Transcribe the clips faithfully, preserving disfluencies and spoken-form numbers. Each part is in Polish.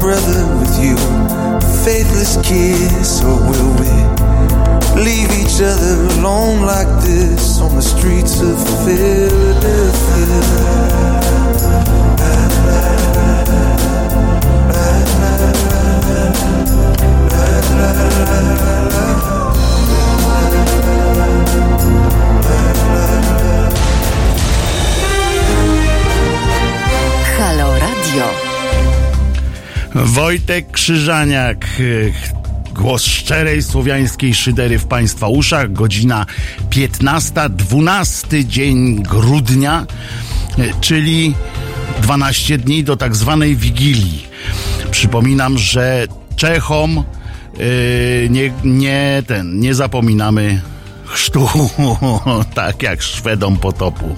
brother with you. Faithless kiss, or will we leave each other alone like this on the streets of Philadelphia? Halo Radio. Wojtek Krzyżaniak, głos szczerej słowiańskiej szydery w Państwa uszach, godzina piętnasta, dwunasty dzień grudnia, czyli dwanaście dni do tak zwanej Wigilii. Przypominam, że Czechom yy, nie, nie, ten, nie zapominamy chrztu, tak jak Szwedom potopu.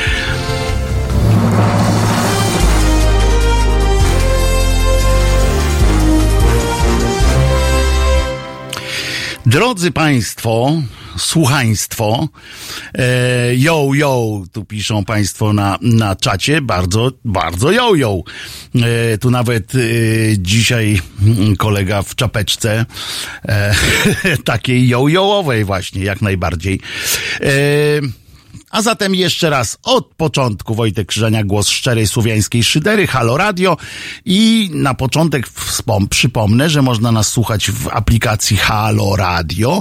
Drodzy Państwo, słuchaństwo, e, yo, yo, tu piszą Państwo na, na czacie, bardzo, bardzo yo, yo. E, tu nawet e, dzisiaj kolega w czapeczce, e, takiej yo-yo'owej właśnie, jak najbardziej. E, A zatem jeszcze raz od początku Wojtek Krzyżaniak, głos szczerej słowiańskiej szydery, Halo Radio. I na początek wspom- przypomnę, że można nas słuchać w aplikacji Halo Radio,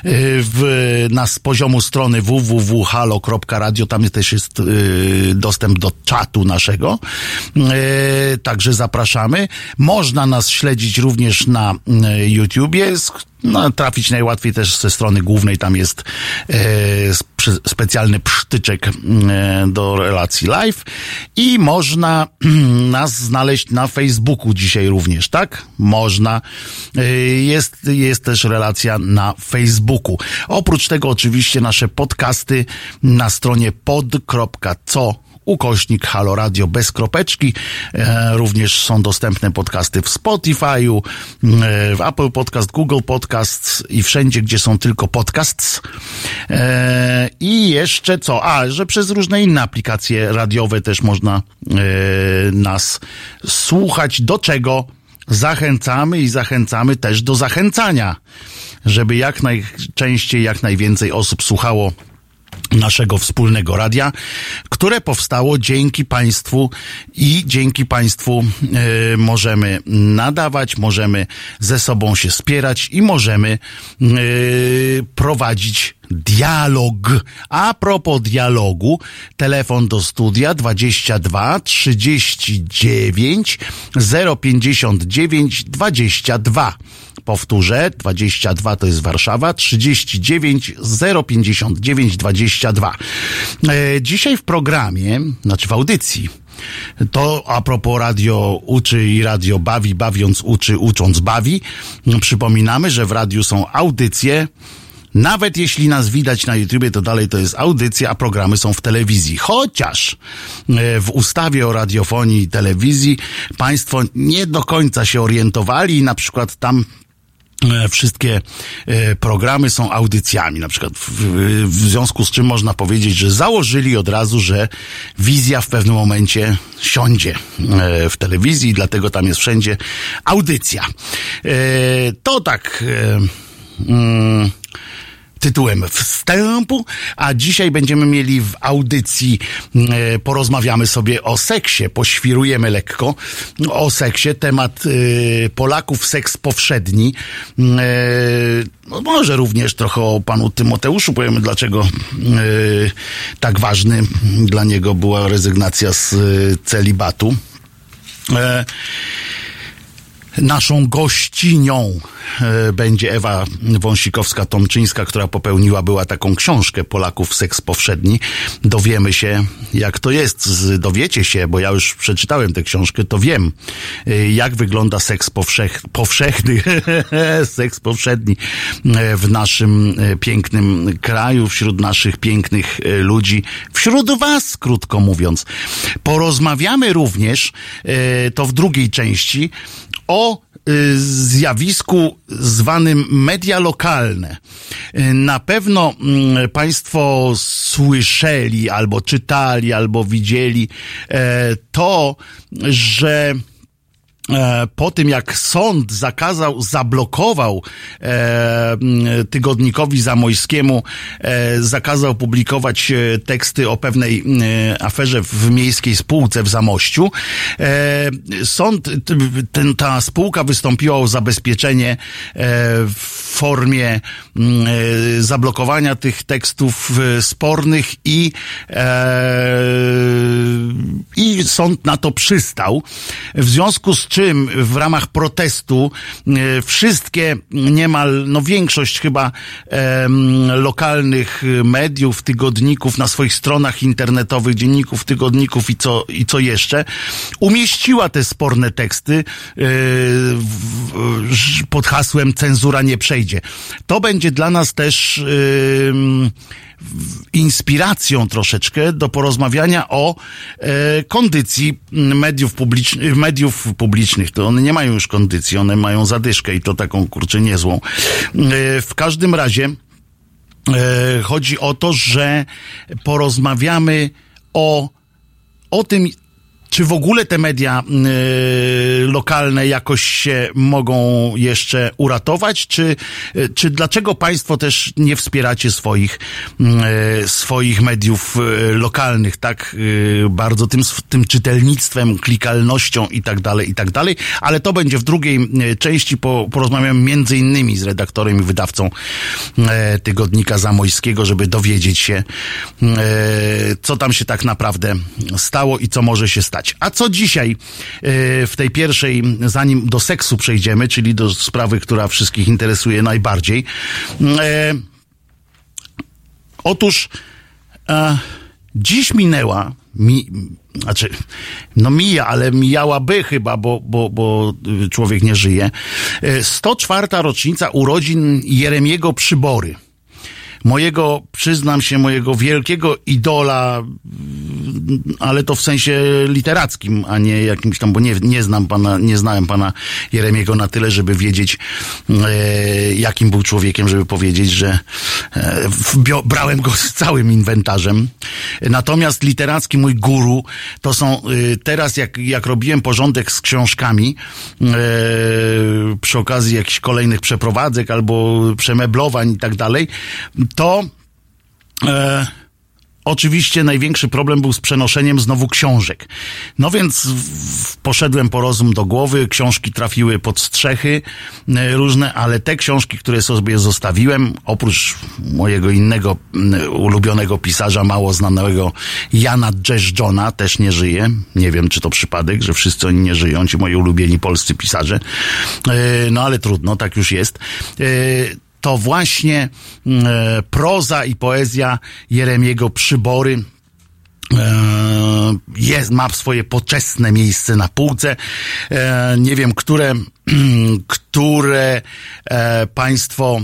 w, na, z poziomu strony w w w kropka halo kropka radio, tam też jest y, dostęp do czatu naszego, y, także zapraszamy. Można nas śledzić również na y, YouTubie, no, trafić najłatwiej też ze strony głównej, tam jest e, sp- specjalny psztyczek e, do relacji live i można nas znaleźć na Facebooku dzisiaj również, tak? Można. E, jest, jest też relacja na Facebooku. Oprócz tego oczywiście nasze podcasty na stronie pod kropka co ukośnik Halo Radio bez kropeczki. E, również są dostępne podcasty w Spotify'u, e, w Apple Podcast, Google Podcasts i wszędzie, gdzie są tylko podcasts. E, I jeszcze co? A, że przez różne inne aplikacje radiowe też można e, nas słuchać, do czego zachęcamy i zachęcamy też do zachęcania, żeby jak najczęściej, jak najwięcej osób słuchało naszego wspólnego radia, które powstało dzięki Państwu i dzięki Państwu y, możemy nadawać, możemy ze sobą się wspierać i możemy y, prowadzić dialog. A propos dialogu, telefon do studia dwadzieścia dwa trzydzieści dziewięć zero pięćdziesiąt dziewięć dwadzieścia dwa. Powtórzę, dwadzieścia dwa to jest Warszawa, trzydzieści dziewięć zero pięćdziesiąt dziewięć dwadzieścia dwa. E, dzisiaj w programie, znaczy w audycji, to a propos radio uczy i radio bawi, bawiąc uczy, ucząc bawi, przypominamy, że w radiu są audycje. Nawet jeśli nas widać na YouTubie, to dalej to jest audycja, a programy są w telewizji. Chociaż w ustawie o radiofonii i telewizji Państwo nie do końca się orientowali i na przykład tam wszystkie programy są audycjami. Na przykład w, w związku z czym można powiedzieć, że założyli od razu, że wizja w pewnym momencie siądzie w telewizji i dlatego tam jest wszędzie audycja. To tak... Hmm, tytułem wstępu, a dzisiaj będziemy mieli w audycji, e, porozmawiamy sobie o seksie, poświrujemy lekko o seksie, temat e, Polaków, seks powszedni, e, no może również trochę o panu Tymoteuszu, powiemy dlaczego e, tak ważny dla niego była rezygnacja z e, celibatu. E, Naszą gościnią e, będzie Ewa Wąsikowska-Tomczyńska, która popełniła była taką książkę Polaków, seks powszedni. Dowiemy się, jak to jest. Z, dowiecie się, bo ja już przeczytałem tę książkę, to wiem, e, jak wygląda seks powszech, powszechny, seks powszedni e, w naszym e, pięknym kraju, wśród naszych pięknych e, ludzi, wśród was, krótko mówiąc. Porozmawiamy również, e, to w drugiej części, o y, zjawisku zwanym media lokalne. Y, na pewno y, Państwo słyszeli, albo czytali, albo widzieli y, to, że po tym jak sąd zakazał, zablokował e, tygodnikowi Zamojskiemu, e, zakazał publikować teksty o pewnej e, aferze w miejskiej spółce w Zamościu, e, sąd, ten, ta spółka wystąpiła o zabezpieczenie e, w formie e, zablokowania tych tekstów e, spornych i e, i sąd na to przystał. W związku z czym w ramach protestu e, wszystkie, niemal, no większość chyba e, lokalnych mediów, tygodników na swoich stronach internetowych, dzienników, tygodników i co, i co jeszcze, umieściła te sporne teksty e, w, w, pod hasłem cenzura nie przejdzie. To będzie dla nas też e, inspiracją troszeczkę do porozmawiania o e, kondycji mediów publicznych, mediów publicznych. To one nie mają już kondycji, one mają zadyszkę i to taką, kurczę, niezłą. E, w każdym razie e, chodzi o to, że porozmawiamy o, o tym, czy w ogóle te media y, lokalne jakoś się mogą jeszcze uratować, czy, y, czy dlaczego państwo też nie wspieracie swoich, y, swoich mediów y, lokalnych, tak y, bardzo tym, tym czytelnictwem, klikalnością i tak dalej, i tak dalej, ale to będzie w drugiej y, części, po, porozmawiam między innymi z redaktorem i wydawcą y, tygodnika Zamojskiego, żeby dowiedzieć się, y, co tam się tak naprawdę stało i co może się stać. A co dzisiaj w tej pierwszej, zanim do seksu przejdziemy, czyli do sprawy, która wszystkich interesuje najbardziej. E, otóż e, dziś minęła, mi, znaczy, no mija, ale mijałaby chyba, bo, bo, bo człowiek nie żyje, sto czwarta rocznica urodzin Jeremiego Przybory. Mojego, przyznam się, mojego wielkiego idola, ale to w sensie literackim, a nie jakimś tam, bo nie, nie znam pana, nie znałem pana Jeremiego na tyle, żeby wiedzieć, e, jakim był człowiekiem, żeby powiedzieć, że e, wbio, brałem go z całym inwentarzem. Natomiast literacki mój guru to są, e, teraz jak, jak robiłem porządek z książkami, e, przy okazji jakichś kolejnych przeprowadzek albo przemeblowań i tak dalej, to e, oczywiście największy problem był z przenoszeniem znowu książek. No więc w, poszedłem po rozum do głowy, książki trafiły pod strzechy e, różne, ale te książki, które sobie zostawiłem, oprócz mojego innego m, ulubionego pisarza, mało znanego Jana Dżeżdżona, też nie żyje. Nie wiem, czy to przypadek, że wszyscy oni nie żyją, ci moi ulubieni polscy pisarze. E, no ale trudno, tak już jest. E, to właśnie e, proza i poezja Jeremiego Przybory e, jest, ma swoje poczesne miejsce na półce. E, nie wiem, które, które e, państwo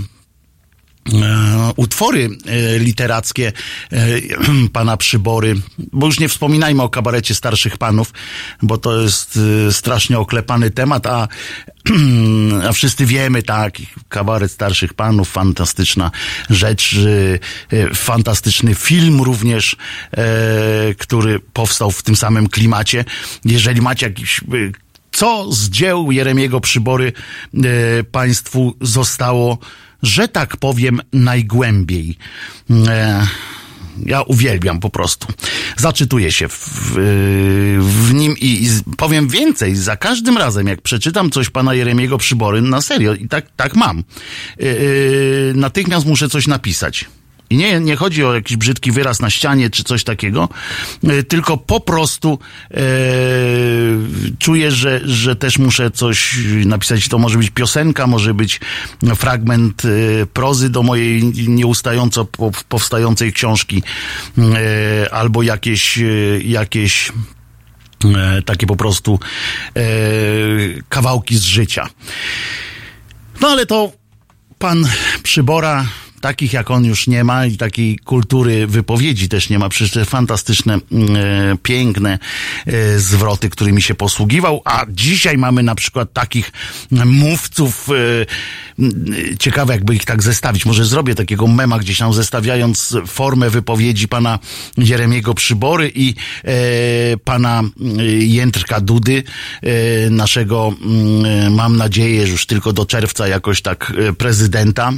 E, utwory e, literackie e, pana Przybory, bo już nie wspominajmy o kabarecie starszych panów, bo to jest e, strasznie oklepany temat, a, a wszyscy wiemy, tak, kabaret starszych panów, fantastyczna rzecz, e, e, fantastyczny film również, e, który powstał w tym samym klimacie. Jeżeli macie jakiś... E, co z dzieł Jeremiego Przybory e, państwu zostało, że tak powiem, najgłębiej? E, ja uwielbiam po prostu. Zaczytuję się w, w, w nim i, i powiem więcej. Za każdym razem, jak przeczytam coś pana Jeremiego Przybory, na serio, i tak, tak mam, e, e, natychmiast muszę coś napisać. I nie, nie chodzi o jakiś brzydki wyraz na ścianie czy coś takiego, e, tylko po prostu e, czuję, że, że też muszę coś napisać. To może być piosenka, może być fragment e, prozy do mojej nieustająco po, powstającej książki, e, albo jakieś, e, jakieś e, takie po prostu e, kawałki z życia. No ale to pan Przybora takich jak on już nie ma i takiej kultury wypowiedzi też nie ma. Przecież te fantastyczne, e, piękne e, zwroty, którymi się posługiwał, a dzisiaj mamy na przykład takich mówców, e, ciekawe jakby ich tak zestawić. Może zrobię takiego mema gdzieś tam, zestawiając formę wypowiedzi pana Jeremiego Przybory i e, pana Jędrka Dudy, e, naszego, e, mam nadzieję, że już tylko do czerwca jakoś tak e, prezydenta.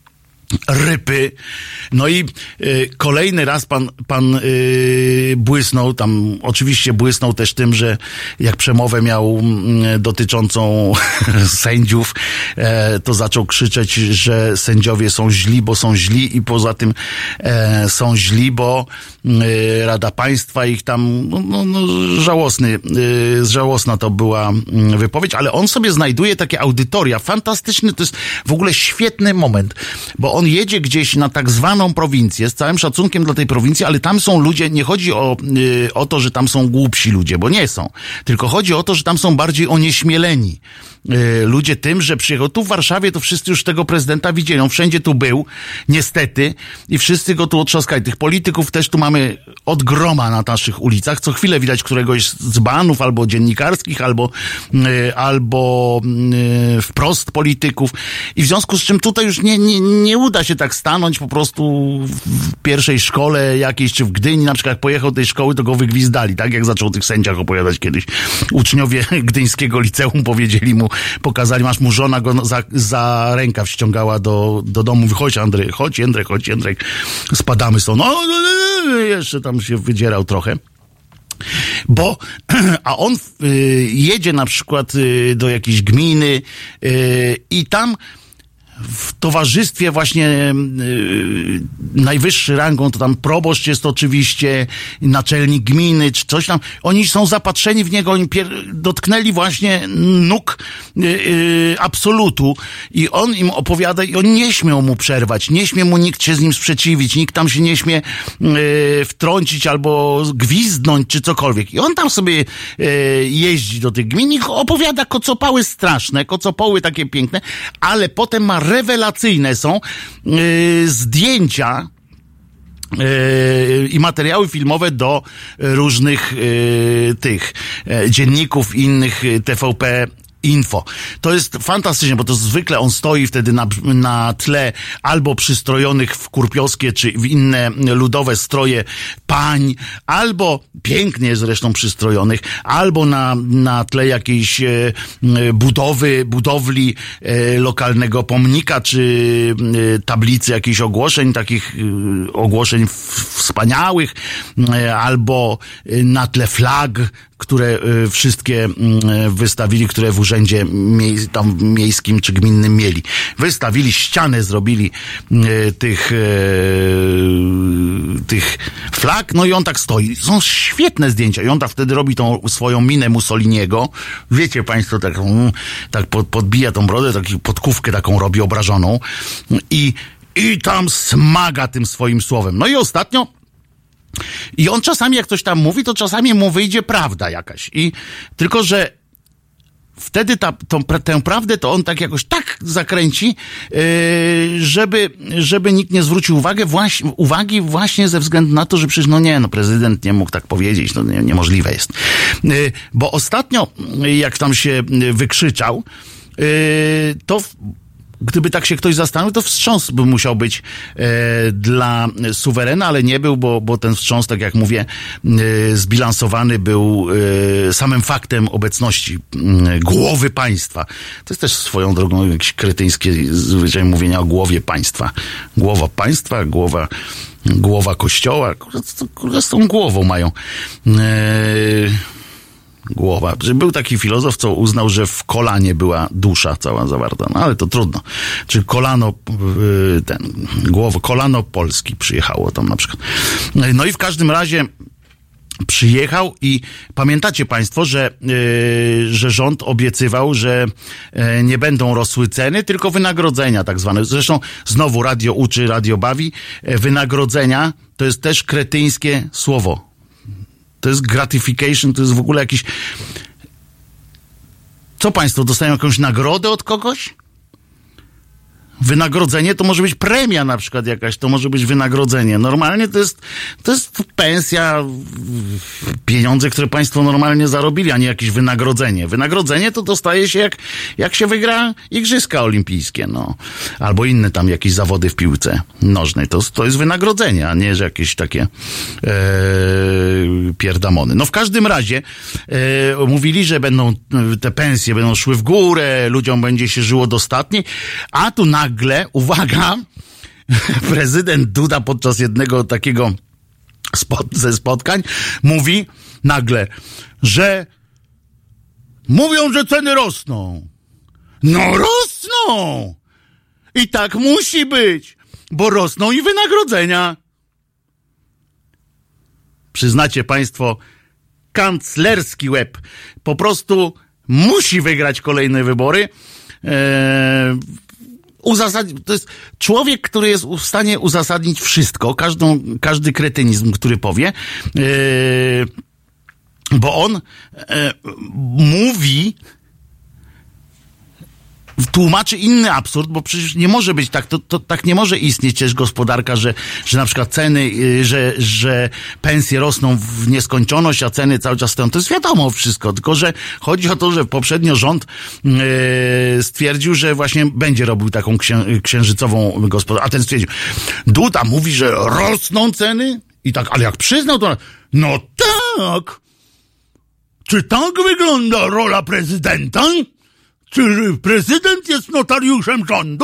Rypy. No i y, kolejny raz pan, pan y, błysnął, tam oczywiście błysnął też tym, że jak przemowę miał y, dotyczącą sędziów, e, to zaczął krzyczeć, że sędziowie są źli, bo są źli i poza tym e, są źli, bo y, Rada Państwa ich tam, no, no, no żałosny, y, żałosna to była y, wypowiedź, ale on sobie znajduje takie audytoria, fantastyczny, to jest w ogóle świetny moment, bo on jedzie gdzieś na tak zwaną prowincję, z całym szacunkiem dla tej prowincji, ale tam są ludzie, nie chodzi o, yy, o to, że tam są głupsi ludzie, bo nie są, tylko chodzi o to, że tam są bardziej onieśmieleni yy, ludzie tym, że przyjechał tu w Warszawie, to wszyscy już tego prezydenta widzieli, on wszędzie tu był, niestety, i wszyscy go tu otrzaskali. Tych polityków też tu mamy od groma na naszych ulicach, co chwilę widać któregoś z banów, albo dziennikarskich, albo, yy, albo yy, wprost polityków, i w związku z czym tutaj już nie, nie, nie uda się tak stanąć po prostu w pierwszej szkole jakiejś, czy w Gdyni, na przykład jak pojechał do tej szkoły, to go wygwizdali, tak jak zaczął o tych sędziach opowiadać kiedyś. Uczniowie gdyńskiego liceum powiedzieli mu, pokazali, masz mu żona go za, za rękaw ściągała do, do domu, mówi, chodź Andrzej, chodź Jędrek, chodź Jędrek, spadamy stąd. No, jeszcze tam się wydzierał trochę. Bo, a on y, jedzie na przykład y, do jakiejś gminy y, i tam w towarzystwie właśnie yy, najwyższy rangą, to tam proboszcz jest oczywiście, naczelnik gminy, czy coś tam. Oni są zapatrzeni w niego, oni pier- dotknęli właśnie nóg yy, yy, absolutu i on im opowiada i oni nie śmią mu przerwać, nie śmie mu nikt się z nim sprzeciwić, nikt tam się nie śmie yy, wtrącić albo gwizdnąć, czy cokolwiek. I on tam sobie yy, jeździ do tych gmin i opowiada kocopały straszne, kocopały takie piękne, ale potem ma rewelacyjne są yy, zdjęcia yy, i materiały filmowe do różnych yy, tych yy, dzienników innych yy, T V P Info. To jest fantastyczne, bo to zwykle on stoi wtedy na, na tle albo przystrojonych w kurpiowskie czy w inne ludowe stroje pań, albo pięknie zresztą przystrojonych, albo na, na tle jakiejś e, budowy, budowli e, lokalnego pomnika, czy e, tablicy jakichś ogłoszeń, takich e, ogłoszeń w, wspaniałych, e, albo na tle flag, które y, wszystkie y, wystawili, które w urzędzie mie- tam miejskim czy gminnym mieli. Wystawili ścianę, zrobili y, tych, y, tych flag, no i on tak stoi. Są świetne zdjęcia i on tak wtedy robi tą swoją minę Mussoliniego. Wiecie państwo, tak, tak pod, podbija tą brodę, taką podkówkę taką robi obrażoną i, i tam smaga tym swoim słowem. No i ostatnio I on czasami, jak ktoś tam mówi, to czasami mu wyjdzie prawda jakaś. I tylko, że wtedy ta, tą, tę prawdę to on tak jakoś tak zakręci, yy, żeby, żeby nikt nie zwrócił uwagi, właśnie, uwagi właśnie ze względu na to, że przecież no nie, no prezydent nie mógł tak powiedzieć, no nie, niemożliwe jest. Yy, bo ostatnio, jak tam się wykrzyczał, yy, to w, gdyby tak się ktoś zastanowił, to wstrząs by musiał być e, dla suwerena, ale nie był, bo, bo ten wstrząs, tak jak mówię, e, zbilansowany był e, samym faktem obecności e, głowy państwa. To jest też swoją drogą jakieś kretyńskie zwyczaj mówienia o głowie państwa. Głowa państwa, głowa, głowa kościoła. Co z tą głową mają? E, Głowa. Był taki filozof, co uznał, że w kolanie była dusza cała zawarta. No ale to trudno. Czy kolano, ten, głowo, kolano Polski przyjechało tam na przykład. No i w każdym razie przyjechał i pamiętacie państwo, że, yy, że rząd obiecywał, że yy, nie będą rosły ceny, tylko wynagrodzenia tak zwane. Zresztą znowu radio uczy, radio bawi. Yy, wynagrodzenia to jest też kretyńskie słowo. To jest gratification, to jest w ogóle jakiś... Co państwo, dostają jakąś nagrodę od kogoś? Wynagrodzenie to może być premia na przykład jakaś, to może być wynagrodzenie. Normalnie to jest, to jest pensja, pieniądze, które państwo normalnie zarobili, a nie jakieś wynagrodzenie. Wynagrodzenie to dostaje się jak, jak się wygra igrzyska olimpijskie, no. Albo inne tam jakieś zawody w piłce nożnej. To, to jest wynagrodzenie, a nie, że jakieś takie e, pierdamony. No w każdym razie e, mówili, że będą te pensje będą szły w górę, ludziom będzie się żyło dostatniej, a tu nagle Nagle, uwaga, prezydent Duda podczas jednego takiego spot, ze spotkań mówi nagle, że mówią, że ceny rosną. No rosną! I tak musi być, bo rosną i wynagrodzenia. Przyznacie państwo, kanclerski łeb po prostu musi wygrać kolejne wybory. Eee, Uzasadni- to jest człowiek, który jest w stanie uzasadnić wszystko, każdą, każdy kretynizm, który powie, yy, bo on yy, mówi, tłumaczy inny absurd, bo przecież nie może być tak, to, to tak nie może istnieć też gospodarka, że, że na przykład ceny, yy, że, że pensje rosną w nieskończoność, a ceny cały czas stoją. To jest wiadomo wszystko, tylko że chodzi o to, że poprzednio rząd yy, stwierdził, że właśnie będzie robił taką księ, księżycową gospodarkę, a ten stwierdził, Duda mówi, że rosną ceny i tak, ale jak przyznał to, no tak! Czy tak wygląda rola prezydenta? Czy prezydent jest notariuszem rządu?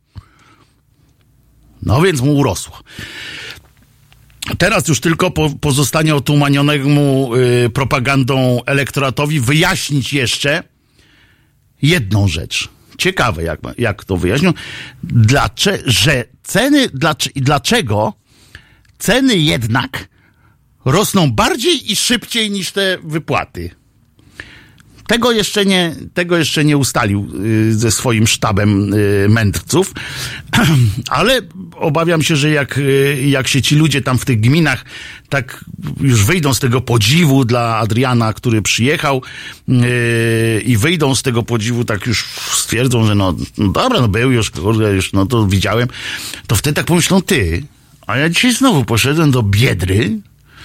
No więc mu urosło. Teraz już tylko po, pozostanie otumanionemu y, propagandą elektoratowi wyjaśnić jeszcze jedną rzecz. Ciekawe, jak, jak to wyjaśnią. Dlacze, że ceny, dlacze, dlaczego ceny jednak rosną bardziej i szybciej niż te wypłaty. Tego jeszcze nie, tego jeszcze nie ustalił y, ze swoim sztabem y, mędrców, ale obawiam się, że jak, y, jak się ci ludzie tam w tych gminach tak już wyjdą z tego podziwu dla Adriana, który przyjechał y, i wyjdą z tego podziwu, tak już stwierdzą, że no, no dobra, no był już, kurde, już, no to widziałem, to wtedy tak pomyślą, ty, a ja dzisiaj znowu poszedłem do Biedry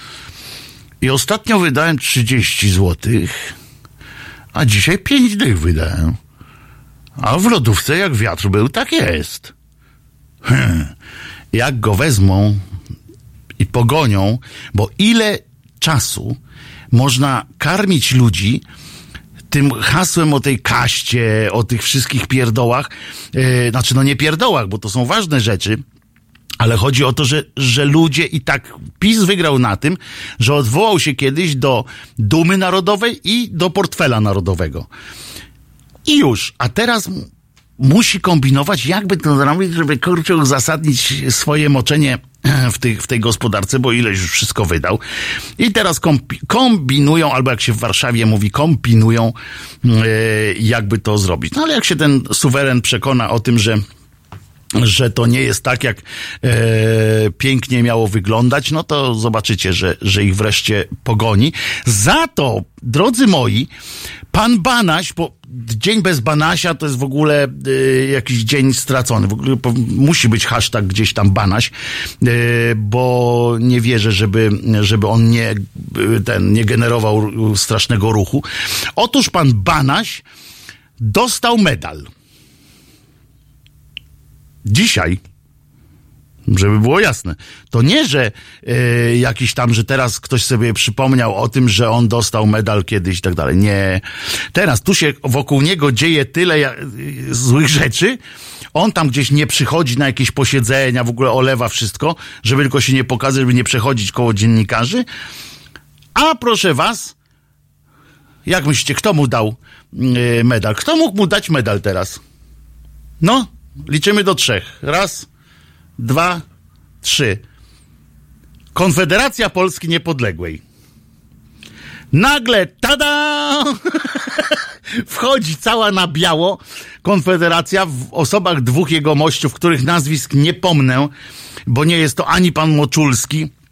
i ostatnio wydałem trzydzieści złotych, a dzisiaj pięć dych wydałem. A w lodówce jak wiatr był, tak jest. Hmm. Jak go wezmą i pogonią, bo ile czasu można karmić ludzi tym hasłem o tej kaście, o tych wszystkich pierdołach, yy, znaczy no nie pierdołach, bo to są ważne rzeczy, ale chodzi o to, że, że ludzie i tak PiS wygrał na tym, że odwołał się kiedyś do dumy narodowej i do portfela narodowego. I już. A teraz m- musi kombinować, jakby to zrobić, żeby kurczę uzasadnić swoje moczenie w tej, w tej gospodarce, bo ileś już wszystko wydał. I teraz kompi- kombinują, albo jak się w Warszawie mówi, kombinują, yy, jakby to zrobić. No ale jak się ten suweren przekona o tym, że że to nie jest tak, jak e, pięknie miało wyglądać, no to zobaczycie, że, że ich wreszcie pogoni. Za to, drodzy moi, pan Banaś, bo dzień bez Banasia to jest w ogóle e, jakiś dzień stracony. W ogóle po, musi być hashtag gdzieś tam Banaś, e, bo nie wierzę, żeby, żeby on nie, ten, nie generował strasznego ruchu. Otóż pan Banaś dostał medal. Dzisiaj, żeby było jasne, to nie, że e, jakiś tam, że teraz ktoś sobie przypomniał o tym, że on dostał medal kiedyś i tak dalej. Nie. Teraz tu się wokół niego dzieje tyle ja, y, złych rzeczy. On tam gdzieś nie przychodzi na jakieś posiedzenia, w ogóle olewa wszystko, żeby tylko się nie pokazać, żeby nie przechodzić koło dziennikarzy. A proszę was, jak myślicie, kto mu dał y, medal? Kto mógł mu dać medal teraz? No, liczymy do trzech. Raz, dwa, trzy. Konfederacja Polski Niepodległej. Nagle, tada! Wchodzi cała na biało Konfederacja w osobach dwóch jegomościów, których nazwisk nie pomnę, bo nie jest to ani pan Moczulski,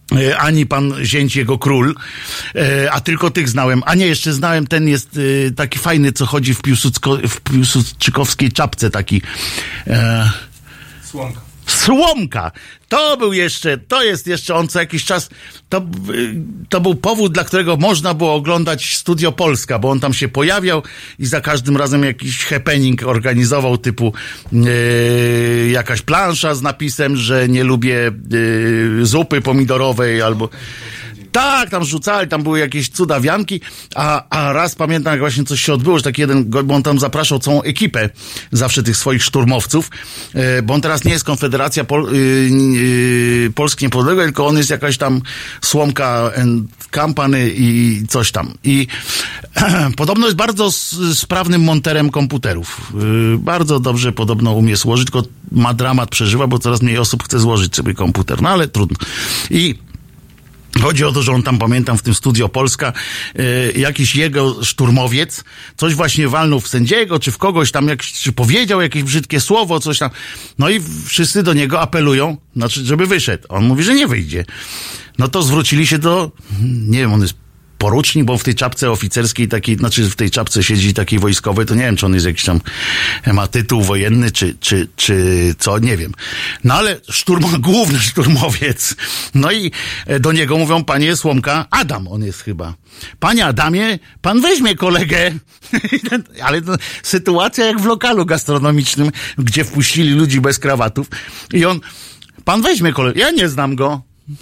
ani pan zięć jego król, a tylko tych znałem. A nie, jeszcze znałem, ten jest taki fajny, co chodzi w, Piłsudsko, w piłsudczykowskiej czapce, taki... E... Słomka. Słomka! To był jeszcze, to jest jeszcze on co jakiś czas, to, to był powód, dla którego można było oglądać Studio Polska, bo on tam się pojawiał i za każdym razem jakiś happening organizował, typu yy, jakaś plansza z napisem, że nie lubię yy, zupy pomidorowej albo... Tak, tam rzucali, tam były jakieś cudawianki, a, a raz pamiętam, jak właśnie coś się odbyło, że taki jeden, bo on tam zapraszał całą ekipę, zawsze tych swoich szturmowców, e, bo on teraz nie jest Konfederacja Pol, y, y, Polski Niepodległej, tylko on jest jakaś tam Słomka and Company i coś tam. I e, podobno jest bardzo s, sprawnym monterem komputerów. E, bardzo dobrze podobno umie złożyć, tylko ma dramat, przeżywa, bo coraz mniej osób chce złożyć sobie komputer. No ale trudno. I chodzi o to, że on tam, pamiętam, w tym Studio Polska, y, jakiś jego szturmowiec coś właśnie walnął w sędziego, czy w kogoś tam, jak, czy powiedział jakieś brzydkie słowo, coś tam. No i wszyscy do niego apelują, znaczy, żeby wyszedł. On mówi, że nie wyjdzie. No to zwrócili się do, nie wiem, on jest porucznik, bo w tej czapce oficerskiej takiej, znaczy w tej czapce siedzi takiej wojskowej, to nie wiem, czy on jest jakiś tam, ma tytuł wojenny, czy, czy, czy co, nie wiem. No ale szturm, główny szturmowiec. No i do niego mówią, panie Słomka, Adam on jest chyba. Panie Adamie, pan weźmie kolegę. Ale to sytuacja jak w lokalu gastronomicznym, gdzie wpuścili ludzi bez krawatów. I on, pan weźmie kolegę. Ja nie znam go.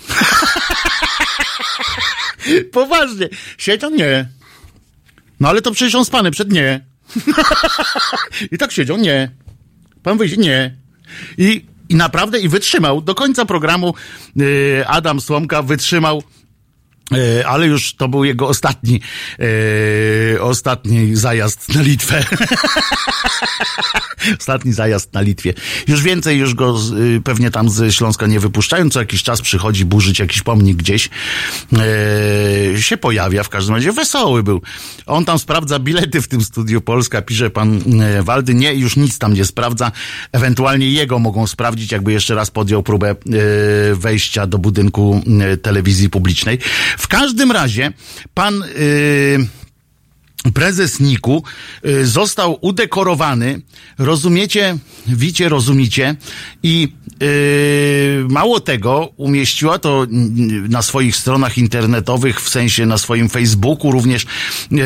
Poważnie. Siedział? Nie. No ale to przecież on z panem przed nie. I tak siedział? Nie. Pan wyjdzie? Nie. I, i naprawdę i wytrzymał. Do końca programu yy, Adam Słomka wytrzymał. Yy, ale już to był jego ostatni yy, ostatni zajazd na Litwę. Ostatni zajazd na Litwie. Już więcej, już go yy, pewnie tam ze Śląska nie wypuszczają. Co jakiś czas przychodzi burzyć jakiś pomnik gdzieś. Yy, się pojawia, w każdym razie wesoły był. On tam sprawdza bilety w tym Studiu Polska. Pisze pan yy, Waldy. Nie, już nic tam nie sprawdza. Ewentualnie jego mogą sprawdzić, jakby jeszcze raz podjął próbę yy, wejścia do budynku yy, telewizji publicznej. W każdym razie pan yy, prezes Niku yy, został udekorowany, rozumiecie, wicie, rozumicie, i yy, mało tego, umieściła to na swoich stronach internetowych, w sensie na swoim Facebooku również yy,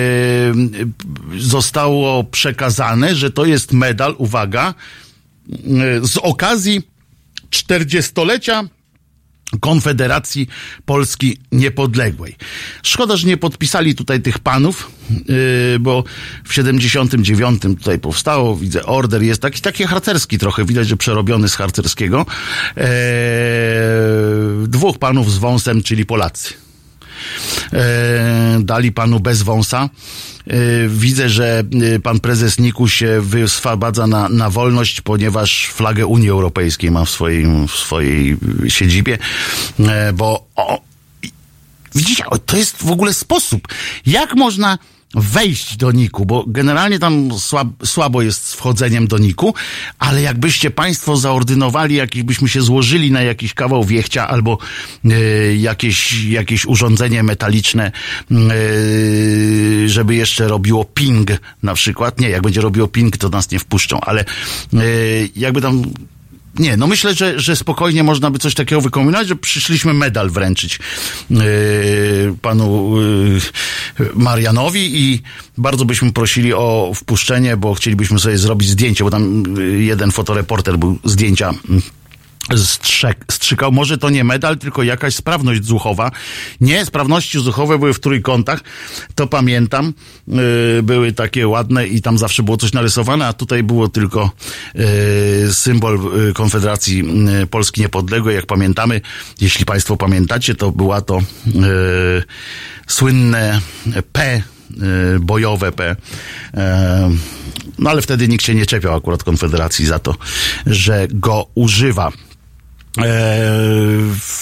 zostało przekazane, że to jest medal, uwaga, yy, z okazji czterdziestolecia Konfederacji Polski Niepodległej. Szkoda, że nie podpisali tutaj tych panów, yy, bo w siedemdziesiątym dziewiątym tutaj powstało, widzę, order jest taki, taki harcerski trochę, widać, że przerobiony z harcerskiego. Yy, dwóch panów z wąsem, czyli Polacy. Yy, dali panu bez wąsa. Widzę, że pan prezes Niku się wyswabadza na, na wolność, ponieważ flagę Unii Europejskiej ma w swojej, w swojej siedzibie, bo o, widzicie, to jest w ogóle sposób, jak można wejść do Niku, bo generalnie tam słab, słabo jest z wchodzeniem do Niku, ale jakbyście państwo zaordynowali, jakbyśmy się złożyli na jakiś kawał wiechcia albo y, jakieś, jakieś urządzenie metaliczne, y, żeby jeszcze robiło ping na przykład. Nie, jak będzie robiło ping, to nas nie wpuszczą, ale y, jakby tam... Nie, no myślę, że, że spokojnie można by coś takiego wykombinować, że przyszliśmy medal wręczyć yy, panu yy, Marianowi i bardzo byśmy prosili o wpuszczenie, bo chcielibyśmy sobie zrobić zdjęcie, bo tam yy, jeden fotoreporter był zdjęcia yy, Strzek, strzykał. Może to nie medal, tylko jakaś sprawność zuchowa. Nie, sprawności zuchowe były w trójkątach, to pamiętam. Yy, były takie ładne i tam zawsze było coś narysowane, a tutaj było tylko yy, symbol yy, Konfederacji yy, Polski Niepodległej. Jak pamiętamy, jeśli państwo pamiętacie, to była to yy, słynne P, yy, bojowe P. Yy, no ale wtedy nikt się nie czepiał akurat Konfederacji za to, że go używa. Eee,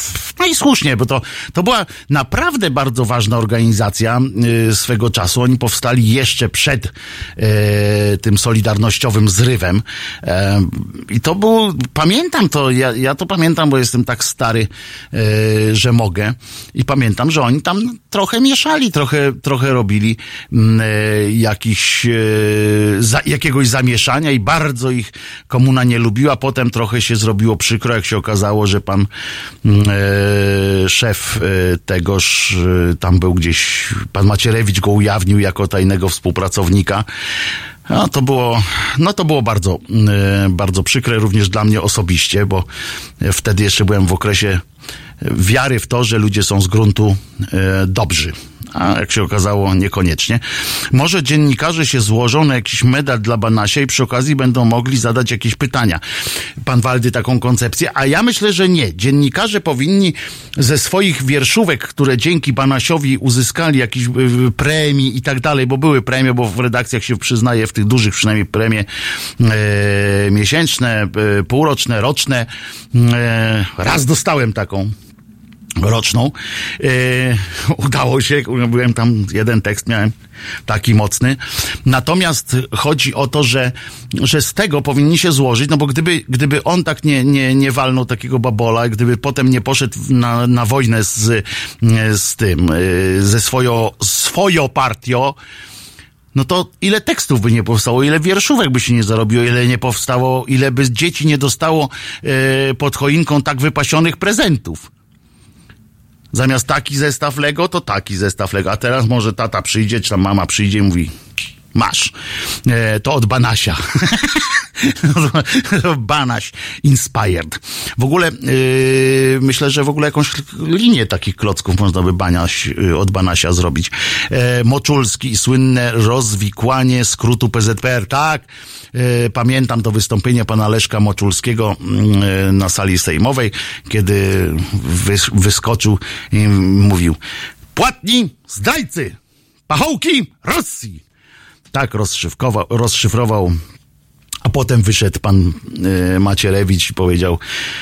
No i słusznie, bo to, to była naprawdę bardzo ważna organizacja y, swego czasu. Oni powstali jeszcze przed y, tym solidarnościowym zrywem. Y, I to było, pamiętam to, ja, ja to pamiętam, bo jestem tak stary, y, że mogę. I pamiętam, że oni tam trochę mieszali, trochę, trochę robili y, jakiś, y, za, jakiegoś zamieszania i bardzo ich komuna nie lubiła. Potem trochę się zrobiło przykro, jak się okazało, że pan y, szef tegoż, tam był gdzieś, pan Macierewicz go ujawnił jako tajnego współpracownika. No to było, no to było bardzo, bardzo przykre również dla mnie osobiście, bo wtedy jeszcze byłem w okresie wiary w to, że ludzie są z gruntu dobrzy. A jak się okazało, niekoniecznie. Może dziennikarze się złożą na jakiś medal dla Banasia i przy okazji będą mogli zadać jakieś pytania. Pan Waldy taką koncepcję, a ja myślę, że nie. Dziennikarze powinni ze swoich wierszówek, które dzięki Banasiowi uzyskali jakieś premii i tak dalej, bo były premie, bo w redakcjach się przyznaje, w tych dużych przynajmniej premie e, miesięczne, e, półroczne, roczne. E, raz dostałem taką roczną. Yy, udało się, byłem tam, jeden tekst miałem taki mocny. Natomiast chodzi o to, że, że z tego powinni się złożyć, no bo gdyby, gdyby on tak nie, nie, nie walnął takiego babola, gdyby potem nie poszedł na, na wojnę z, z tym, yy, ze swoją, swoją partią, no to ile tekstów by nie powstało, ile wierszówek by się nie zarobiło, ile nie powstało, ile by dzieci nie dostało yy, pod choinką tak wypasionych prezentów. Zamiast taki zestaw Lego, to taki zestaw Lego. A teraz może tata przyjdzie, czy tam mama przyjdzie i mówi, masz, e, to od Banasia. Banaś Inspired. W ogóle yy, myślę, że w ogóle jakąś linię takich klocków można by Banaś, yy, od Banasia zrobić. E, Moczulski i słynne rozwikłanie skrótu P Z P R. Tak, yy, pamiętam to wystąpienie pana Leszka Moczulskiego yy, na sali sejmowej, kiedy wys- wyskoczył i mówił, płatni zdrajcy, pachołki Rosji. Tak rozszyfrował, rozszyfrował, a potem wyszedł pan y, Macierewicz i powiedział,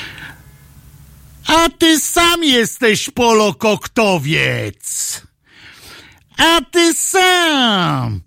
a ty sam jesteś polokoktowiec, a ty sam.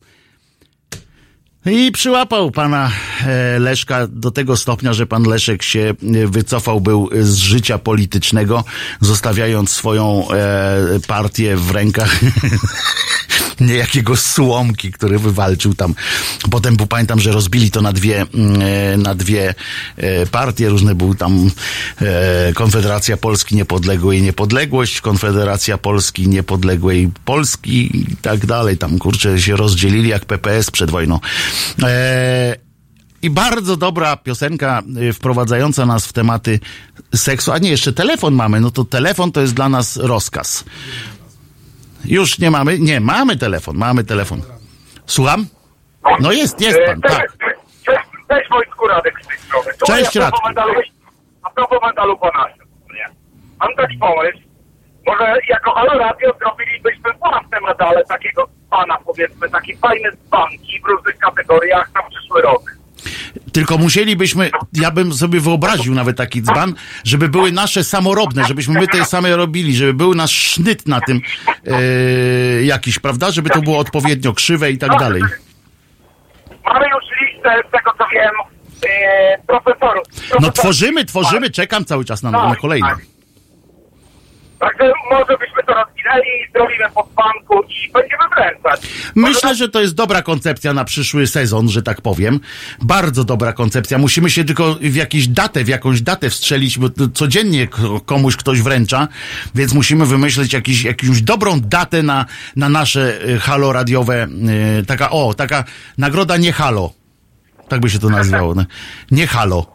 I przyłapał pana e, Leszka do tego stopnia, że pan Leszek się wycofał był z życia politycznego, zostawiając swoją e, partię w rękach niejakiego Słomki, który wywalczył tam. Potem pamiętam, że rozbili to na dwie, e, na dwie e, partie. Różne były tam e, Konfederacja Polski Niepodległej Niepodległość, Konfederacja Polski Niepodległej Polski i tak dalej. Tam kurczę się rozdzielili jak P P S przed wojną. Eee, I bardzo dobra piosenka wprowadzająca nas w tematy seksu. A nie, jeszcze telefon mamy. No to telefon to jest dla nas rozkaz. Już nie mamy? Nie, mamy telefon, mamy telefon. Słucham? No jest, jest pan, tak. Cześć, cześć Wojtku, Radek z tej strony. Cześć, Radku. A propos medalu Banasia, nie? Mam taki pomysł, może jako Halo Radio zrobilibyśmy własne medale takiego pana, powiedzmy, taki fajny dzbanki w różnych kategoriach na przyszły rok. Tylko musielibyśmy, ja bym sobie wyobraził nawet taki dzban, żeby były nasze samorobne, żebyśmy my te same robili, żeby był nasz sznyt na tym e, jakiś, prawda? Żeby to było odpowiednio krzywe i tak dalej. Mamy już listę z tego, co wiem, e, profesorów. No tworzymy, tworzymy, czekam cały czas na, na kolejne. Także może byśmy to rozwinęli, zrobimy po dzbanku i będziemy wręczać. Myślę, że to jest dobra koncepcja na przyszły sezon, że tak powiem. Bardzo dobra koncepcja. Musimy się tylko w jakąś datę, w jakąś datę wstrzelić, bo codziennie komuś ktoś wręcza, więc musimy wymyślić jakiś, jakąś dobrą datę na, na nasze halo radiowe. Taka, o, taka nagroda nie halo. Tak by się to nazywało. Nie halo.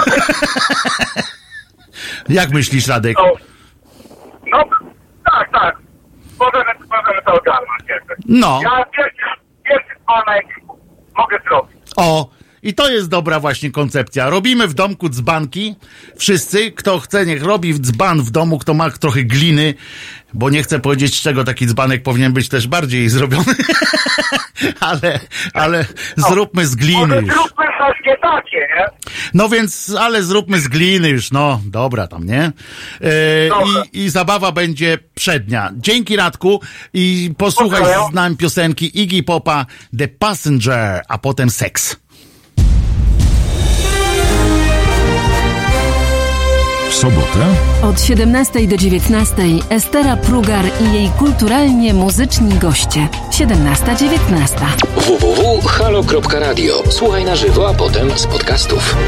Jak myślisz, Radek? No, tak, tak. Możemy, możemy to ogarnąć jeszcze. No. Ja pierwszy, pierwszy dzwonek mogę zrobić. O, I to jest dobra właśnie koncepcja. Robimy w domku dzbanki, wszyscy, kto chce, niech robi dzban w domu, kto ma trochę gliny, bo nie chcę powiedzieć, z czego taki dzbanek powinien być też bardziej zrobiony, ale, ale zróbmy z gliny Może już. zróbmy takie takie, nie? No więc, ale zróbmy z gliny już, no, dobra tam, nie? E, i, I zabawa będzie przednia. Dzięki, Radku, i posłuchaj z nami piosenki Iggy Popa, The Passenger, a potem Seks. W sobotę? Od siedemnastej do dziewiętnastej Estera Prugar i jej kulturalnie muzyczni goście. siedemnasta dziewiętnasta. w w w kropka halo kropka radio. Słuchaj na żywo, a potem z podcastów.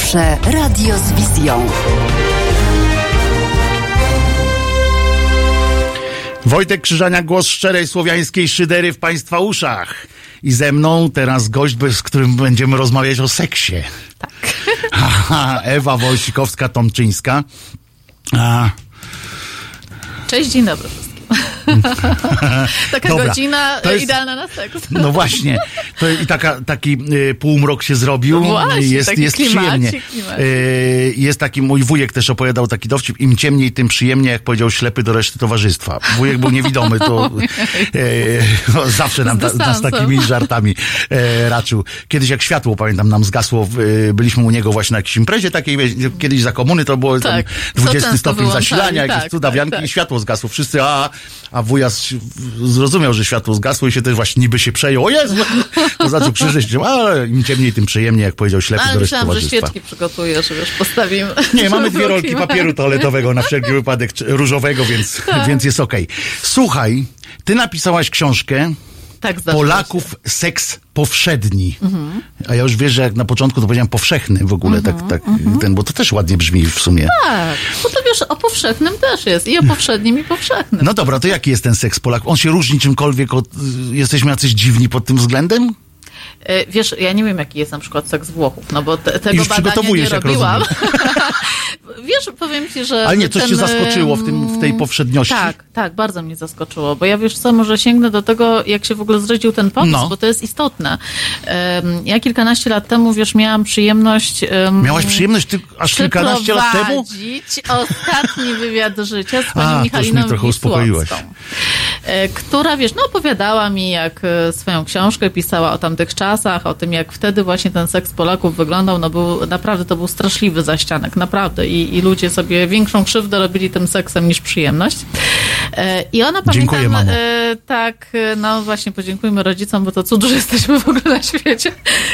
Pierwsze radio z wizją. Wojtek Krzyżania, głos szczerej słowiańskiej szydery w Państwa uszach. I ze mną teraz gość, z którym będziemy rozmawiać o seksie. Tak. Aha, Ewa Wojsikowska-Tomczyńska. A... Cześć, dzień dobry wszystkim. Taka Dobra, godzina jest, idealna na seks. No właśnie. To i taka, taki y, półmrok się zrobił. No właśnie, jest taki jest klimacik, przyjemnie. klimacik. Y, jest taki, mój wujek też opowiadał taki dowcip, im ciemniej, tym przyjemnie, jak powiedział ślepy do reszty towarzystwa. Wujek był niewidomy, to y, no, zawsze nam, ta, nas takimi żartami y, raczył. Kiedyś jak światło, pamiętam, nam zgasło, y, byliśmy u niego właśnie na jakiejś imprezie takiej, kiedyś za komuny to było tak, tam dwudziesty stopień zasilania, jakieś tak, cudawianki tak, tak. i światło zgasło. Wszyscy, a, a wuja zrozumiał, że światło zgasło i się też właśnie niby się przejął. O Jezu! To zaczął krzyczeć, ale im ciemniej, tym przyjemniej, jak powiedział ślepy ale do reszty myślałam, że towarzystwa. świeczki przygotujesz, wiesz, postawimy. Nie, mamy dwie rolki papieru toaletowego na wszelki wypadek różowego, więc, tak. więc jest okej. Okay. Słuchaj, ty napisałaś książkę tak, Polaków się. Seks powszedni. Mhm. A ja już wiesz, że jak na początku to powiedziałem powszechny w ogóle, mhm, tak, tak mhm. ten, bo to też ładnie brzmi w sumie. Tak, bo to wiesz, o powszechnym też jest. I o powszednim, i powszechnym. No dobra, to jaki jest ten seks Polaków? On się różni czymkolwiek od... Jesteśmy jacyś dziwni pod tym względem? Wiesz, ja nie wiem, jaki jest na przykład seks Włochów, no bo te, tego już badania nie jak robiłam. Wiesz, powiem ci, że... Ale nie, coś ten, cię zaskoczyło w, tym, w tej powszedniości? Tak, tak, bardzo mnie zaskoczyło, bo ja wiesz co, może sięgnę do tego, jak się w ogóle zrodził ten pomysł, no. bo to jest istotne. Um, ja kilkanaście lat temu, wiesz, miałam przyjemność... Um, Miałaś przyjemność ty, aż kilkanaście lat temu? ostatni wywiad życia z panią A, Michaliną mi trochę uspokoiłaś. Która, wiesz, no opowiadała mi, jak swoją książkę pisała o tamtych czasach, o tym, jak wtedy właśnie ten seks Polaków wyglądał, no był, naprawdę to był straszliwy zaścianek, naprawdę. I, i ludzie sobie większą krzywdę robili tym seksem niż przyjemność. I ona, Dziękuję, pamiętam, mamo. tak, no właśnie, podziękujmy rodzicom, bo to cud, że jesteśmy w ogóle na świecie.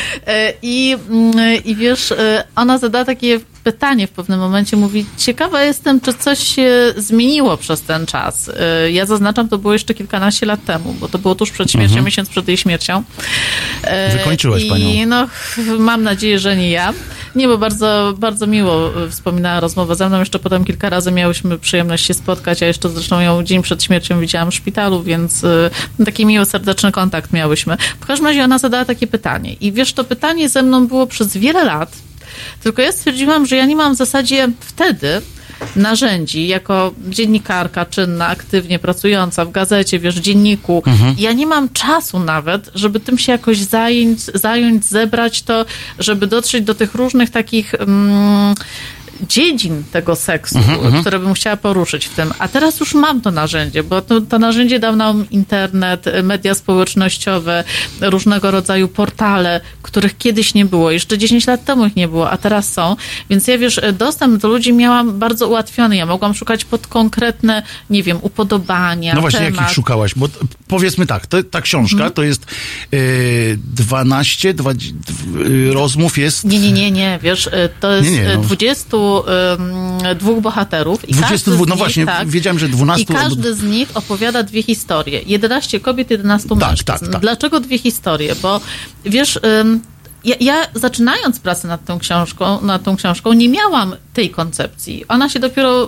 I, i wiesz, ona zadała takie pytanie w pewnym momencie, mówi, ciekawa jestem, czy coś się zmieniło przez ten czas. Ja zaznaczam, to było jeszcze kilkanaście lat temu, bo to było tuż przed śmiercią, mhm. miesiąc przed jej śmiercią. Wykończyłeś I, panią. no, mam nadzieję, że nie ja. Nie, bo bardzo, bardzo miło wspominała rozmowę ze mną. Jeszcze potem kilka razy miałyśmy przyjemność się spotkać, a jeszcze zresztą ją dzień przed śmiercią widziałam w szpitalu, więc taki miły, serdeczny kontakt miałyśmy. W każdym razie ona zadała takie pytanie. I wiesz, to pytanie ze mną było przez wiele lat, tylko ja stwierdziłam, że ja nie mam w zasadzie wtedy narzędzi, jako dziennikarka czynna, aktywnie pracująca w gazecie, wiesz, w dzienniku. Mhm. Ja nie mam czasu nawet, żeby tym się jakoś zająć, zająć zebrać to, żeby dotrzeć do tych różnych takich... Um, dziedzin tego seksu, uh-huh, które bym chciała poruszyć w tym. A teraz już mam to narzędzie, bo to, to narzędzie dał nam internet, media społecznościowe, różnego rodzaju portale, których kiedyś nie było. Jeszcze dziesięć lat temu ich nie było, a teraz są. Więc ja, wiesz, dostęp do ludzi miałam bardzo ułatwiony. Ja mogłam szukać pod konkretne, nie wiem, upodobania, No właśnie, temat. jakich szukałaś? Bo powiedzmy tak, to, ta książka mhm. to jest y, dwanaście dwadzieścia, y, rozmów jest... Nie, nie, nie, nie, wiesz, to jest nie, nie, no. dwudziestu dwóch bohaterów. I dwudziestu dwóch, no nich, właśnie, tak, wiedziałem, że dwunastu... I każdy z nich opowiada dwie historie. jedenaście kobiet, jedenastu tak, mężczyzn. Tak, tak. Dlaczego dwie historie? Bo wiesz... Ja, ja zaczynając pracę nad tą książką, nad tą książką, nie miałam tej koncepcji. Ona się dopiero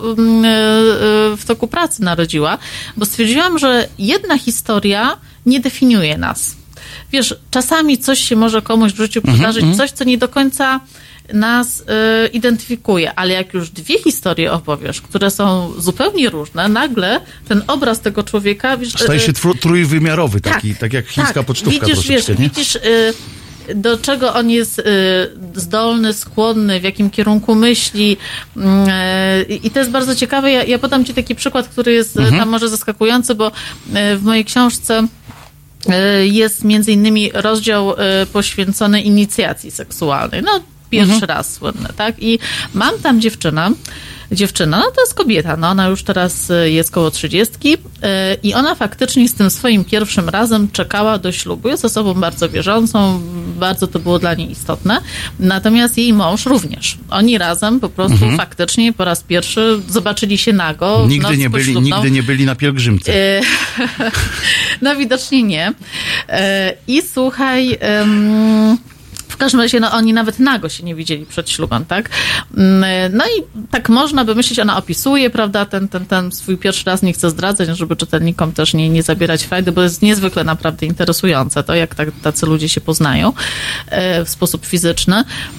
w toku pracy narodziła, bo stwierdziłam, że jedna historia nie definiuje nas. Wiesz, czasami coś się może komuś w życiu przydarzyć, mm-hmm. coś, co nie do końca nas y, identyfikuje, ale jak już dwie historie opowiesz, które są zupełnie różne, nagle ten obraz tego człowieka... Wiesz, staje się tr- trójwymiarowy, taki, tak, tak jak chińska tak, pocztówka widzisz, troszeczkę, wiesz, nie? Widzisz, y, do czego on jest y, zdolny, skłonny, w jakim kierunku myśli y, i to jest bardzo ciekawe. Ja, ja podam ci taki przykład, który jest mhm. tam może zaskakujący, bo y, w mojej książce jest między innymi rozdział poświęcony inicjacji seksualnej. No, pierwszy mhm. raz słynny, tak? I mam tam dziewczynę, dziewczyna, no to jest kobieta, no ona już teraz jest koło trzydziestki i ona faktycznie z tym swoim pierwszym razem czekała do ślubu. Jest osobą bardzo wierzącą, bardzo to było dla niej istotne. Natomiast jej mąż również. Oni razem po prostu mhm. faktycznie po raz pierwszy zobaczyli się nago. Nigdy nie byli, nigdy nie byli na pielgrzymce. No widocznie nie. I słuchaj... Um, W każdym razie, no, oni nawet nago się nie widzieli przed ślubem, tak? No i tak można by myśleć, ona opisuje, prawda, ten, ten, ten swój pierwszy raz, nie chcę zdradzać, żeby czytelnikom też nie, nie zabierać frajdy, bo jest niezwykle naprawdę interesujące to, jak tak, tacy ludzie się poznają w sposób fizyczny.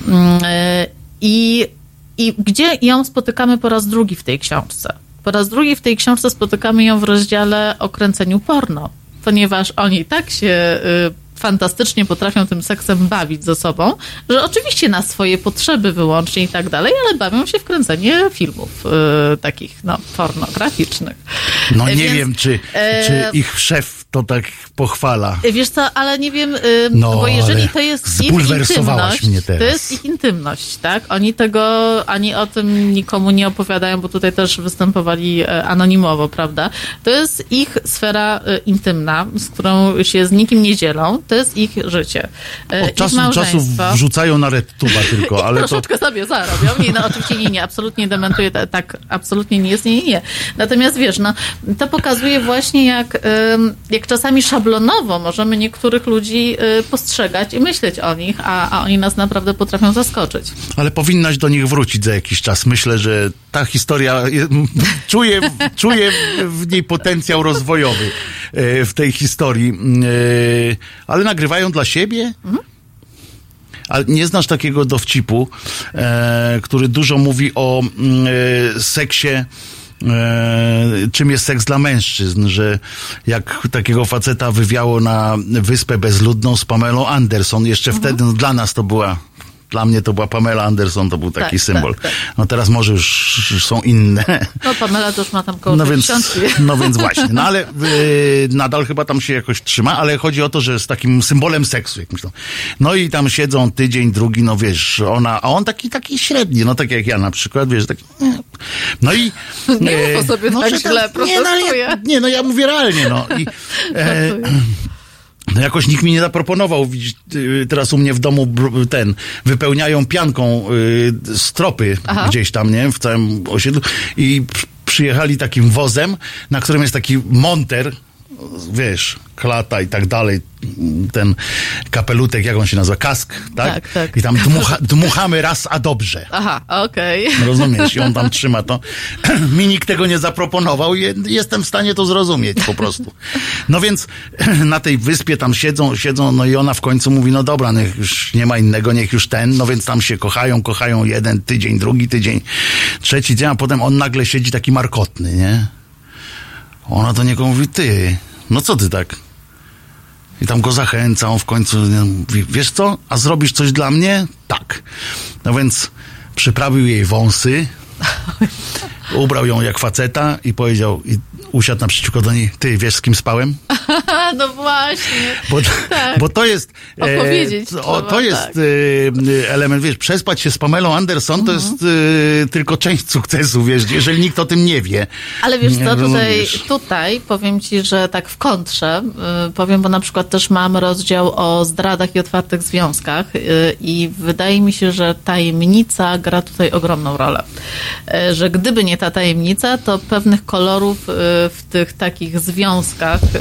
I, I gdzie ją spotykamy po raz drugi w tej książce? Po raz drugi w tej książce spotykamy ją w rozdziale o kręceniu porno, ponieważ oni tak się fantastycznie potrafią tym seksem bawić ze sobą, że oczywiście na swoje potrzeby wyłącznie i tak dalej, ale bawią się w kręcenie filmów yy, takich, no, pornograficznych. No nie Więc, wiem, czy, e... czy ich szef to tak pochwala. Wiesz co, ale nie wiem, yy, no, bo jeżeli to jest ich intymność, mnie teraz. to jest ich intymność, tak? Oni tego ani o tym nikomu nie opowiadają, bo tutaj też występowali anonimowo, prawda? To jest ich sfera y, intymna, z którą się z nikim nie dzielą. To jest ich życie. Od czasu do czasu wrzucają na RedTube'a tylko, ale troszeczkę to... sobie zarobią. Nie, no oczywiście nie, nie, absolutnie dementuję, tak absolutnie nie jest, nie, nie, nie. Natomiast wiesz, no, to pokazuje właśnie jak, jak czasami szablonowo możemy niektórych ludzi postrzegać i myśleć o nich, a, a oni nas naprawdę potrafią zaskoczyć. Ale powinnaś do nich wrócić za jakiś czas. Myślę, że ta historia, czuję, czuję w niej potencjał rozwojowy w tej historii. Ale nagrywają dla siebie? Mhm. Ale nie znasz takiego dowcipu, e, który dużo mówi o e, seksie, e, czym jest seks dla mężczyzn, że jak takiego faceta wywiało na Wyspę Bezludną z Pamelą Anderson, jeszcze mhm. wtedy no, dla nas to była... Dla mnie to była Pamela Anderson, to był taki tak, symbol. Tak, tak. No teraz może już, już są inne. No Pamela to już ma tam koło no więc, no więc właśnie. No ale yy, nadal chyba tam się jakoś trzyma, ale chodzi o to, że z takim symbolem seksu. Jak myślą. No i tam siedzą tydzień, drugi, no wiesz, ona, a on taki, taki średni, no tak jak ja na przykład, wiesz, taki... No i... Nie mów o sobie no, tak źle, tam, nie, no, ja, nie, no ja mówię realnie, no. I, e, No jakoś nikt mi nie zaproponował, widzisz, teraz u mnie w domu ten, wypełniają pianką y, stropy Aha. gdzieś tam, nie, w całym osiedlu i przyjechali takim wozem, na którym jest taki monter, wiesz, klata i tak dalej, ten kapelutek, jak on się nazywa, kask, tak? Tak, tak. I tam dmucha, dmuchamy raz, a dobrze. Aha, okej. Okay. Rozumiesz? I on tam trzyma to. Mi nikt tego nie zaproponował i jestem w stanie to zrozumieć po prostu. No więc na tej wyspie tam siedzą, siedzą, no i ona w końcu mówi, no dobra, niech już nie ma innego, niech już ten, no więc tam się kochają, kochają jeden tydzień, drugi tydzień, trzeci dzień, a potem on nagle siedzi taki markotny, nie? Ona do niego mówi, ty, no co ty tak? I tam go zachęca, on w końcu mówi, wiesz co, a zrobisz coś dla mnie? Tak. No więc przyprawił jej wąsy, ubrał ją jak faceta i powiedział, i usiadł naprzeciwko do niej, ty wiesz z kim spałem? No właśnie. Bo, tak. bo to jest opowiedzieć e, o, to jest tak. e, element, wiesz, przespać się z Pamelą Anderson mhm. to jest e, tylko część sukcesu, wiesz, jeżeli nikt o tym nie wie. Ale wiesz co, tutaj, tutaj powiem ci, że tak w kontrze y, powiem, bo na przykład też mam rozdział o zdradach i otwartych związkach y, i wydaje mi się, że tajemnica gra tutaj ogromną rolę. Y, że gdyby nie ta tajemnica, to pewnych kolorów y, w tych takich związkach y,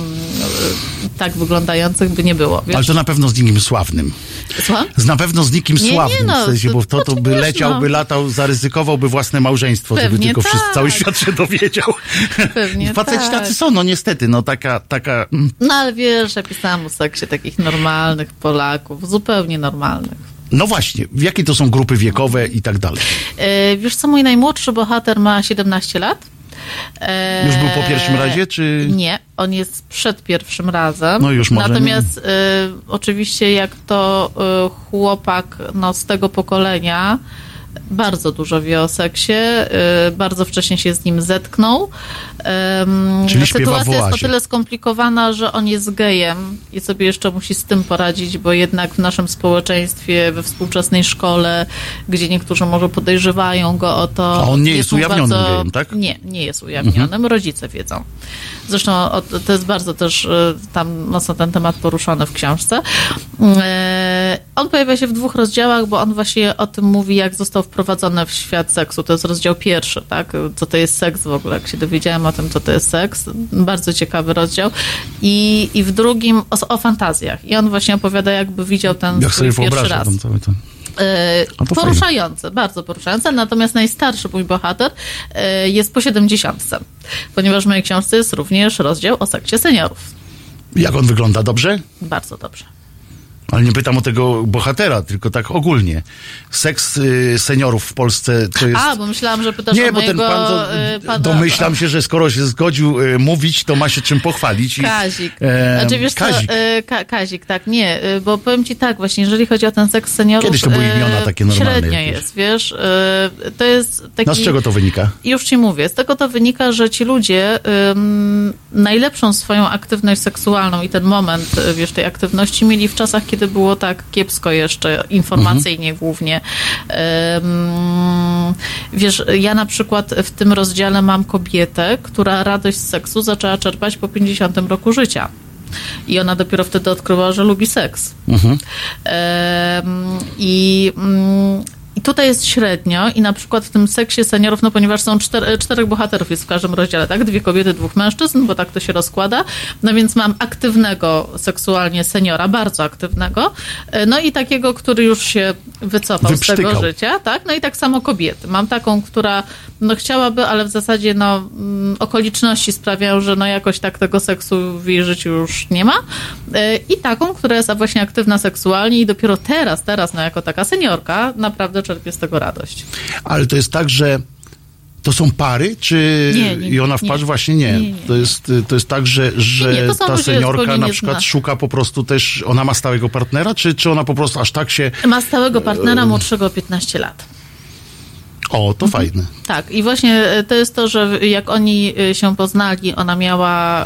y, tak wyglądających by nie było. Wiesz? Ale to na pewno z nikim sławnym. Słucham? Z na pewno z nikim nie, sławnym, nie no, w sensie, bo to, to by leciał, no. by latał, zaryzykowałby własne małżeństwo, Pewnie żeby tylko tak. wszyscy, cały świat się dowiedział. Pewnie Faceci tak. tacy są, no niestety, no taka... taka... No ale wiesz, ja pisałam o seksie takich normalnych Polaków, zupełnie normalnych. No właśnie, jakie to są grupy wiekowe i tak dalej? Yy, wiesz co, mój najmłodszy bohater ma siedemnaście lat. Eee, już był po pierwszym razie, czy... Nie, on jest przed pierwszym razem. No już może Natomiast y, oczywiście jak to y, chłopak no, z tego pokolenia bardzo dużo wie o seksie, y, bardzo wcześnie się z nim zetknął. Um, Czyli sytuacja jest o tyle skomplikowana, że on jest gejem i sobie jeszcze musi z tym poradzić, bo jednak w naszym społeczeństwie, we współczesnej szkole, gdzie niektórzy może podejrzewają go o to... A on nie jest, jest ujawnionym bardzo... gejem, tak? Nie, nie jest ujawnionym. Mhm. Rodzice wiedzą. Zresztą o, to jest bardzo też tam mocno ten temat poruszony w książce. On pojawia się w dwóch rozdziałach, bo on właśnie o tym mówi, jak został wprowadzony w świat seksu. To jest rozdział pierwszy, tak? Co to jest seks w ogóle, jak się dowiedziałem o tym, co to jest seks. Bardzo ciekawy rozdział. I, i w drugim o, o fantazjach. I on właśnie opowiada, jakby widział ten Jak swój sobie pierwszy raz. Tam cały ten... Yy, poruszające, fajne. Bardzo poruszające, natomiast najstarszy mój bohater yy, jest po siedemdziesiątce, ponieważ w mojej książce jest również rozdział o seksie seniorów. Jak on wygląda? Dobrze? Bardzo dobrze. Ale nie pytam o tego bohatera, tylko tak ogólnie. Seks y, seniorów w Polsce to jest... A, bo myślałam, że pytasz nie, o bo mojego... ten pan, to, y, pana... domyślam się, że skoro się zgodził y, mówić, to ma się czym pochwalić. I, Kazik. E, znaczy, wiesz Kazik. co, y, Ka- Kazik, tak, nie, y, bo powiem ci tak, właśnie, jeżeli chodzi o ten seks seniorów... Kiedyś to były imiona y, takie normalne Średnio jakieś. jest, wiesz, y, to jest taki... No z czego to wynika? Już ci mówię, z tego to wynika, że ci ludzie ym, najlepszą swoją aktywność seksualną i ten moment, y, wiesz, tej aktywności mieli w czasach, kiedy było tak kiepsko jeszcze, informacyjnie mhm. głównie. Ym, wiesz, ja na przykład w tym rozdziale mam kobietę, która radość z seksu zaczęła czerpać po pięćdziesiątym roku życia. I ona dopiero wtedy odkryła, że lubi seks. Mhm. Ym, I... Ym, I tutaj jest średnio i na przykład w tym seksie seniorów, no ponieważ są czter, czterech bohaterów jest w każdym rozdziale, tak? Dwie kobiety, dwóch mężczyzn, bo tak to się rozkłada. No więc mam aktywnego seksualnie seniora, bardzo aktywnego, no i takiego, który już się wycofał Wyprztykał. z tego życia, tak? No i tak samo kobiety. Mam taką, która no chciałaby, ale w zasadzie no mm, okoliczności sprawiają, że no jakoś tak tego seksu w jej życiu już nie ma. I taką, która jest właśnie aktywna seksualnie i dopiero teraz, teraz no jako taka seniorka naprawdę czerpie z tego radość. Ale to jest tak, że to są pary, czy nie, nie, i ona w nie. parze? Właśnie nie. Nie, nie. To, jest, to jest tak, że, że Nie, nie, to są ta ludzie seniorka zupełnie na nie przykład zna. szuka po prostu też, ona ma stałego partnera, czy, czy ona po prostu aż tak się... Ma stałego partnera młodszego o piętnaście lat. O, to Mhm. fajne. Tak, i właśnie to jest to, że jak oni się poznali, ona miała,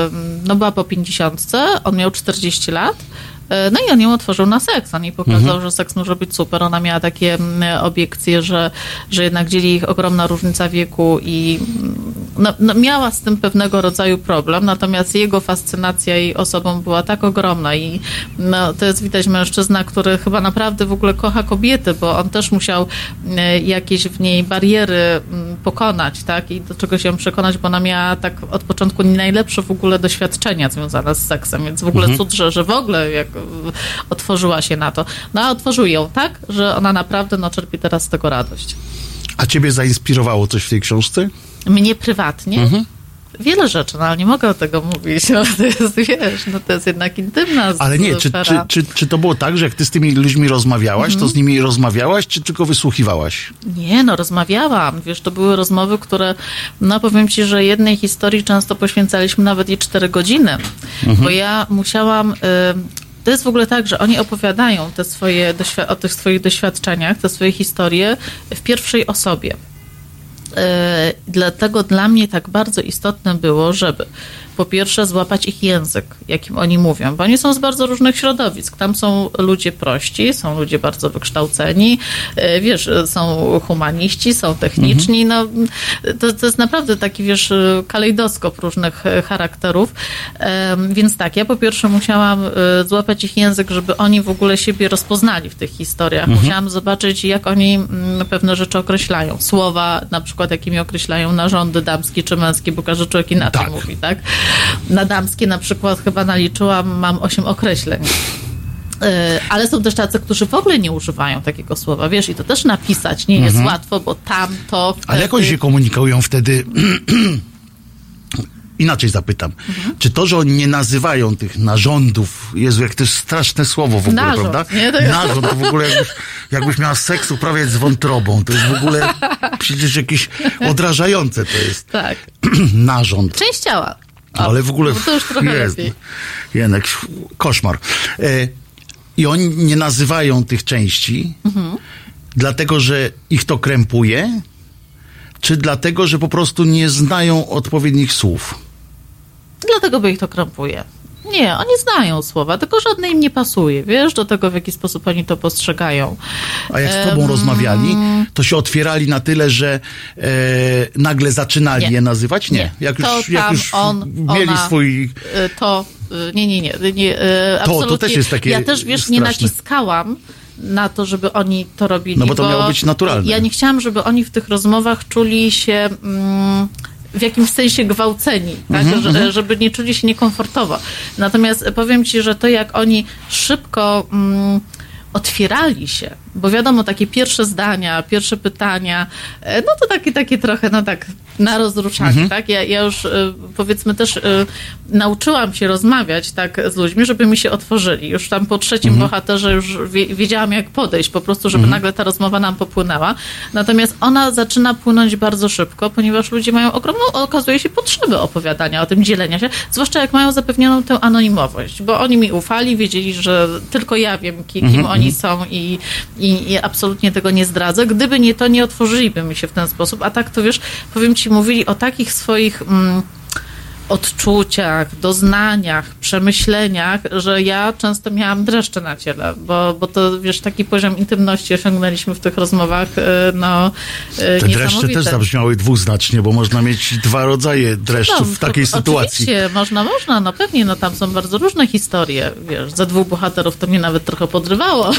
no była po pięćdziesiątce, on miał czterdzieści lat. No i on ją otworzył na seks. On jej pokazał, mhm. że seks może być super. Ona miała takie obiekcje, że, że jednak dzieli ich ogromna różnica wieku i no, no miała z tym pewnego rodzaju problem, natomiast jego fascynacja jej osobą była tak ogromna i no, to jest widać mężczyzna, który chyba naprawdę w ogóle kocha kobiety, bo on też musiał jakieś w niej bariery pokonać, tak? I do czego się przekonać, bo ona miała tak od początku nie najlepsze w ogóle doświadczenia związane z seksem, więc w ogóle mhm. cud, że, że w ogóle jak otworzyła się na to. No a otworzył ją tak, że ona naprawdę no, czerpie teraz z tego radość. A ciebie zainspirowało coś w tej książce? Mnie prywatnie? Mhm. Wiele rzeczy, no ale nie mogę o tego mówić, no to jest, wiesz, no to jest jednak intymna Ale nie, czy, czy, czy, czy to było tak, że jak ty z tymi ludźmi rozmawiałaś, mhm. to z nimi rozmawiałaś, czy tylko wysłuchiwałaś? Nie, no rozmawiałam, wiesz, to były rozmowy, które, no powiem ci, że jednej historii często poświęcaliśmy nawet i cztery godziny, mhm. bo ja musiałam... Y- To jest w ogóle tak, że oni opowiadają te swoje doświ- o tych swoich doświadczeniach, te swoje historie w pierwszej osobie. Yy, dlatego dla mnie tak bardzo istotne było, żeby po pierwsze złapać ich język, jakim oni mówią, bo oni są z bardzo różnych środowisk. Tam są ludzie prości, są ludzie bardzo wykształceni, yy, wiesz, są humaniści, są techniczni, mhm. no to, to jest naprawdę taki, wiesz, kalejdoskop różnych charakterów, yy, więc tak, ja po pierwsze musiałam yy, złapać ich język, żeby oni w ogóle siebie rozpoznali w tych historiach. Mhm. Musiałam zobaczyć, jak oni yy, pewne rzeczy określają. Słowa, na przykład, jakimi określają narządy damskie czy męskie, bo każdy człowiek inaczej tak. mówi, tak? Na damskie na przykład chyba naliczyłam, mam osiem określeń. Yy, ale są też tacy, którzy w ogóle nie używają takiego słowa, wiesz, i to też napisać nie jest mhm. łatwo, bo tam to wtedy... Ale jak oni się komunikują wtedy... Inaczej zapytam. Mhm. Czy to, że oni nie nazywają tych narządów, Jezu, jak to jest straszne słowo w ogóle, Narząd, prawda? Nie? To jest... Narząd, to w ogóle jakbyś, jakbyś miała seks uprawiać z wątrobą. To jest w ogóle przecież jakieś odrażające to jest. Tak. Narząd. Część ciała. O, ale w ogóle... To już trochę jest, lepiej. Jednak koszmar. E, I oni nie nazywają tych części, mhm. dlatego, że ich to krępuje, czy dlatego, że po prostu nie znają odpowiednich słów? Dlatego, bo ich to krępuje. Nie, oni znają słowa, tylko żadne im nie pasuje, wiesz, do tego, w jaki sposób oni to postrzegają. A jak z tobą um... rozmawiali, to się otwierali na tyle, że e, nagle zaczynali nie. je nazywać? Nie. nie. Jak to już, jak już on, mieli ona, swój... To nie, nie, nie. nie to, to też jest takie Ja też, wiesz, straszne. nie naciskałam na to, żeby oni to robili. No bo to bo miało być naturalne. Ja nie chciałam, żeby oni w tych rozmowach czuli się mm, w jakimś sensie gwałceni, tak? Mm-hmm, że, mm-hmm. żeby nie czuli się niekomfortowo. Natomiast powiem ci, że to jak oni szybko mm, otwierali się, bo wiadomo, takie pierwsze zdania, pierwsze pytania, no to takie, takie trochę, no tak, na rozruszanie, mhm. tak? Ja, ja już, powiedzmy, też y, nauczyłam się rozmawiać tak z ludźmi, żeby mi się otworzyli. Już tam po trzecim mhm. bohaterze już wie, wiedziałam, jak podejść, po prostu, żeby mhm. nagle ta rozmowa nam popłynęła. Natomiast ona zaczyna płynąć bardzo szybko, ponieważ ludzie mają ogromną, okazuje się, potrzebę opowiadania o tym, dzielenia się, zwłaszcza jak mają zapewnioną tę anonimowość, bo oni mi ufali, wiedzieli, że tylko ja wiem, kim, kim mhm. oni są i I, I absolutnie tego nie zdradzę. Gdyby nie to, nie otworzyliby mi się w ten sposób. A tak to wiesz, powiem ci, mówili o takich swoich mm, odczuciach, doznaniach, przemyśleniach, że ja często miałam dreszcze na ciele, bo, bo to wiesz, taki poziom intymności osiągnęliśmy w tych rozmowach, no te dreszcze też zabrzmiały dwuznacznie, bo można mieć dwa rodzaje dreszczów no, w takiej to, sytuacji. Oczywiście, można, można, no pewnie, no tam są bardzo różne historie, wiesz, za dwóch bohaterów to mnie nawet trochę podrywało,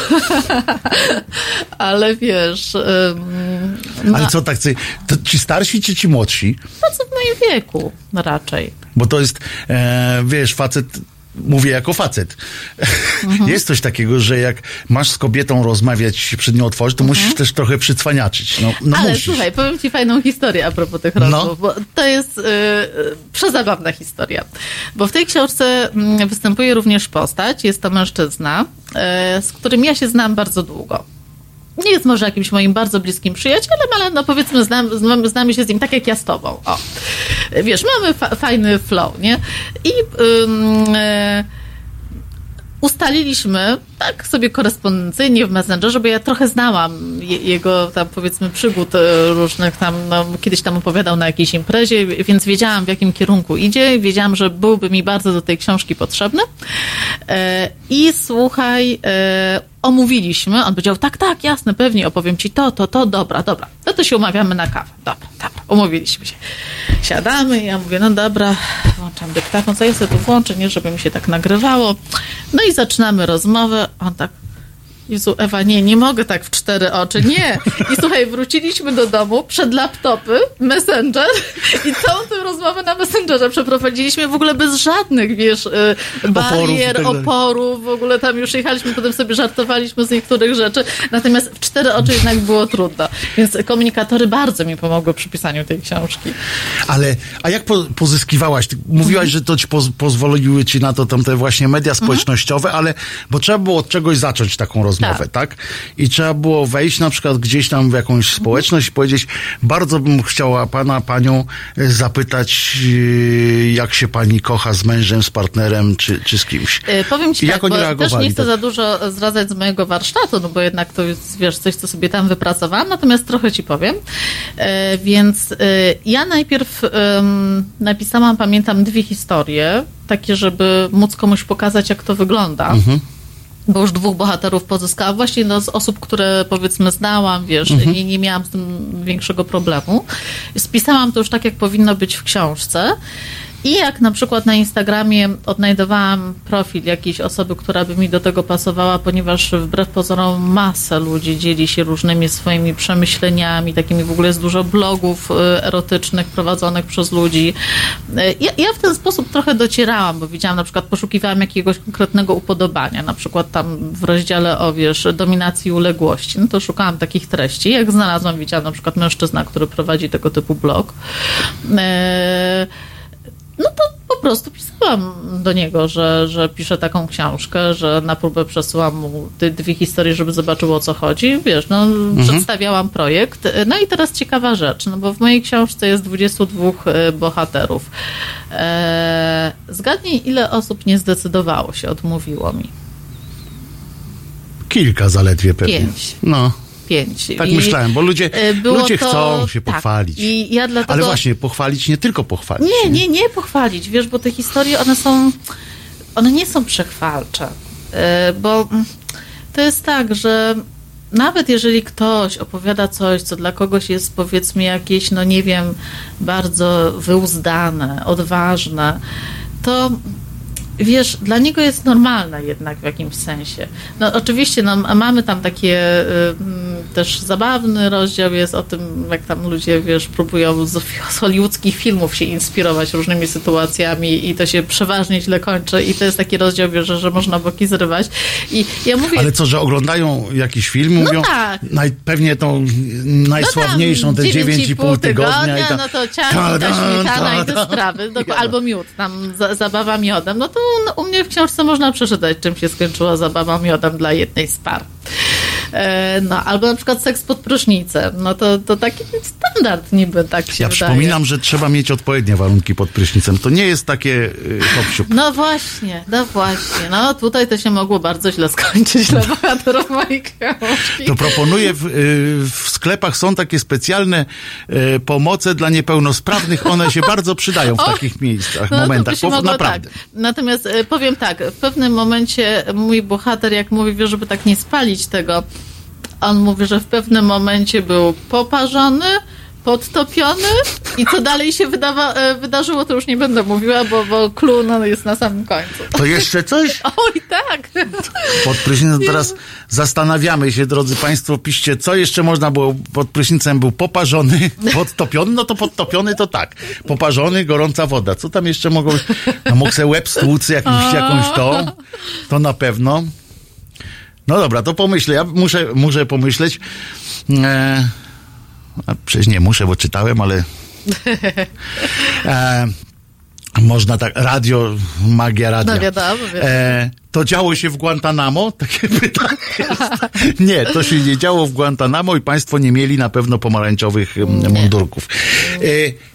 ale wiesz... No, ale co tak, to ci starsi czy ci młodsi? Facet w moim wieku raczej. Bo to jest, e, wiesz, facet, mówię jako facet. Mhm. Jest coś takiego, że jak masz z kobietą rozmawiać, się przed nią otworzyć, to mhm. musisz też trochę przycwaniaczyć. No, no ale musisz. Słuchaj, powiem ci fajną historię a propos tych rozmów, no. bo to jest y, przezabawna historia. Bo w tej książce y, występuje również postać, jest to mężczyzna, y, z którym ja się znam bardzo długo. Nie jest może jakimś moim bardzo bliskim przyjacielem, ale no powiedzmy znam, znam, znamy się z nim tak jak ja z tobą. O. Wiesz, mamy fa- fajny flow, nie? I ym, y, ustaliliśmy tak sobie korespondencyjnie w Messengerze, bo ja trochę znałam je, jego tam powiedzmy przygód różnych tam, no kiedyś tam opowiadał na jakiejś imprezie, więc wiedziałam w jakim kierunku idzie, wiedziałam, że byłby mi bardzo do tej książki potrzebny. E, I słuchaj, e, omówiliśmy, on powiedział, tak, tak, jasne, pewnie opowiem ci to, to, to, dobra, dobra, no to się umawiamy na kawę, dobra, dobra, umówiliśmy się. Siadamy i ja mówię, no dobra, włączam dyktafon, co ja sobie tu włączę, nie, żeby mi się tak nagrywało. No i zaczynamy rozmowę, on tak, Jezu, Ewa, nie, nie mogę tak w cztery oczy, nie. I słuchaj, wróciliśmy do domu, przed laptopy, Messenger i całą tę rozmowę na Messengerze przeprowadziliśmy w ogóle bez żadnych, wiesz, barier, oporów, oporów, w ogóle tam już jechaliśmy, potem sobie żartowaliśmy z niektórych rzeczy, natomiast w cztery oczy jednak było trudno. Więc komunikatory bardzo mi pomogły przy pisaniu tej książki. Ale, a jak po, pozyskiwałaś? Ty mówiłaś, mhm. że to ci poz, pozwoliły ci na to tam te właśnie media społecznościowe, mhm. ale, bo trzeba było od czegoś zacząć taką rozmowę. Rozmowę, tak. tak? I trzeba było wejść na przykład gdzieś tam w jakąś społeczność i powiedzieć, bardzo bym chciała pana, panią zapytać, jak się pani kocha z mężem, z partnerem, czy, czy z kimś. Yy, powiem ci I tak, jak oni bo reagowali, też nie chcę tak? za dużo zdradzać z mojego warsztatu, no bo jednak to jest, wiesz, coś, co sobie tam wypracowałam, natomiast trochę ci powiem. Yy, więc yy, ja najpierw yy, napisałam, pamiętam, dwie historie, takie, żeby móc komuś pokazać, jak to wygląda. Mhm. Bo już dwóch bohaterów pozyskałam właśnie no, z osób, które powiedzmy znałam, wiesz, mhm. i nie miałam z tym większego problemu. Spisałam to już tak, jak powinno być w książce. I jak na przykład na Instagramie odnajdowałam profil jakiejś osoby, która by mi do tego pasowała, ponieważ wbrew pozorom masę ludzi dzieli się różnymi swoimi przemyśleniami, takimi w ogóle jest dużo blogów erotycznych prowadzonych przez ludzi. Ja, ja w ten sposób trochę docierałam, bo widziałam, na przykład poszukiwałam jakiegoś konkretnego upodobania, na przykład tam w rozdziale o, wiesz, dominacji i uległości, no to szukałam takich treści. Jak znalazłam, widziałam na przykład mężczyzna, który prowadzi tego typu blog. E- No to po prostu pisałam do niego, że, że piszę taką książkę, że na próbę przesyłam mu te dwie historie, żeby zobaczył, o co chodzi. Wiesz, no mhm. przedstawiałam projekt. No i teraz ciekawa rzecz, no bo w mojej książce jest dwudziestu dwóch bohaterów. Eee, zgadnij, ile osób nie zdecydowało się, odmówiło mi? Kilka zaledwie pewnie. Pięć. No. Pięć. Tak I myślałem, bo ludzie, ludzie to, chcą się tak. pochwalić. I ja dlatego... Ale właśnie, pochwalić, nie tylko pochwalić. Nie, nie, nie pochwalić, wiesz, bo te historie, one są, one nie są przechwalcze, bo to jest tak, że nawet jeżeli ktoś opowiada coś, co dla kogoś jest, powiedzmy, jakieś, no nie wiem, bardzo wyuzdane, odważne, to wiesz, dla niego jest normalne jednak w jakimś sensie. No oczywiście, no, mamy tam takie y, też zabawny rozdział jest o tym, jak tam ludzie, wiesz, próbują z, z hollywoodzkich filmów się inspirować różnymi sytuacjami i to się przeważnie źle kończy i to jest taki rozdział, wiesz, że, że można boki zrywać. I ja mówię... Ale co, że oglądają jakiś film, mówią? No tak. Naj, pewnie tą najsławniejszą, no te dziewięć i pół tygodnia. I ta... No to ciasto, ta śmietana i te sprawy. Do, albo miód, tam za, zabawa miodem. No to no, u mnie w książce można przeczytać, czym się skończyła zabawa miodem dla jednej z par. No, albo na przykład seks pod prysznicem. No to, to taki standard niby, tak się Ja wydaje. przypominam, że trzeba mieć odpowiednie warunki pod prysznicem. To nie jest takie hop-siup. No właśnie, no właśnie. No tutaj to się mogło bardzo źle skończyć dla bohaterów mojej książki. To proponuję, w, w sklepach są takie specjalne pomoce dla niepełnosprawnych. One się bardzo przydają w O, takich miejscach, no, momentach. To by się Bo, mogło, naprawdę. Tak. Natomiast powiem tak, w pewnym momencie mój bohater, jak mówi, wie, żeby tak nie spalić tego, on mówi, że w pewnym momencie był poparzony, podtopiony i co dalej się wydawa- wydarzyło, to już nie będę mówiła, bo, bo clue no, jest na samym końcu. To jeszcze coś? Oj, tak. Pod prysznicem teraz zastanawiamy się, drodzy Państwo, piszcie, co jeszcze można było, pod prysznicem był poparzony, podtopiony, no to podtopiony to tak. Poparzony, gorąca woda. Co tam jeszcze mogło być? No mógł se łeb stłuc jakimś, jakąś tą, to na pewno. No dobra, to pomyślę. Ja muszę, muszę pomyśleć. E, a przecież nie muszę, bo czytałem, ale e, można tak, radio, magia radia. No wiadomo, wiadomo. E, to działo się w Guantanamo? Takie pytanie jest. Nie, to się nie działo w Guantanamo i państwo nie mieli na pewno pomarańczowych nie. mundurków. E,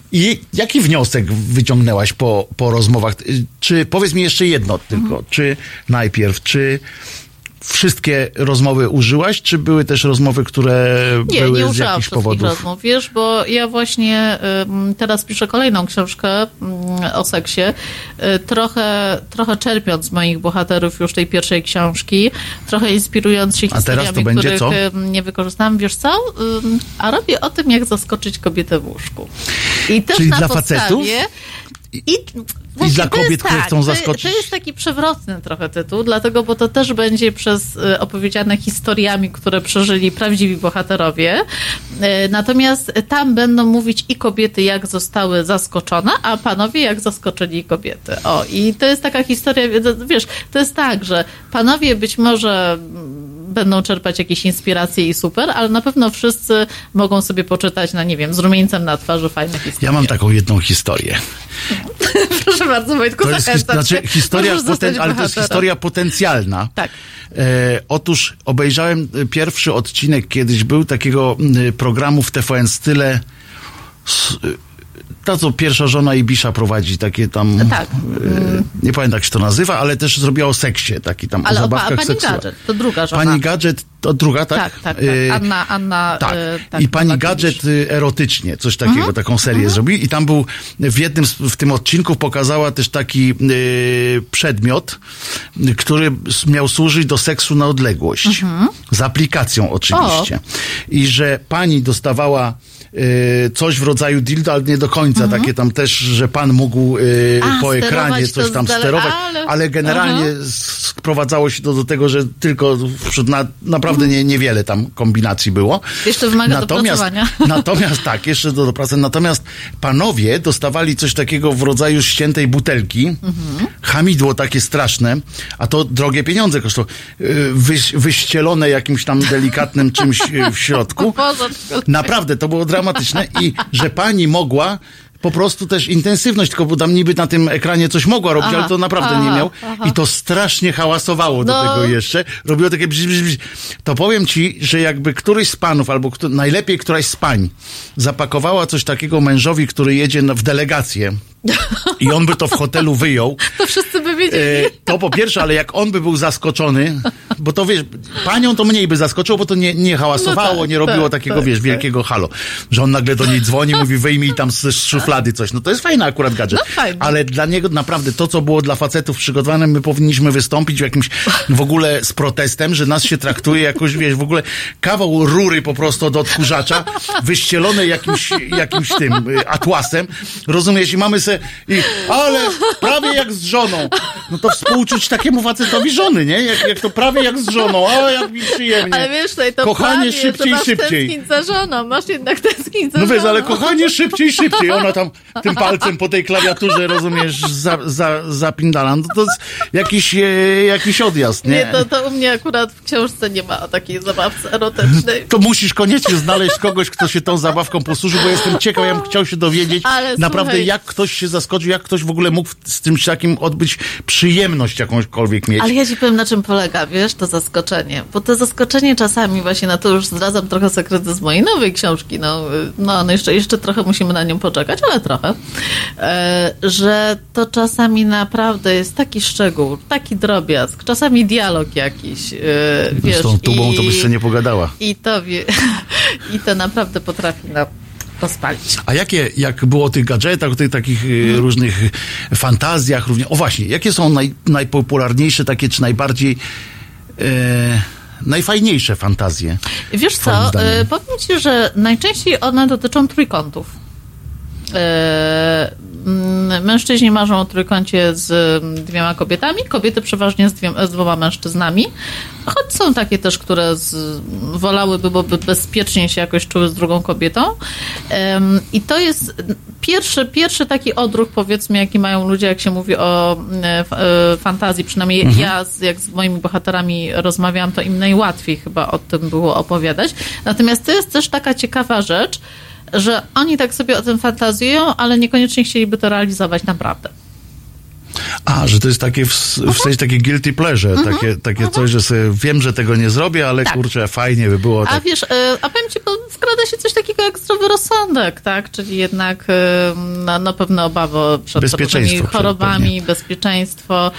I jaki wniosek wyciągnęłaś po, po rozmowach? Czy, powiedz mi jeszcze jedno tylko, mhm. czy najpierw, czy wszystkie rozmowy użyłaś, czy były też rozmowy, które nie, były nie z jakichś powodów? Nie, rozmów, wiesz, bo ja właśnie y, teraz piszę kolejną książkę y, o seksie, y, trochę, trochę czerpiąc z moich bohaterów już tej pierwszej książki, trochę inspirując się a teraz to będzie których co? nie wykorzystałam. Wiesz co? Y, a robię o tym, jak zaskoczyć kobietę w łóżku. I też Czyli na dla podstawie, facetów? I, I dla kobiet, które tak, chcą zaskoczyć. To, to jest taki przewrotny trochę tytuł, dlatego, bo to też będzie przez y, opowiedziane historiami, które przeżyli prawdziwi bohaterowie. Y, natomiast tam będą mówić i kobiety, jak zostały zaskoczone, a panowie, jak zaskoczyli kobiety. O, i to jest taka historia, wiesz, to jest tak, że panowie być może będą czerpać jakieś inspiracje i super, ale na pewno wszyscy mogą sobie poczytać, no nie wiem, z rumieńcem na twarzy fajne historie. Ja mam taką jedną historię. Proszę bardzo, Wojtku, to jest zachęcam his- znaczy, historia, Możesz zostać poten- ale to jest bohaterem. historia potencjalna. Tak. E, otóż obejrzałem pierwszy odcinek, kiedyś był takiego y, programu w T V N Style. S, y, ta, co pierwsza żona Ibisza prowadzi, takie tam, tak. y, nie pamiętam jak się to nazywa, ale też zrobiła o seksie, taki tam ale o o zabawkach pa, pani seksualnych. Gadżet, to druga żona. Pani Gadżet, to druga, tak? Tak, tak, tak. Y, Anna, Anna. tak. Y, tak I pani Anna Gadżet Kubisz. erotycznie, coś takiego, Mhm. taką serię Mhm. zrobił i tam był w jednym z, w tym odcinku pokazała też taki y, przedmiot, y, który s- miał służyć do seksu na odległość. Mhm. Z aplikacją oczywiście. I że pani dostawała y, coś w rodzaju dildo, ale nie do końca, Mhm. takie tam też, że pan mógł y, A, po ekranie sterować coś to tam z dale- sterować, ale- ale generalnie Aha. sprowadzało się to do tego, że tylko wśród na, naprawdę nie, niewiele tam kombinacji było. Jeszcze wymaga Natomiast, dopracowania. natomiast tak, jeszcze do dopracowania. Natomiast panowie dostawali coś takiego w rodzaju ściętej butelki, Mhm. hamidło takie straszne, a to drogie pieniądze kosztowało, Yy, wyś, wyścielone jakimś tam delikatnym czymś yy, w środku. Boże, Naprawdę, to było dramatyczne i że pani mogła po prostu też intensywność, tylko bo tam niby na tym ekranie coś mogła robić, Aha, ale to naprawdę aha, nie miał. aha. I to strasznie hałasowało do No. tego jeszcze. Robiło takie bzz, bzz, bzz. To powiem ci, że jakby któryś z panów, albo kto, najlepiej któraś z pań zapakowała coś takiego mężowi, który jedzie na, w delegację i on by to w hotelu wyjął, To wszyscy by wiedzieli. E, to po pierwsze, ale jak on by był zaskoczony, bo to wiesz, panią to mniej by zaskoczyło, bo to nie, nie hałasowało, No tak, nie robiło tak, takiego, tak, wiesz, tak. wielkiego halo, że on nagle do niej dzwoni, mówi wyjmij tam z, z szuflady coś. No to jest fajny akurat gadżet. No fajnie. Ale dla niego naprawdę to, co było dla facetów przygotowane, my powinniśmy wystąpić w jakimś w ogóle z protestem, że nas się traktuje jakoś, wiesz, w ogóle kawał rury po prostu od odkurzacza, wyścielone jakimś, jakimś tym y, atłasem. Rozumiesz? I mamy se, i, ale prawie jak z żoną. no to współczuć takiemu facetowi żony, nie? Jak, jak to prawie jak z żoną, a jak mi przyjemnie. Ale wiesz, tutaj to kochanie prawie, szybciej, masz szybciej. tęsknić za żoną, masz jednak tęsknić za No wiesz, żoną. ale kochanie szybciej, szybciej. Ona tam tym palcem po tej klawiaturze, rozumiesz, za, za, zapindala. No to jest jakiś, e, jakiś odjazd, nie? Nie, to, to u mnie akurat w książce nie ma takiej zabawce erotycznej. To musisz koniecznie znaleźć kogoś, kto się tą zabawką posłuży, bo jestem ciekaw, ja bym chciał się dowiedzieć Ale naprawdę, słuchaj, jak ktoś się zaskoczył, jak ktoś w ogóle mógł z tym takim odbyć przyjemność jakąśkolwiek mieć. Ale ja ci powiem, na czym polega, wiesz, to zaskoczenie. Bo to zaskoczenie czasami właśnie, na to już zdradzam trochę sekrety z mojej nowej książki, no, no, no jeszcze, jeszcze trochę musimy na nią poczekać, ale trochę, e, że to czasami naprawdę jest taki szczegół, taki drobiazg, czasami dialog jakiś, e, wiesz. Z tą tubą i, to byś jeszcze nie pogadała. I to, wie, i to naprawdę potrafi na rozpalić. A jakie, jak było o tych gadżetach, o tych takich y, różnych fantazjach, również, o właśnie, jakie są naj, najpopularniejsze takie, czy najbardziej y, najfajniejsze fantazje? Wiesz co, y, powiem ci, że najczęściej one dotyczą trójkątów. Y, mężczyźni marzą o trójkącie z dwiema kobietami, kobiety przeważnie z, dwie, z dwoma mężczyznami, choć są takie też, które z, wolałyby, bo by bezpiecznie się jakoś czuły z drugą kobietą. Um, I to jest pierwszy, pierwszy taki odruch, powiedzmy, jaki mają ludzie, jak się mówi o e, e, fantazji, przynajmniej mhm. ja, z, jak z moimi bohaterami rozmawiałam, to im najłatwiej chyba o tym było opowiadać. Natomiast to jest też taka ciekawa rzecz, że oni tak sobie o tym fantazjują, ale niekoniecznie chcieliby to realizować naprawdę. A, że to jest takie w, w sensie takie guilty pleasure, uh-huh. takie, takie uh-huh. coś, że sobie wiem, że tego nie zrobię, ale tak. kurczę, fajnie by było. A tak. wiesz, a powiem ci, bo wkrada się coś takiego jak zdrowy rozsądek, tak? Czyli jednak no, no pewne obawy przed różnymi chorobami, pewnie. bezpieczeństwo,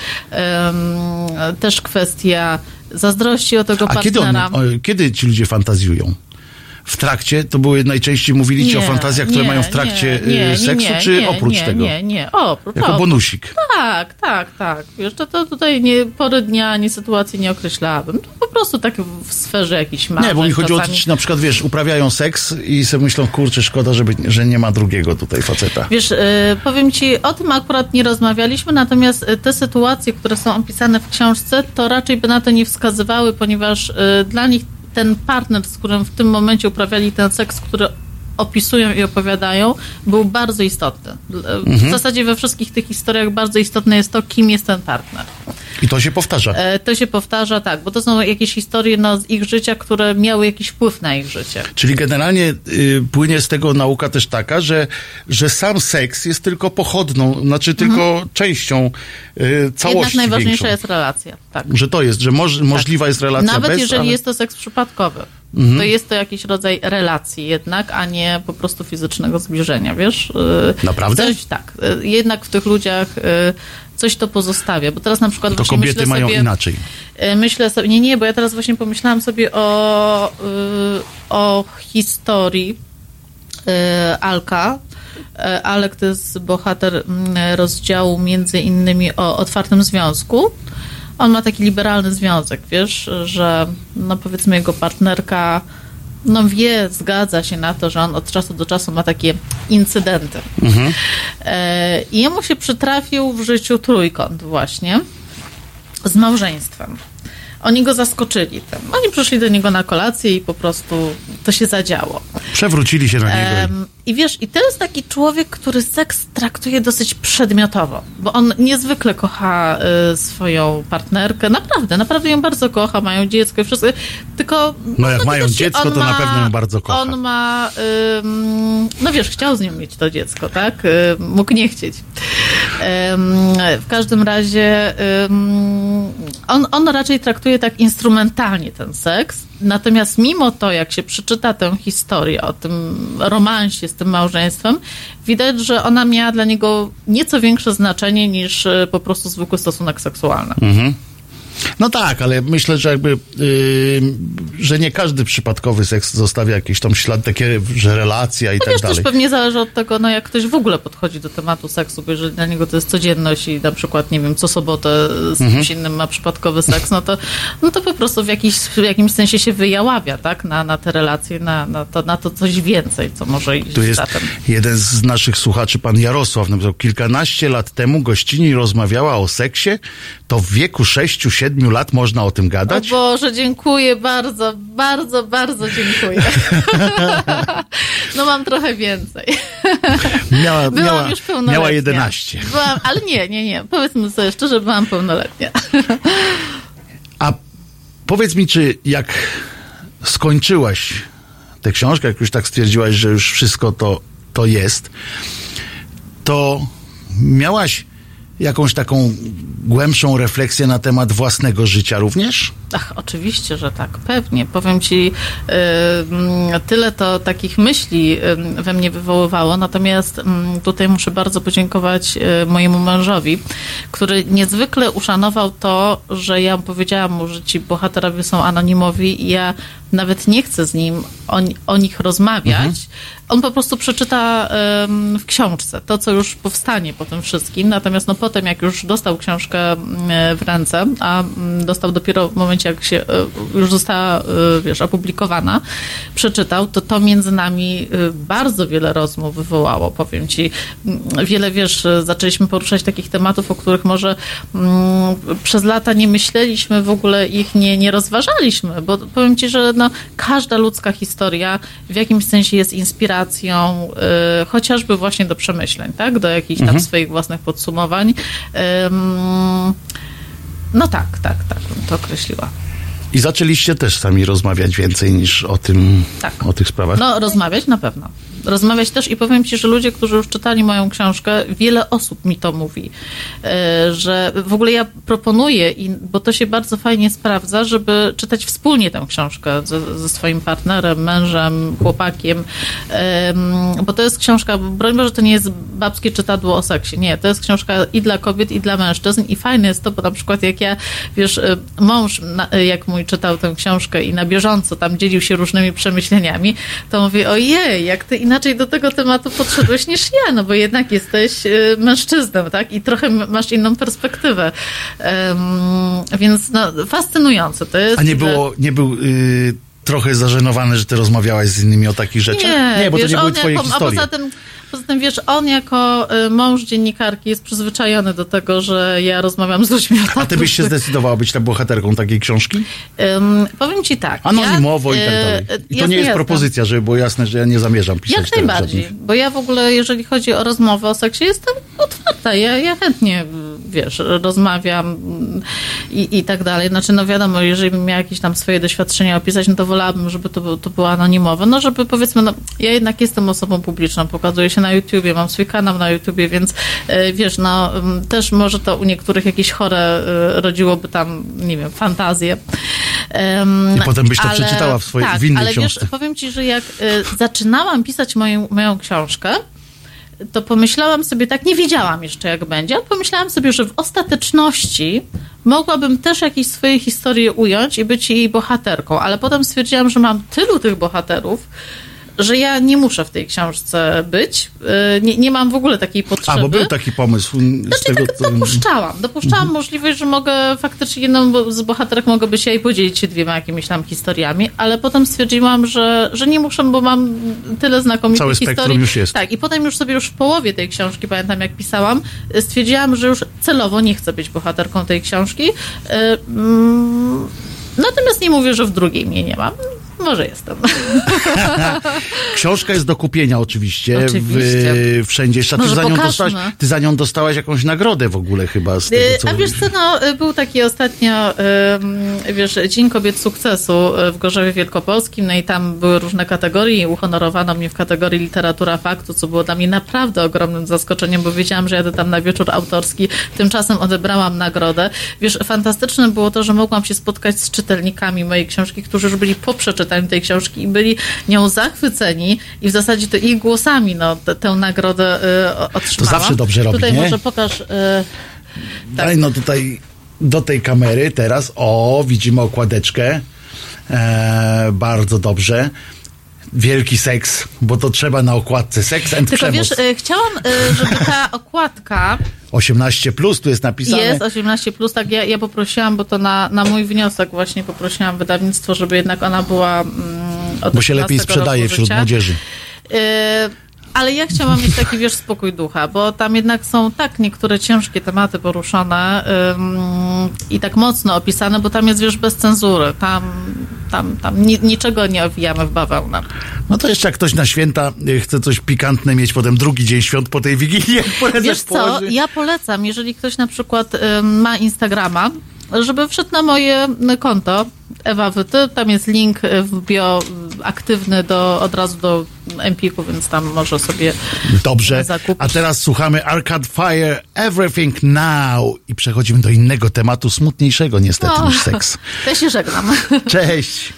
um, też kwestia zazdrości o tego A partnera. A kiedy, kiedy ci ludzie fantazjują? W trakcie? To były najczęściej mówili ci nie, o fantazjach, które nie, mają w trakcie nie, nie, seksu, nie, czy nie, oprócz nie, tego? Nie, nie, oprócz. Jako oprócz. bonusik. Tak, tak, tak. Wiesz, to, to tutaj nie, pory dnia, ani sytuacji nie określałabym. To po prostu tak w sferze jakichś marzeń. Nie, bo mi chodzi czasami. o to, ci na przykład, wiesz, uprawiają seks i sobie myślą, kurczę, szkoda, żeby, że nie ma drugiego tutaj faceta. Wiesz, yy, powiem ci, o tym akurat nie rozmawialiśmy, natomiast te sytuacje, które są opisane w książce, to raczej by na to nie wskazywały, ponieważ yy, dla nich ten partner, z którym w tym momencie uprawiali ten seks, który opisują i opowiadają, był bardzo istotny. W mhm. zasadzie we wszystkich tych historiach bardzo istotne jest to, kim jest ten partner. I to się powtarza. E, to się powtarza, tak, bo to są jakieś historie no, z ich życia, które miały jakiś wpływ na ich życie. Czyli generalnie y, płynie z tego nauka też taka, że, że sam seks jest tylko pochodną, znaczy tylko mhm. częścią y, całości Jednak najważniejsza większą. jest relacja. Tak. Że to jest, że moż, możliwa tak. jest relacja Nawet bez... jeżeli ale... jest to seks przypadkowy. Mhm. To jest to jakiś rodzaj relacji jednak, a nie po prostu fizycznego zbliżenia, wiesz? Naprawdę? Coś, tak. Jednak w tych ludziach coś to pozostawia, bo teraz na przykład to właśnie kobiety myślę mają sobie, inaczej. Myślę sobie, nie, nie, bo ja teraz właśnie pomyślałam sobie o, o historii Alka. Alek to jest bohater rozdziału między innymi o otwartym związku. On ma taki liberalny związek, wiesz, że no powiedzmy jego partnerka no wie, zgadza się na to, że on od czasu do czasu ma takie incydenty. Mhm. E, I jemu się przytrafił w życiu trójkąt właśnie z małżeństwem. Oni go zaskoczyli tym. Oni przyszli do niego na kolację i po prostu to się zadziało. Przewrócili się na niego. Um, I wiesz, i to jest taki człowiek, który seks traktuje dosyć przedmiotowo, bo on niezwykle kocha y, swoją partnerkę. Naprawdę, naprawdę ją bardzo kocha, mają dziecko i wszystko. Tylko... No jak no, mają dziecko, to ma, na pewno ją bardzo kocha. On ma... Y, no wiesz, chciał z nią mieć to dziecko, tak? Y, mógł nie chcieć. Y, w każdym razie y, on, on raczej traktuje tak instrumentalnie ten seks, natomiast mimo to, jak się przeczyta tę historię o tym romansie z tym małżeństwem, widać, że ona miała dla niego nieco większe znaczenie niż po prostu zwykły stosunek seksualny. Mhm. No tak, ale myślę, że jakby, yy, że nie każdy przypadkowy seks zostawia jakiś tam ślad, takie, że relacja i no tak wiesz, dalej. też pewnie zależy od tego, no jak ktoś w ogóle podchodzi do tematu seksu, bo jeżeli dla niego to jest codzienność i na przykład, nie wiem, co sobotę z Mhm. kimś innym ma przypadkowy seks, no to, no to po prostu w, jakiś, w jakimś sensie się wyjaławia, tak, na, na te relacje, na, na, to, na to coś więcej, co może iść Tu jest za tym. jeden z naszych słuchaczy, pan Jarosław, napisał, kilkanaście lat temu gościni rozmawiała o seksie, to w wieku sześciu siedmiu lat można o tym O gadać? Boże, dziękuję bardzo, bardzo, bardzo dziękuję. No mam trochę więcej. Miała, Byłam miała, już pełnoletnia. miała jedenaście. Byłam, ale nie, nie, nie. Powiedzmy sobie szczerze, byłam pełnoletnia. A powiedz mi, czy jak skończyłaś tę książkę, jak już tak stwierdziłaś, że już wszystko to, to jest, to miałaś jakąś taką głębszą refleksję na temat własnego życia również? Ach, oczywiście, że tak, pewnie. Powiem ci, yy, tyle to takich myśli yy, we mnie wywoływało, natomiast yy, tutaj muszę bardzo podziękować yy, mojemu mężowi, który niezwykle uszanował to, że ja powiedziałam mu, że ci bohaterowie są anonimowi i ja nawet nie chcę z nim o, o nich rozmawiać. Mhm. On po prostu przeczyta yy, w książce to, co już powstanie po tym wszystkim, natomiast no potem, jak już dostał książkę yy, w ręce, a yy, dostał dopiero w momencie, jak się już została, wiesz, opublikowana, przeczytał, to to między nami bardzo wiele rozmów wywołało, powiem ci. Wiele, wiesz, zaczęliśmy poruszać takich tematów, o których może mm, przez lata nie myśleliśmy, w ogóle ich nie, nie rozważaliśmy, bo powiem ci, że no, każda ludzka historia w jakimś sensie jest inspiracją, y, chociażby właśnie do przemyśleń, tak? Do jakichś tam mhm. swoich własnych podsumowań. Ym, No tak, tak, tak bym to określiła. I zaczęliście też sami rozmawiać więcej niż o tym, tak. o tych sprawach? No, rozmawiać na pewno. Rozmawiać też i powiem ci, że ludzie, którzy już czytali moją książkę, wiele osób mi to mówi, że w ogóle ja proponuję, bo to się bardzo fajnie sprawdza, żeby czytać wspólnie tę książkę ze, ze swoim partnerem, mężem, chłopakiem, bo to jest książka, broń Boże, to nie jest babskie czytadło o seksie, nie, to jest książka i dla kobiet, i dla mężczyzn i fajne jest to, bo na przykład jak ja, wiesz, mąż, jak mój czytał tę książkę i na bieżąco tam dzielił się różnymi przemyśleniami, to mówię, ojej, jak ty inaczej do tego tematu podszedłeś niż ja, no bo jednak jesteś y, mężczyzną, tak? I trochę masz inną perspektywę. Um, więc no, fascynujące to jest. A nie było, nie był y, trochę zażenowany, że ty rozmawiałaś z innymi o takich rzeczach? Nie, nie bo wiesz, to nie były twoje jako, historie. A poza tym, poza tym, wiesz, on jako mąż dziennikarki jest przyzwyczajony do tego, że ja rozmawiam z ludźmi o takich. A ty byś się zdecydowała być tą bohaterką takiej książki? Um, powiem ci tak. Anonimowo ja, i tak dalej. I to jasne, nie jest jasne. propozycja, żeby było jasne, że ja nie zamierzam pisać Jak najbardziej, żadnych. Bo ja w ogóle, jeżeli chodzi o rozmowę o seksie, jestem otwarta. Ja, ja chętnie, wiesz, rozmawiam i, i tak dalej. Znaczy, no wiadomo, jeżeli bym miała jakieś tam swoje doświadczenia opisać, no to wolałabym, żeby to, to było anonimowe. No, żeby powiedzmy, no, ja jednak jestem osobą publiczną, pokazuję się na YouTubie, mam swój kanał na YouTubie, więc yy, wiesz, no, yy, też może to u niektórych jakieś chore yy, rodziłoby tam, nie wiem, fantazję. Um, I potem byś to ale, przeczytała w swojej tak, w innej ale książce. Wiesz, powiem ci, że jak y, zaczynałam pisać moją, moją książkę, to pomyślałam sobie tak, nie wiedziałam jeszcze jak będzie, ale pomyślałam sobie, że w ostateczności mogłabym też jakieś swoje historie ująć i być jej bohaterką, ale potem stwierdziłam, że mam tylu tych bohaterów, że ja nie muszę w tej książce być. Nie, nie mam w ogóle takiej potrzeby. A, bo był taki pomysł. Znaczy, z tego, tak dopuszczałam. Dopuszczałam mhm. możliwość, że mogę faktycznie jedną z bohaterek mogę być ja i podzielić się dwiema jakimiś tam historiami, ale potem stwierdziłam, że, że nie muszę, bo mam tyle znakomitych Całe historii. spektrum już jest. Tak, i potem już sobie już w połowie tej książki, pamiętam jak pisałam, stwierdziłam, że już celowo nie chcę być bohaterką tej książki. Natomiast nie mówię, że w drugiej mnie nie mam. Może jestem. Książka jest do kupienia oczywiście. Oczywiście. W, wszędzie. A ty, za nią dostałaś, ty za nią dostałaś jakąś nagrodę w ogóle chyba. Z tego, co... A wiesz co, no, był taki ostatnio, wiesz, Dzień Kobiet Sukcesu w Gorzowie Wielkopolskim, no i tam były różne kategorie i uhonorowano mnie w kategorii literatura faktu, co było dla mnie naprawdę ogromnym zaskoczeniem, bo wiedziałam, że jadę tam na wieczór autorski. Tymczasem odebrałam nagrodę. Wiesz, fantastyczne było to, że mogłam się spotkać z czytelnikami mojej książki, którzy już byli po przeczytaniu tej książki i byli nią zachwyceni i w zasadzie to ich głosami no, t- tę nagrodę y, otrzymałam. To zawsze dobrze robi, Tutaj nie? może pokaż... Y, Daj, tak. No tutaj do tej kamery teraz. O, widzimy okładeczkę. E, bardzo dobrze. Wielki seks, bo to trzeba na okładce. Seks and Tylko przemoc. wiesz, y, chciałam, y, żeby ta okładka osiemnaście plus, tu jest napisane. jest osiemnaście plus, tak, ja, ja poprosiłam, bo to na, na mój wniosek właśnie poprosiłam wydawnictwo, żeby jednak ona była mm, od Bo się lepiej sprzedaje roku wśród życia. młodzieży. Y, ale ja chciałam mieć taki, wiesz, spokój ducha, bo tam jednak są tak niektóre ciężkie tematy poruszone ym, i tak mocno opisane, bo tam jest, wiesz, bez cenzury. Tam, tam, tam ni, niczego nie owijamy w bawełnę. No to jeszcze jak ktoś na święta y, chce coś pikantne mieć, potem drugi dzień świąt po tej Wigilii, jak prezes Wiesz co, położy. ja polecam, jeżeli ktoś na przykład ym, ma Instagrama, żeby wszedł na moje konto Ewa Wyty, tam jest link w bio aktywny do, od razu do Empiku, więc tam może sobie Dobrze, zakupić. a teraz słuchamy Arcade Fire, Everything Now i przechodzimy do innego tematu, smutniejszego niestety No, niż seks. ja się żegnam. Cześć!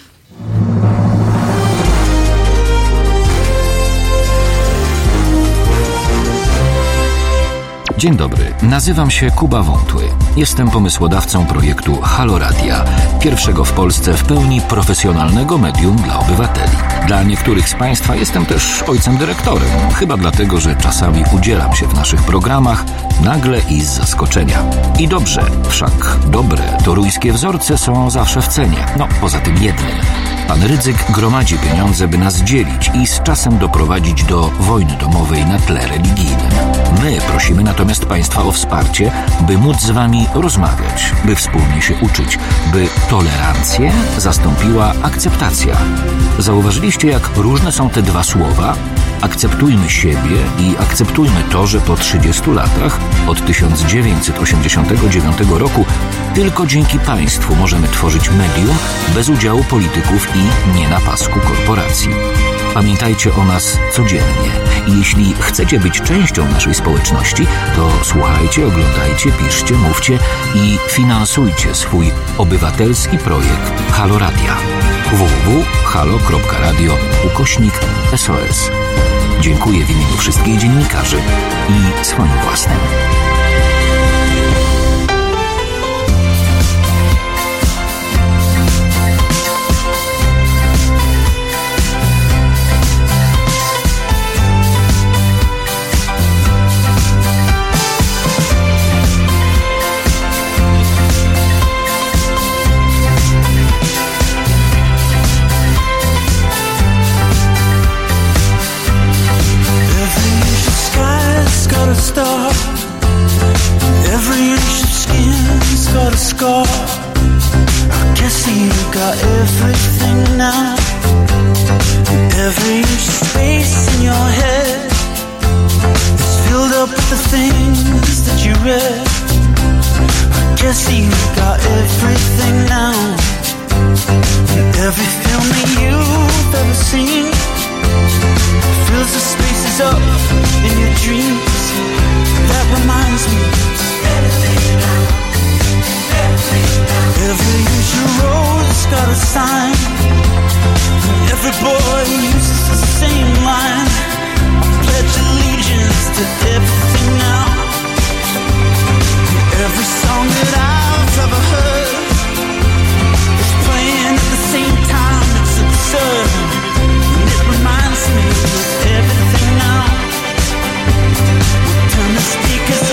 Dzień dobry, nazywam się Kuba Wątły. Jestem pomysłodawcą projektu Halo Radia, pierwszego w Polsce w pełni profesjonalnego medium dla obywateli. Dla niektórych z Państwa jestem też ojcem dyrektorem, chyba dlatego, że czasami udzielam się w naszych programach nagle i z zaskoczenia. I dobrze, wszak dobre toruńskie wzorce są zawsze w cenie, no poza tym jednym. Pan Rydzyk gromadzi pieniądze, by nas dzielić i z czasem doprowadzić do wojny domowej na tle religijnym. My prosimy natomiast Państwa o wsparcie, by móc z Wami rozmawiać, by wspólnie się uczyć, by tolerancję zastąpiła akceptacja. Zauważyliście, jak różne są te dwa słowa? Akceptujmy siebie i akceptujmy to, że po trzydziestu latach, od tysiąc dziewięćset osiemdziesiątego dziewiątego roku, tylko dzięki państwu możemy tworzyć medium bez udziału polityków i nie na pasku korporacji. Pamiętajcie o nas codziennie i jeśli chcecie być częścią naszej społeczności, to słuchajcie, oglądajcie, piszcie, mówcie i finansujcie swój obywatelski projekt Halo Radia. w w w kropka halo kropka radio ukośnik S O S. Dziękuję w imieniu wszystkich dziennikarzy i swoim własnym. Star. Every inch of skin's got a scar. I guess you got everything now. Every inch of space in your head is filled up with the things that you read. I guess you got everything now. And every film that you've ever seen fills the spaces up in your dreams. That reminds me, every inch of road's got a sign, and every boy uses the same line. I pledge allegiance to everything now. And every song that I've ever heard is playing at the same time. It's absurd, and it reminds me of everything now. Turn the speakers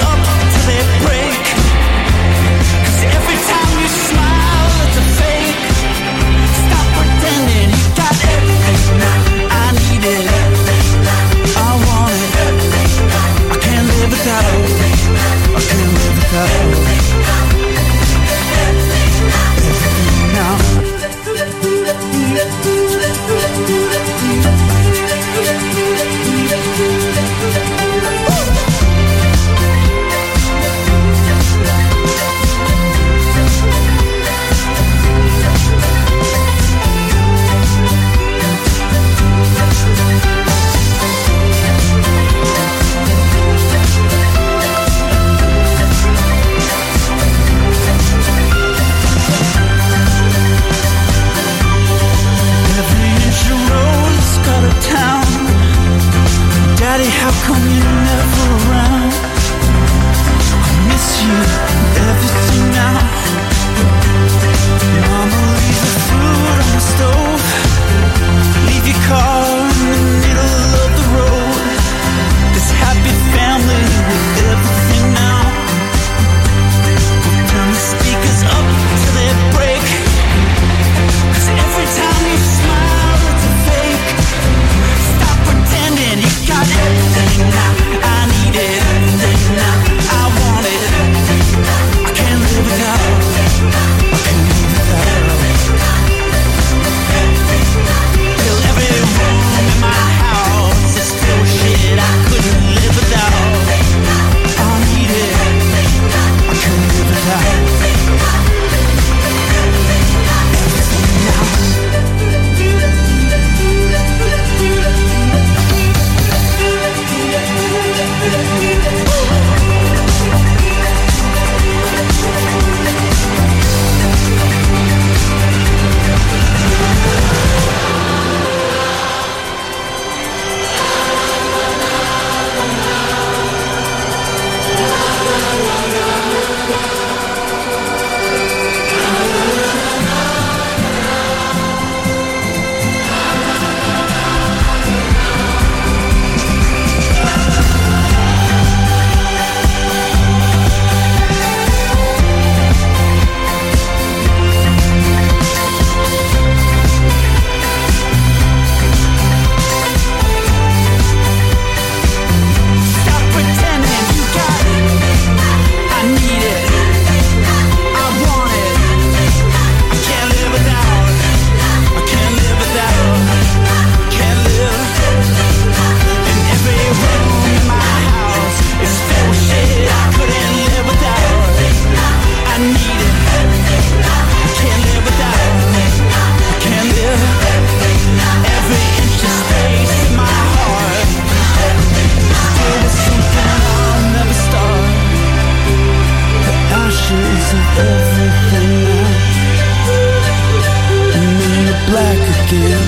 again.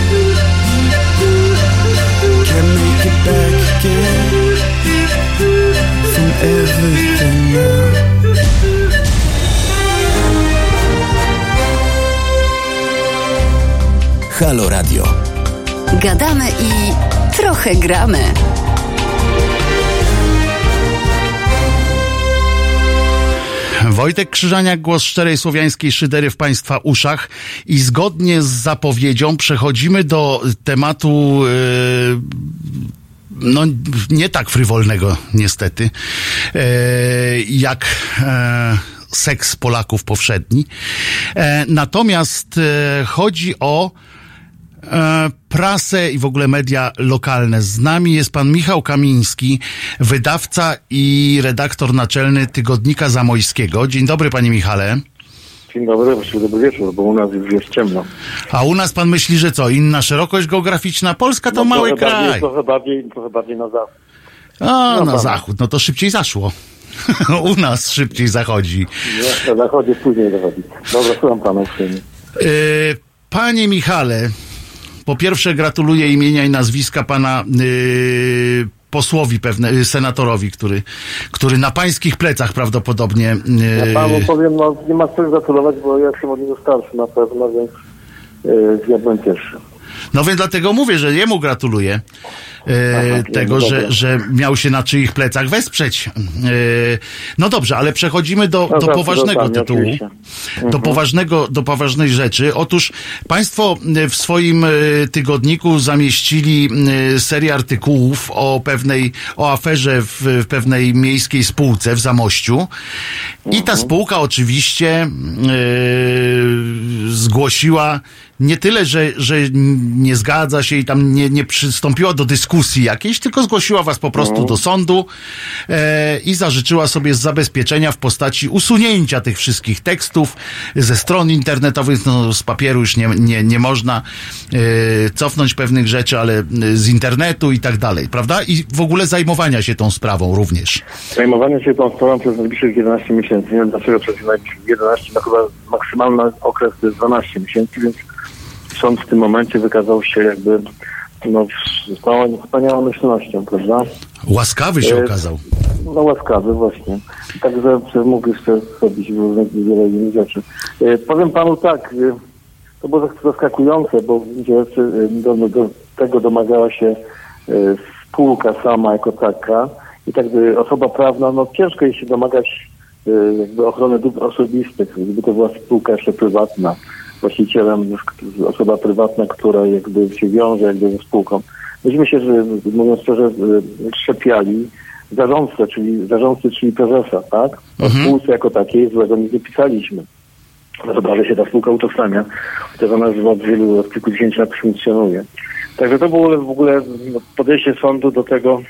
Can't make it back again from everything now. Halo Radio. Gadamy i trochę gramy. Wojtek Krzyżaniak, głos szczerej słowiańskiej szydery w Państwa uszach i zgodnie z zapowiedzią przechodzimy do tematu yy, no nie tak frywolnego niestety yy, jak yy, seks Polaków powszedni. Yy, natomiast yy, chodzi o prasę i w ogóle media lokalne. Z nami jest pan Michał Kamiński, wydawca i redaktor naczelny Tygodnika Zamojskiego. Dzień dobry, panie Michale. Dzień dobry, właściwie dobry wieczór, bo u nas już jest ciemno. A u nas pan myśli, że co? Inna szerokość geograficzna? Polska to no, mały trochę kraj. Bardziej, trochę, bardziej, trochę bardziej na zachód. A, no, na zachód. No to szybciej zaszło. U nas szybciej zachodzi. Nie, na zachodzie później zachodzi. Dobra, słucham pana uprzejmie. Yy, panie Michale, po pierwsze gratuluję imienia i nazwiska pana yy, posłowi, pewne, senatorowi, który, który na pańskich plecach prawdopodobnie... Yy... Ja panu powiem, no nie ma co gratulować, bo ja jestem od niego starszy na pewno, więc yy, ja byłem pierwszy. No więc dlatego mówię, że jemu gratuluję e, Aha, tego, że, że miał się na czyich plecach wesprzeć. E, no dobrze, ale przechodzimy do, no, do poważnego do tytułu. Mhm. Do poważnego, do poważnej rzeczy. Otóż państwo w swoim tygodniku zamieścili serię artykułów o pewnej, o aferze w, w pewnej miejskiej spółce w Zamościu. Mhm. I ta spółka oczywiście e, zgłosiła nie tyle, że, że nie zgadza się i tam nie, nie przystąpiła do dyskusji jakiejś, tylko zgłosiła was po prostu do sądu e, i zażyczyła sobie zabezpieczenia w postaci usunięcia tych wszystkich tekstów ze stron internetowych. No, z papieru już nie, nie, nie można e, cofnąć pewnych rzeczy, ale z internetu i tak dalej, prawda? I w ogóle zajmowania się tą sprawą również. Zajmowanie się tą sprawą przez najbliższych jedenaście miesięcy. Nie wiem dlaczego przez jedenaście, no chyba maksymalny okres to jest dwanaście miesięcy, więc sąd w tym momencie wykazał się jakby no, z całą wspaniałomyślnością, prawda? Łaskawy się okazał. No łaskawy właśnie. Także mógł jeszcze zrobić wiele innych rzeczy. E, powiem panu tak, e, to było zaskakujące, bo do, do tego domagała się e, spółka sama jako taka i tak osoba prawna, no ciężko jej się domagać e, jakby ochrony dóbr osobistych, gdyby to była spółka jeszcze prywatna. Właścicielem osoba prywatna, która jakby się wiąże jakby ze spółką. Myśmy się, że, mówiąc szczerze, szczepiali zarządcę, czyli zarządcy, czyli prezesa, tak? O mhm. spółce jako takiej złego nic nie pisaliśmy. Chyba, że się ta spółka utożsamia, chociaż ona już od wielu, od kilkudziesięciu lat funkcjonuje. Także to było w ogóle podejście sądu do tego,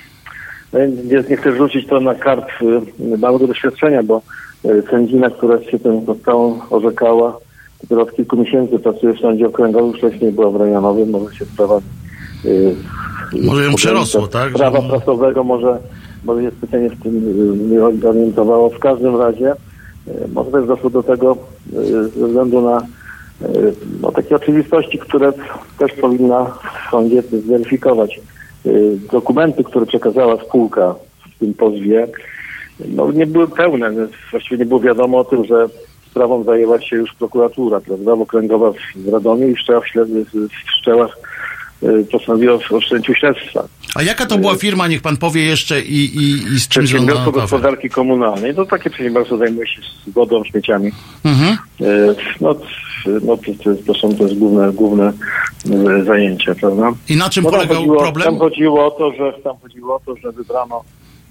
nie, nie chcę rzucić to na karp małego doświadczenia, bo sędzina, która się tę sprawą orzekała, dopiero od kilku miesięcy pracuje w sądzie okręgowym, wcześniej była w rejonowym, może się sprawa... Yy, może ją przerosło, tak? Prawa że... prasowego może, może się specjalnie w tym nie orientowało. W każdym razie yy, może też doszło do tego yy, ze względu na yy, no, takie oczywistości, które też powinna w sądzie zweryfikować. Yy, dokumenty, które przekazała spółka w tym pozwie, no, nie były pełne. Właściwie nie było wiadomo o tym, że sprawą zajęła się już prokuratura, prawda, okręgowa w Radomiu i wszczęła w, w Szczełach y, postanowiła o wszczęciu śledztwa. A jaka to była firma, niech pan powie jeszcze i, i, i z czym związana? Przedsiębiorstwo Gospodarki Komunalnej. To takie przedsiębiorstwo zajmuje się z wodą, śmieciami. Mhm. Y, no, no to, to, to są też główne, główne y, zajęcia, prawda? I na czym no, polegał chodziło, problem? Tam chodziło o to, że tam chodziło o to, że wybrano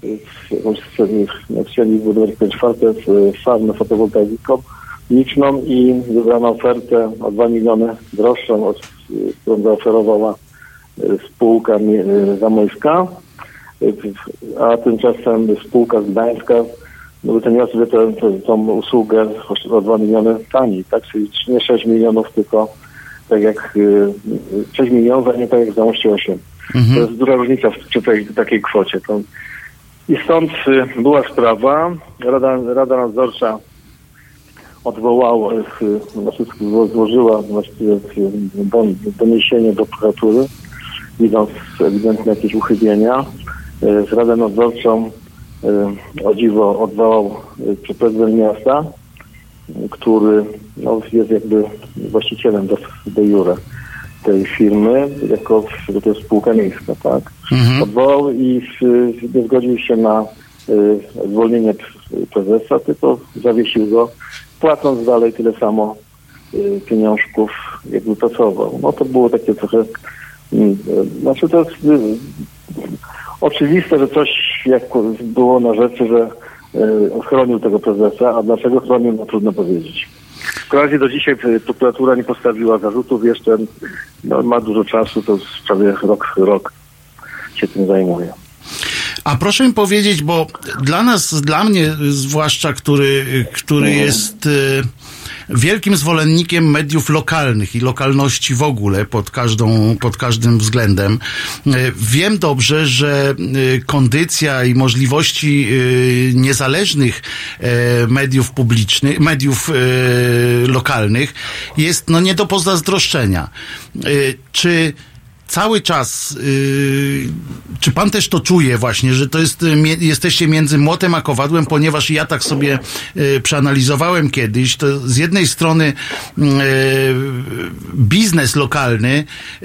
chcieli wybrać czwarte farmę fotowoltaiczną i wybrano ofertę o dwa miliony droższą, którą zaoferowała spółka zamojska, a tymczasem spółka z Gdańska wyceniła sobie tę, tą usługę o dwa miliony taniej, tak? Czyli nie sześć milionów, tylko tak jak sześć milionów, a nie tak jak Zamoście osiem. Mhm. To jest duża różnica przy tej takiej kwocie. To I stąd była sprawa. Rada, Rada Nadzorcza odwołała, znaczy złożyła właściwie doniesienie do prokuratury, widząc ewidentnie jakieś uchybienia. Radę nadzorczą o dziwo odwołał prezydent miasta, który no, jest jakby właścicielem de, de jure tej firmy, jako że to jest spółka miejska, tak? Mhm. Odwołał i nie zgodził się na y, zwolnienie prezesa, tylko zawiesił go, płacąc dalej tyle samo y, pieniążków, jakby pracował. No to było takie trochę, y, znaczy to jest y, oczywiste, że coś jak było na rzeczy, że y, chronił tego prezesa, a dlaczego chronił, no trudno powiedzieć. W razie do dzisiaj prokuratura nie postawiła zarzutów, jeszcze no, ma dużo czasu, to prawie rok, rok się tym zajmuje. A proszę mi powiedzieć, bo dla nas, dla mnie zwłaszcza, który, który mhm. jest y, wielkim zwolennikiem mediów lokalnych i lokalności w ogóle pod każdą, pod każdym względem. Y, wiem dobrze, że y, kondycja i możliwości y, niezależnych y, mediów publicznych, mediów y, lokalnych jest no nie do pozazdroszczenia. Y, czy cały czas, yy, czy pan też to czuje właśnie, że to jest, mie, jesteście między młotem a kowadłem, ponieważ ja tak sobie yy, przeanalizowałem kiedyś, to z jednej strony yy, biznes lokalny yy,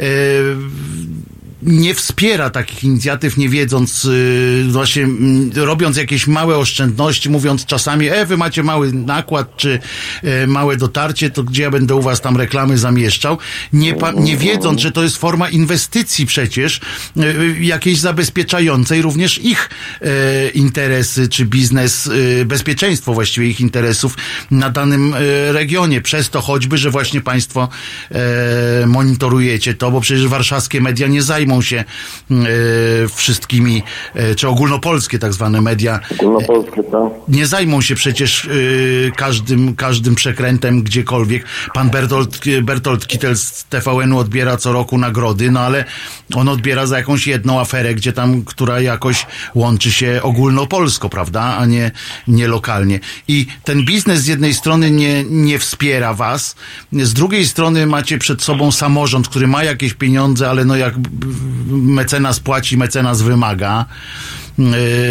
nie wspiera takich inicjatyw, nie wiedząc, yy, właśnie yy, robiąc jakieś małe oszczędności, mówiąc czasami, e, wy macie mały nakład, czy yy, małe dotarcie, to gdzie ja będę u was tam reklamy zamieszczał, nie, pa, nie wiedząc, że to jest forma inwestycji przecież, yy, jakiejś zabezpieczającej również ich yy, interesy, czy biznes, yy, bezpieczeństwo właściwie ich interesów na danym yy, regionie, przez to choćby, że właśnie państwo yy, monitorujecie to, bo przecież warszawskie media nie zajmą się e, wszystkimi, e, czy ogólnopolskie tak zwane media, ogólnopolskie, tak. nie zajmą się przecież e, każdym, każdym przekrętem gdziekolwiek. Pan Bertolt, Bertolt Kittel z T V N-u odbiera co roku nagrody, no ale on odbiera za jakąś jedną aferę, gdzie tam, która jakoś łączy się ogólnopolsko, prawda, a nie, nie lokalnie. I ten biznes z jednej strony nie, nie wspiera was, z drugiej strony macie przed sobą samorząd, który ma jakieś pieniądze, ale no jak mecenas płaci, mecenas wymaga, yy,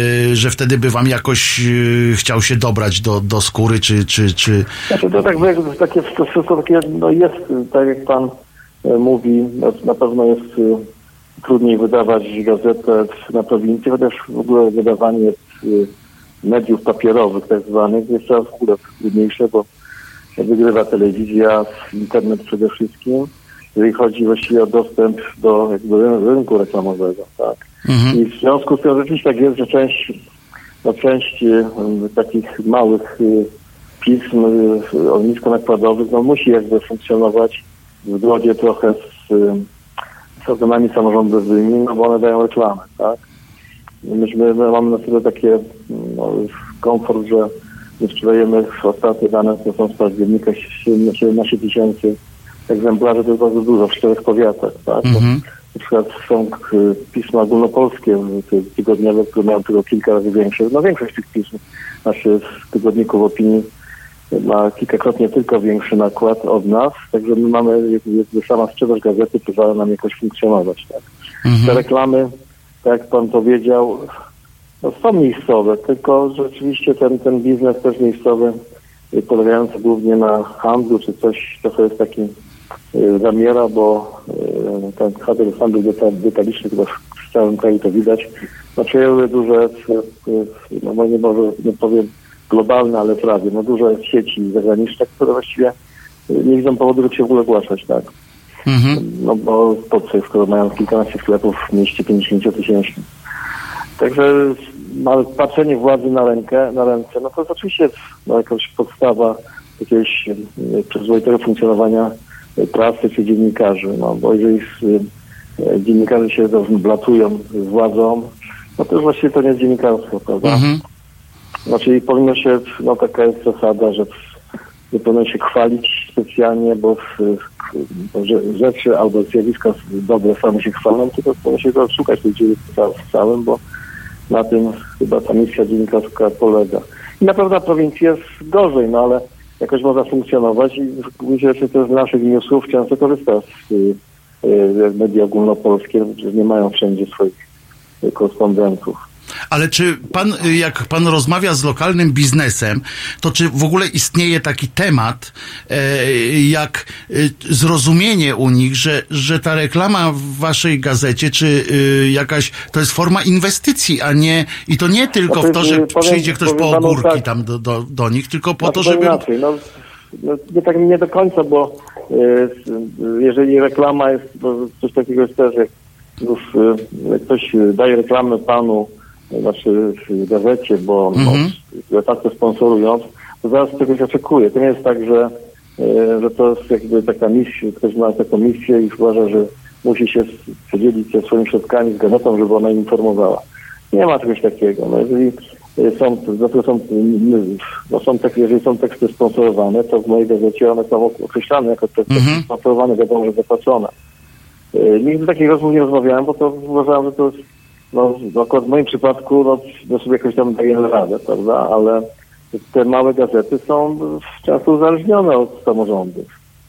że wtedy by wam jakoś yy, chciał się dobrać do, do skóry, czy... czy, czy... Znaczy to tak, takie, to wszystko takie, no jest, tak jak pan e, mówi, no, na pewno jest y, trudniej wydawać gazetę na prowincji, chociaż w ogóle wydawanie y, mediów papierowych tak zwanych jest coraz w ogóle trudniejsze, bo wygrywa telewizja, internet przede wszystkim, jeżeli chodzi właściwie o dostęp do jakby rynku reklamowego, tak. Mhm. I w związku z tym rzeczywiście tak jest, że część, no część y, takich małych y, pism y, o niskonakładowych, no musi jakby funkcjonować w zgodzie trochę z, y, z organami samorządowymi, no bo one dają reklamę, tak. Myśmy, my mamy na sobie takie no, komfort, że my sprzedajemy ostatnie dane, to są z października siedemnaście tysięcy egzemplarzy, to jest bardzo dużo w czterech powiatach, tak? Mm-hmm. Na przykład są pisma ogólnopolskie, tygodniowe, które mają tylko kilka razy większe. No większość tych pism, naszych tygodników opinii ma kilkakrotnie tylko większy nakład od nas, także my mamy, jakby sama sprzedaż gazety pozwala nam jakoś funkcjonować, tak? Mm-hmm. Te reklamy, tak jak pan powiedział, no są miejscowe, tylko rzeczywiście ten, ten biznes też miejscowy, polegający głównie na handlu, czy coś trochę jest taki zamiera, bo ten handel detaliczny chyba w całym kraju to widać, no przejęły duże, no nie może, nie powiem globalne, ale prawie, no duże sieci zagraniczne, które właściwie nie widzą powodu, żeby się w ogóle ogłaszać, tak. Mhm. No bo po co, skoro mają kilkanaście sklepów w mieście pięćdziesięciotysięcznym. Także no, patrzenie władzy na rękę, na ręce, no to jest oczywiście no, jakaś podstawa jakiegoś przyzwoitego funkcjonowania prasy czy dziennikarzy, no bo jeżeli y, dziennikarze się blatują z władzą, no to już właściwie to nie jest dziennikarstwo, prawda? Mhm. Znaczy powinno się, no taka jest zasada, że nie powinno się chwalić specjalnie, bo w, w, rzeczy albo zjawiska dobre same się chwalą, tylko powinno się to szukać tych dzienników w całym, bo na tym chyba ta misja dziennikarska polega. I na pewno na prowincji jest gorzej, no ale jakoś można funkcjonować i myślę, że to z naszych newsów często korzysta z y, y, media ogólnopolskie, że nie mają wszędzie swoich y, korespondentów. Ale czy pan, jak pan rozmawia z lokalnym biznesem, to czy w ogóle istnieje taki temat, e, jak e, zrozumienie u nich, że, że ta reklama w waszej gazecie, czy e, jakaś, to jest forma inwestycji, a nie, i to nie tylko no to w to, że powiem, przyjdzie ktoś po panu ogórki tak, tam do, do, do nich, tylko po no to, to żeby... Inaczej, no, no, nie tak nie do końca, bo y, jeżeli reklama jest, bo coś takiego jest też, jak już y, ktoś daje reklamę panu, znaczy w gazecie, bo mm-hmm. no, tak to sponsorując, to zaraz czegoś oczekuje. To nie jest tak, że, e, że to jest jakby taka misja, ktoś ma taką misję i uważa, że musi się podzielić się swoimi środkami z gazetą, żeby ona informowała. Nie ma czegoś takiego. No, jeżeli są, no, są, no, są takie, jeżeli są teksty sponsorowane, to w mojej gazecie one są określane jako teksty mm-hmm. sponsorowane, wiadomo, że zapłacone. E, nigdy takich rozmów nie rozmawiałem, bo to uważałem, że to jest no, no akurat w moim przypadku, no, no sobie jakoś tam daję radę, prawda, ale te małe gazety są często uzależnione od samorządów.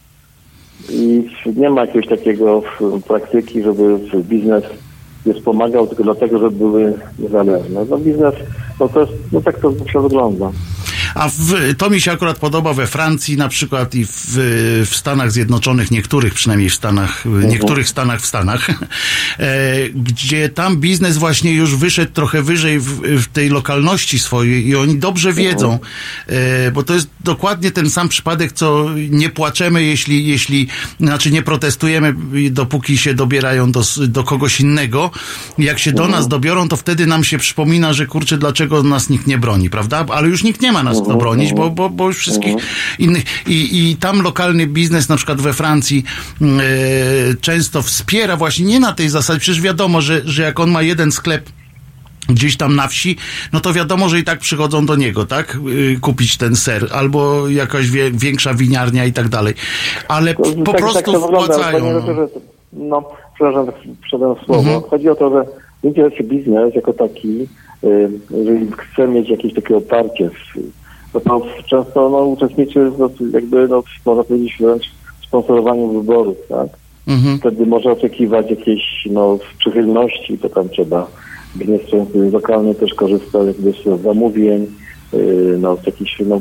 I nie ma jakiegoś takiego praktyki, żeby biznes je wspomagał tylko dlatego, żeby były niezależne. No biznes, no to jest, no tak to, to wygląda. A w, to mi się akurat podoba we Francji na przykład i w, w Stanach Zjednoczonych, niektórych przynajmniej w Stanach, mhm. niektórych Stanach w Stanach, e, gdzie tam biznes właśnie już wyszedł trochę wyżej w, w tej lokalności swojej i oni dobrze wiedzą, e, bo to jest dokładnie ten sam przypadek, co nie płaczemy, jeśli, jeśli znaczy nie protestujemy, dopóki się dobierają do, do kogoś innego. Jak się do nas dobiorą, to wtedy nam się przypomina, że kurczę, dlaczego nas nikt nie broni, prawda? Ale już nikt nie ma nas kto bronić, bo, bo, bo już wszystkich innych i, i tam lokalny biznes, na przykład we Francji e, często wspiera właśnie nie na tej zasadzie, przecież wiadomo, że, że jak on ma jeden sklep gdzieś tam na wsi, no to wiadomo, że i tak przychodzą do niego, tak? Yy, kupić ten ser, albo jakaś wie, większa winiarnia i tak dalej. Ale to, po tak, prostu tak wpłacają. Wygląda, że, no, przepraszam, tak przedam słowo. Mhm. Chodzi o to, że interesuje biznes jako taki, yy, jeżeli chce mieć jakieś takie oparcie, to, to często no, uczestniczy no, jakby, no, można powiedzieć wręcz w sponsorowaniu wyborów, tak? Mhm. Wtedy może oczekiwać jakiejś no, przychylności, to tam trzeba. Biznes lokalny też korzysta jakby z zamówień, yy, no, z jakichś no,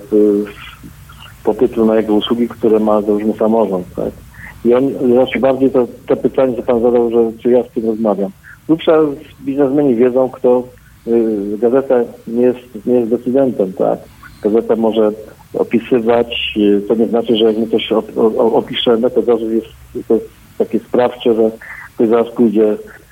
popytu na jego usługi, które ma załóżmy samorząd, tak? I on raczej bardziej to, to pytanie, co pan zadał, że czy ja z tym rozmawiam. Grubsza biznesmeni wiedzą, kto yy, gazeta nie jest, nie jest decydentem, tak? Gazeta może opisywać, yy, to nie znaczy, że jak my coś op, op, opiszemy, to zawsze jest to jest takie sprawcze, że ktoś zaraz pójdzie,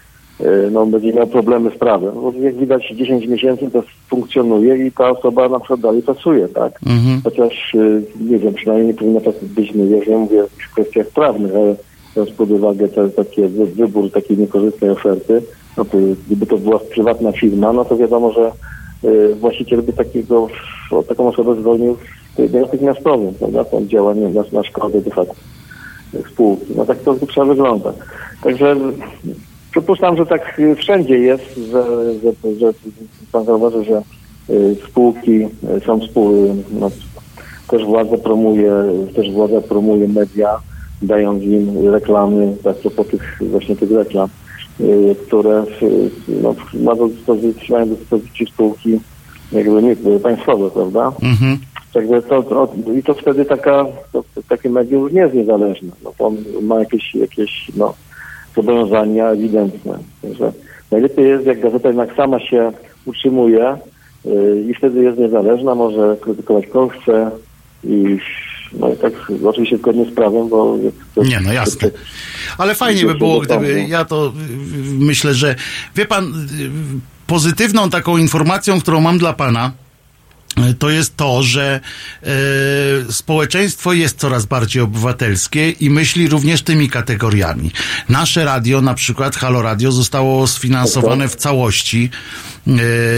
no będzie miał problemy z prawem. Bo jak widać dziesięć miesięcy to funkcjonuje i ta osoba na przykład dalej pracuje, tak? Mhm. Chociaż, nie wiem, przynajmniej nie powinna tak być, ja nie mówię w kwestiach prawnych, ale biorąc pod uwagę te, takie wybór takiej niekorzystnej oferty, no to gdyby to była prywatna firma, no to wiadomo, że y, właściciel by takiego, o, taką osobę zwolnił natychmiastowo, prawda? To działanie na, na szkodę de facto spółki. No tak to trzeba wygląda. Także przypuszczam, że tak wszędzie jest, że, że, że pan zauważy, że y, spółki są spółki, no, też władza promuje, też władza promuje media, dając im reklamy, tak to po tych właśnie tych reklam, y, które y, no, ma do dyspozycji, mają do dyspozycji spółki jakby nie państwowe, prawda? Mhm. Także to, to, i to wtedy taka, to, takie medium już nie jest niezależne, no, to on ma jakieś, jakieś no, zobowiązania ewidentne. Także najlepiej jest, jak gazeta jednak sama się utrzymuje yy, i wtedy jest niezależna, może krytykować kogo chce i no i tak oczywiście zgodnie z prawem, bo... To, nie, no jasne. Ale fajnie by było, gdyby ja to myślę, że wie pan, pozytywną taką informacją, którą mam dla pana, to jest to, że e, społeczeństwo jest coraz bardziej obywatelskie i myśli również tymi kategoriami. Nasze radio, na przykład Halo Radio, zostało sfinansowane w całości. E,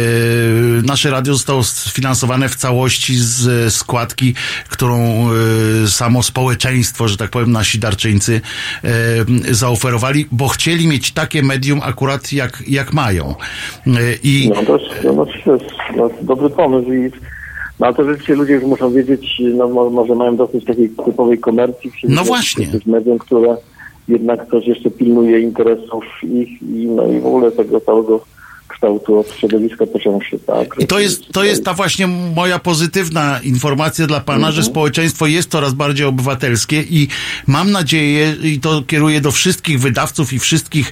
nasze radio zostało sfinansowane w całości z składki, którą e, samo społeczeństwo, że tak powiem, nasi darczyńcy e, zaoferowali, bo chcieli mieć takie medium akurat jak, jak mają. E, i no to jest, no, to jest no, dobry pomysł i No ale to rzeczywiście ludzie już muszą wiedzieć, no mo- może mają dosyć takiej typowej komercji. No właśnie. Jest medium, które jednak coś jeszcze pilnuje interesów ich i, no i w ogóle tego całego kształtu od środowiska począwszy, tak? I to jest, to jest ta właśnie moja pozytywna informacja dla pana, mm-hmm. że społeczeństwo jest coraz bardziej obywatelskie i mam nadzieję, i to kieruję do wszystkich wydawców i wszystkich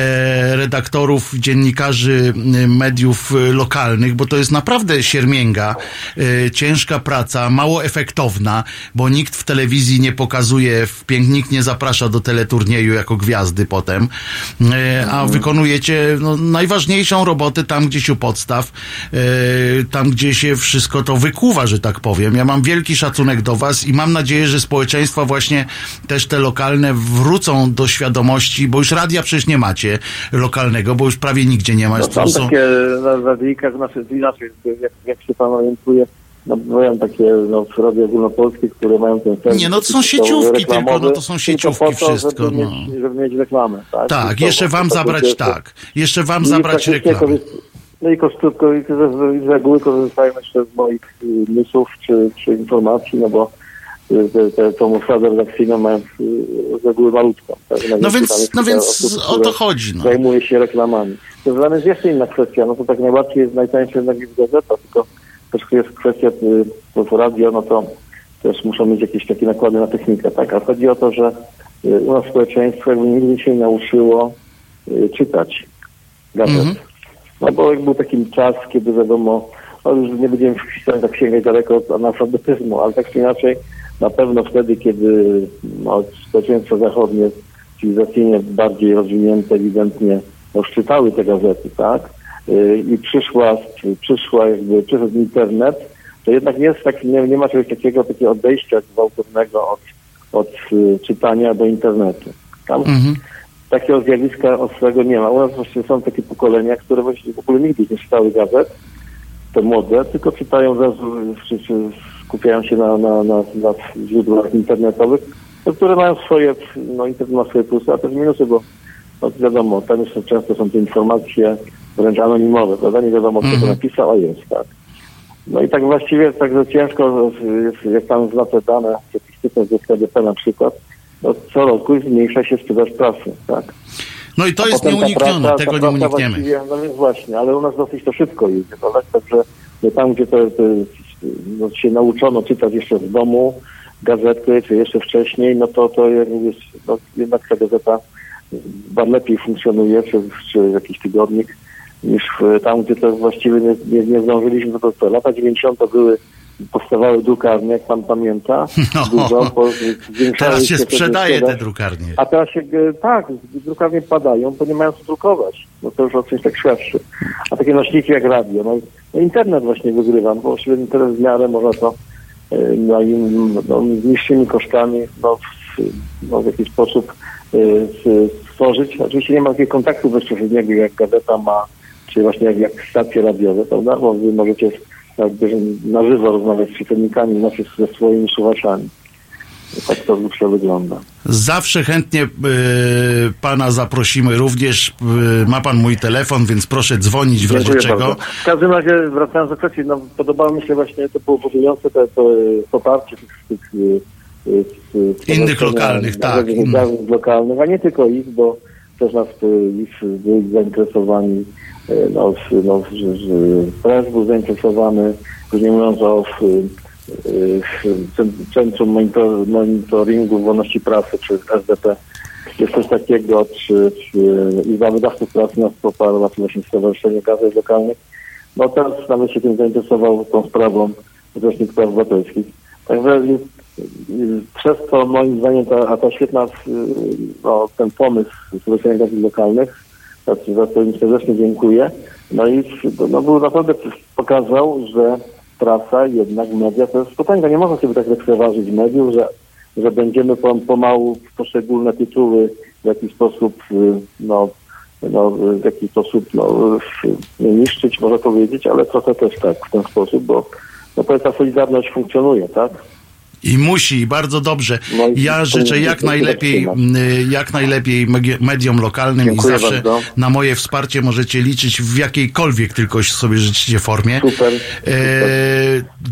e, redaktorów, dziennikarzy mediów lokalnych, bo to jest naprawdę siermięga, e, ciężka praca, mało efektowna, bo nikt w telewizji nie pokazuje, w pięk, nikt nie zaprasza do teleturnieju jako gwiazdy potem, e, a mm-hmm. wykonujecie no, najważniejszą roboty tam gdzieś u podstaw, yy, tam gdzie się wszystko to wykuwa, że tak powiem. Ja mam wielki szacunek do was i mam nadzieję, że społeczeństwa właśnie też te lokalne wrócą do świadomości, bo już radia przecież nie macie lokalnego, bo już prawie nigdzie nie ma. No, tam są takie na radyjkach, znaczy inaczej, jak, jak się pan orientuje, no byłem takie no, radio ogólnopolskie, które mają ten serwis. Nie, no to są sieciówki tylko, no to są sieciówki tylko po to, wszystko. Żeby, no. mieć, żeby mieć reklamę, tak? Tak, jeszcze wam zabrać, tak. Jeszcze wam zabrać reklamę. No i kosztówko, i z reguły korzystają jeszcze z moich newsów czy, czy informacji, no bo te, te, tą ofertę redakcyjną mają z reguły malutką. Tak? No więc, no więc osób, o to chodzi. No. Zajmuje się reklamami. To dla mnie jest jeszcze inna kwestia, no to tak najbardziej jest najtańsze jednak jest gazeta, tylko też jest kwestia, to radio, no to też muszą mieć jakieś takie nakłady na technikę, tak? A chodzi o to, że u nas społeczeństwo jakby nigdy się nie nauczyło y, czytać gazet. Mm-hmm. No bo jak był taki czas, kiedy wiadomo, no już nie będziemy chcieli tak sięgać daleko od analfabetyzmu, ale tak czy inaczej na pewno wtedy, kiedy no, społeczeństwo zachodnie, cywilizacyjnie bardziej rozwinięte, ewidentnie już czytały te gazety, tak? I przyszła, przyszła jakby, przyszedł internet, to jednak jest tak, nie, nie ma czegoś takiego, takiego odejścia gwałtownego od, od y, czytania do internetu. Tam mm-hmm. takiego zjawiska ostrego nie ma. U nas właśnie są takie pokolenia, które właściwie w ogóle nigdy nie czytały gazet, te młode, tylko czytają zaraz, czy, czy skupiają się na, na, na, na źródłach internetowych, które mają swoje, no internet ma swoje plusy, a też minusy, bo no, wiadomo, tam jeszcze często są te informacje wręcz anonimowe, prawda? Nie wiadomo, kto mm-hmm. to napisał, a jest, tak. No i tak właściwie jest tak, że ciężko, jak tam zna te dane statystyczne z K D P na przykład, no co roku zmniejsza się sprzedaż prasy, tak. No i to a jest nieuniknione, prasa, tego nie unikniemy. No więc właśnie, ale u nas dosyć to szybko idzie, tak? Także tam, gdzie to, to no, się nauczono czytać jeszcze w domu gazety, czy jeszcze wcześniej, no to, to jest, no, jednak ta gazeta bardzo lepiej funkcjonuje, czy, czy jakiś tygodnik, niż w, tam, gdzie to właściwie nie, nie, nie zdążyliśmy, to, to, to lata dziewięćdziesiąte były, powstawały drukarnie, jak pan pamięta. No, dużo, bo teraz się sprzedaje te drukarnie. A teraz się, tak, drukarnie padają, bo nie mają co drukować. No to już o czymś tak świadczy. A takie nośniki jak radio, no, no internet właśnie wygrywa, bo właściwie internet w miarę można to no, no, z niższymi kosztami no, w, no, w jakiś sposób y, stworzyć. Oczywiście nie ma takiego kontaktu bezpośredniego, jak gazeta ma, czy właśnie jak, jak stacje radiowe, prawda? Bo wy możecie jakby na żywo rozmawiać z czytelnikami, znaczy ze swoimi słuchaczami. Tak to zawsze wygląda. Zawsze chętnie y, pana zaprosimy również. Y, ma pan mój telefon, więc proszę dzwonić w razie Dziękuję czego. Bardzo. W każdym razie, wracając do kwestii, no, podobało mi się właśnie, to było budujące to, to poparcie tych, tych y, y, innych lokalnych, tak. Innych lokalnych, a nie tylko ich, bo też nas ich byli zainteresowani, no, no, że, że press był zainteresowany, już nie mówiąc o w, w Centrum Monitor, Monitoringu Wolności Prasy, czy S D P. Jest coś takiego, czy, czy Izba Wydawców Prasy nas poparła, czy właśnie Stowarzyszenie Gazet Lokalnych. No teraz nawet się tym zainteresował tą sprawą Rzecznik Praw Obywatelskich. Także przez to moim zdaniem ta, a ta świetna no, ten pomysł Stowarzyszenia Gazet Lokalnych, za, za co im serdecznie dziękuję. No i no, był naprawdę pokazał, że prasa, jednak media to jest potęga. Nie można sobie tak lekceważyć mediów, że, że będziemy pomału poszczególne tytuły w jakiś sposób no, no, w jakiś sposób no, niszczyć, można powiedzieć, ale trochę też tak w ten sposób, bo no, ta solidarność funkcjonuje, tak? I musi, i bardzo dobrze. No i ja życzę jak najlepiej, jak najlepiej mediom lokalnym. Dziękuję i zawsze bardzo. Na moje wsparcie możecie liczyć w jakiejkolwiek tylko sobie życzycie formie. Super. E,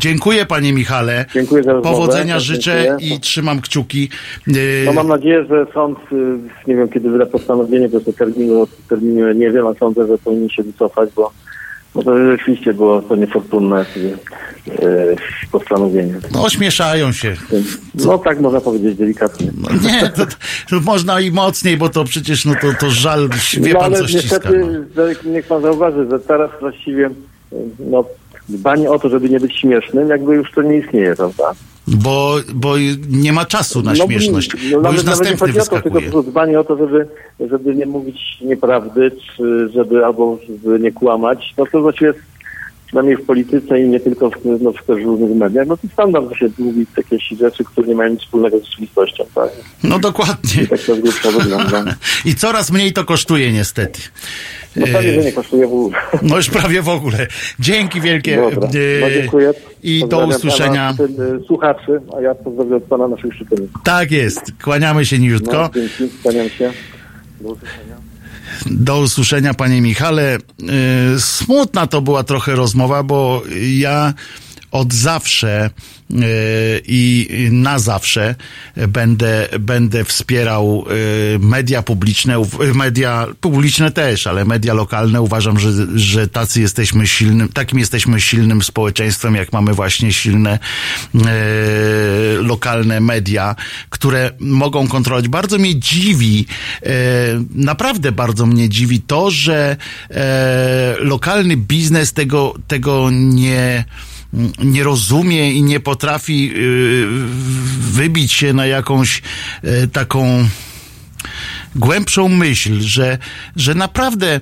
Dziękuję, panie Michale. Dziękuję za rozmowę. Powodzenia życzę Dziękuję. i trzymam kciuki. No mam nadzieję, że sąd, nie wiem kiedy wyda postanowienie, bo to terminu, terminu nie wiem, a sądzę, że powinien się wycofać, bo, bo to rzeczywiście było to niefortunne e, postanowienie. No ośmieszają się. No tak można powiedzieć delikatnie. No, nie, to, to można i mocniej, bo to przecież no to, to żal, wie no, pan ale co ściska. niestety, no. Niech pan zauważy, że teraz właściwie no, dbanie o to, żeby nie być śmiesznym, jakby już to nie istnieje, prawda? Bo, bo nie ma czasu na no, śmieszność, no, bo nawet, już następny nawet nie chodzi o to, wyskakuje. tylko dbanie o to, żeby, żeby nie mówić nieprawdy, czy żeby albo żeby nie kłamać, no to właściwie jest, przynajmniej w polityce i nie tylko w, no, w też różnych mediach, no to standard, że się mówi jakieś rzeczy, które nie mają nic wspólnego z rzeczywistością, tak? No dokładnie. I tak to z grubsza wygląda. I coraz mniej to kosztuje niestety. No prawie, że nie kosztuje w ogóle. No już prawie w ogóle. Dzięki wielkie. Dobra, no dziękuję. I do Pozdrawiam usłyszenia. Pana, słuchaczy, a ja pozdrawiam od pana naszych czytelników. Tak jest. Kłaniamy się niziutko. No, dzięki, kłaniam się. Do usłyszenia. Do usłyszenia, panie Michale. Yy, smutna to była trochę rozmowa, bo ja od zawsze yy, i na zawsze będę, będę wspierał yy, media publiczne, media publiczne też, ale media lokalne. Uważam, że, że tacy jesteśmy silnym, takim jesteśmy silnym społeczeństwem, jak mamy właśnie silne yy, lokalne media, które mogą kontrolować. Bardzo mnie dziwi, yy, naprawdę bardzo mnie dziwi to, że yy, lokalny biznes tego, tego nie nie rozumie i nie potrafi yy, wybić się na jakąś yy, taką głębszą myśl, że, że naprawdę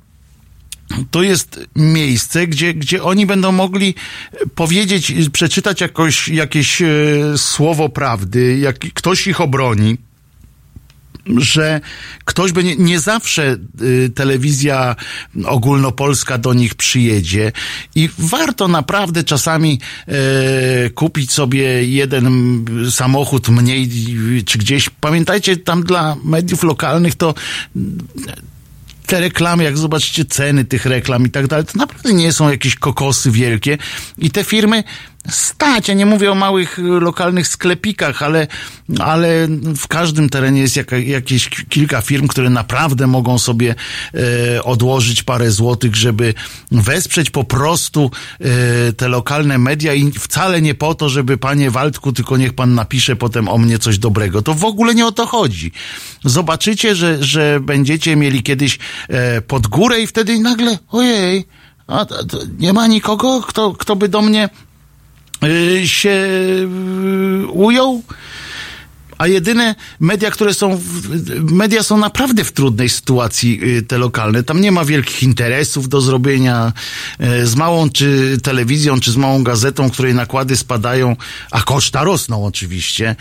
to jest miejsce, gdzie, gdzie oni będą mogli powiedzieć, przeczytać jakoś, jakieś yy, słowo prawdy, jak ktoś ich obroni, że ktoś by nie, nie zawsze y, telewizja ogólnopolska do nich przyjedzie i warto naprawdę czasami y, kupić sobie jeden samochód mniej czy gdzieś. Pamiętajcie, tam dla mediów lokalnych to te reklamy, jak zobaczycie ceny tych reklam i tak dalej, to naprawdę nie są jakieś kokosy wielkie i te firmy stać. Ja nie mówię o małych lokalnych sklepikach, ale, ale w każdym terenie jest jaka, jakieś kilka firm, które naprawdę mogą sobie e, odłożyć parę złotych, żeby wesprzeć po prostu e, te lokalne media i wcale nie po to, żeby panie Waldku, tylko niech pan napisze potem o mnie coś dobrego. To w ogóle nie o to chodzi. Zobaczycie, że, że będziecie mieli kiedyś e, pod górę i wtedy nagle ojej, a, to, to nie ma nikogo, kto, kto by do mnie się ujął, a jedyne media, które są, media są naprawdę w trudnej sytuacji, te lokalne. Tam nie ma wielkich interesów do zrobienia. Z małą czy telewizją, czy z małą gazetą, której nakłady spadają, a koszta rosną oczywiście.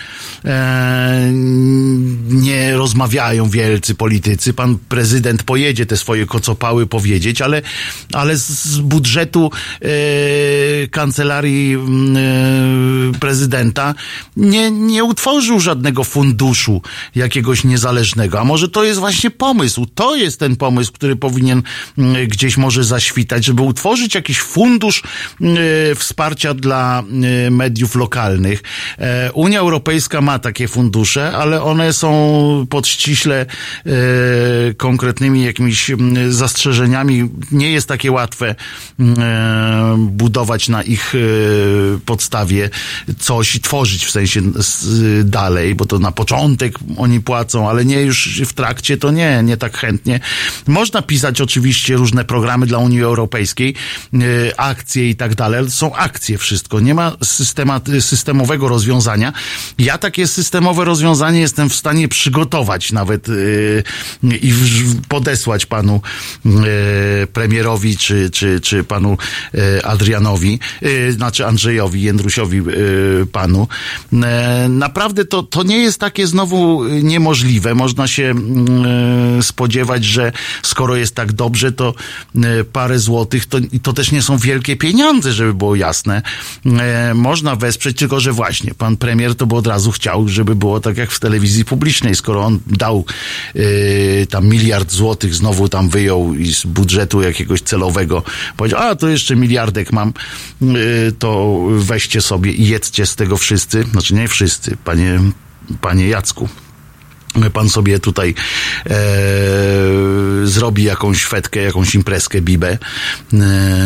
Nie rozmawiają wielcy politycy. Pan prezydent pojedzie te swoje kocopały powiedzieć, ale, ale z budżetu kancelarii prezydenta nie, nie utworzył żadnego funduszu jakiegoś niezależnego. A może to jest właśnie pomysł. To jest ten pomysł, który powinien gdzieś może zaświtać, żeby utworzyć jakiś fundusz e, wsparcia dla e, mediów lokalnych. E, Unia Europejska ma takie fundusze, ale one są pod ściśle e, konkretnymi jakimiś zastrzeżeniami. Nie jest takie łatwe e, budować na ich e, podstawie coś i tworzyć w sensie z, dalej, bo to na początek oni płacą, ale nie już w trakcie, to nie, nie tak chętnie. Można pisać oczywiście różne programy dla Unii Europejskiej, e, akcje i tak dalej, ale to są akcje wszystko. Nie ma systema, systemowego rozwiązania. Ja takie systemowe rozwiązanie jestem w stanie przygotować nawet e, i w, podesłać panu e, premierowi, czy, czy, czy panu e, Adrianowi, e, znaczy Andrzejowi Jędrusiowi e, panu. E, naprawdę to, to nie jest takie znowu niemożliwe. Można się e, spodziewać, że skoro jest tak dobrze, to e, parę złotych, to, to też nie są wielkie pieniądze, żeby było jasne. E, można wesprzeć, tylko że właśnie, pan premier to by od razu chciał, żeby było tak jak w telewizji publicznej. Skoro on dał e, tam miliard złotych, znowu tam wyjął i z budżetu jakiegoś celowego powiedział, a to jeszcze miliardek mam, e, to weźcie sobie i jedzcie z tego wszyscy. Znaczy nie wszyscy, panie, panie Jacku. Pan sobie tutaj e, zrobi jakąś fetkę, jakąś imprezkę, bibę. E,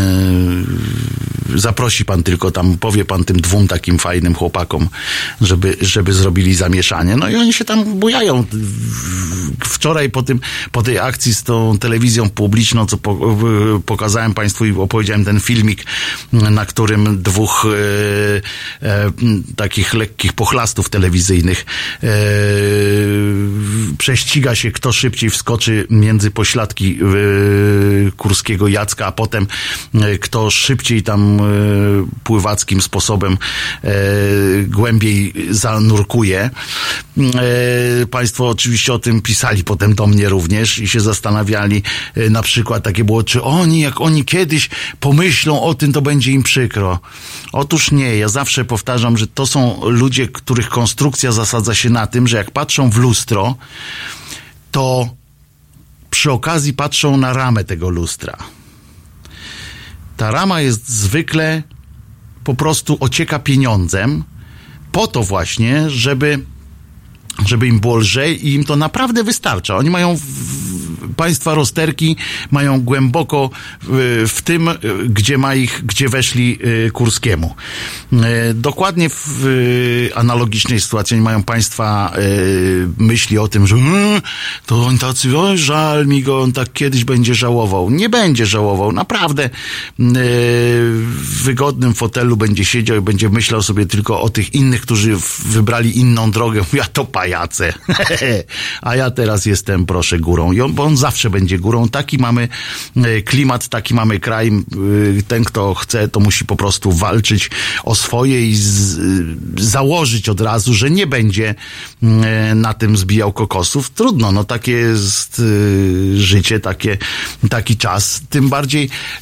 zaprosi pan tylko tam, powie pan tym dwóm takim fajnym chłopakom, żeby, żeby zrobili zamieszanie. No i oni się tam bujają. Wczoraj po tym, po tej akcji z tą telewizją publiczną, co po, pokazałem państwu i opowiedziałem ten filmik, na którym dwóch e, e, takich lekkich pochlastów telewizyjnych e, prześciga się, kto szybciej wskoczy między pośladki yy, Kurskiego Jacka, a potem yy, kto szybciej tam yy, pływackim sposobem yy, głębiej zanurkuje. Yy, państwo oczywiście o tym pisali potem do mnie również i się zastanawiali, yy, na przykład takie było, czy oni, jak oni kiedyś pomyślą o tym, to będzie im przykro. Otóż nie, ja zawsze powtarzam, że to są ludzie, których konstrukcja zasadza się na tym, że jak patrzą w lustro, to przy okazji patrzą na ramę tego lustra. Ta rama jest zwykle po prostu ocieka pieniądzem po to właśnie, żeby żeby im było lżej i im to naprawdę wystarcza. Oni mają, w, państwa rozterki mają głęboko w, w tym, gdzie ma ich, gdzie weszli y, Kurskiemu. Y, dokładnie w y, analogicznej sytuacji oni mają państwa y, myśli o tym, że y, to on tacy, o, żal mi go, on tak kiedyś będzie żałował. Nie będzie żałował. Naprawdę y, w wygodnym fotelu będzie siedział i będzie myślał sobie tylko o tych innych, którzy wybrali inną drogę. Ja to pajace. A ja teraz jestem, proszę, górą. I on, bo on zawsze będzie górą. Taki mamy klimat, taki mamy kraj. Ten, kto chce, to musi po prostu walczyć o swoje i z, założyć od razu, że nie będzie na tym zbijał kokosów. Trudno, no takie jest życie, takie, taki czas. Tym bardziej e,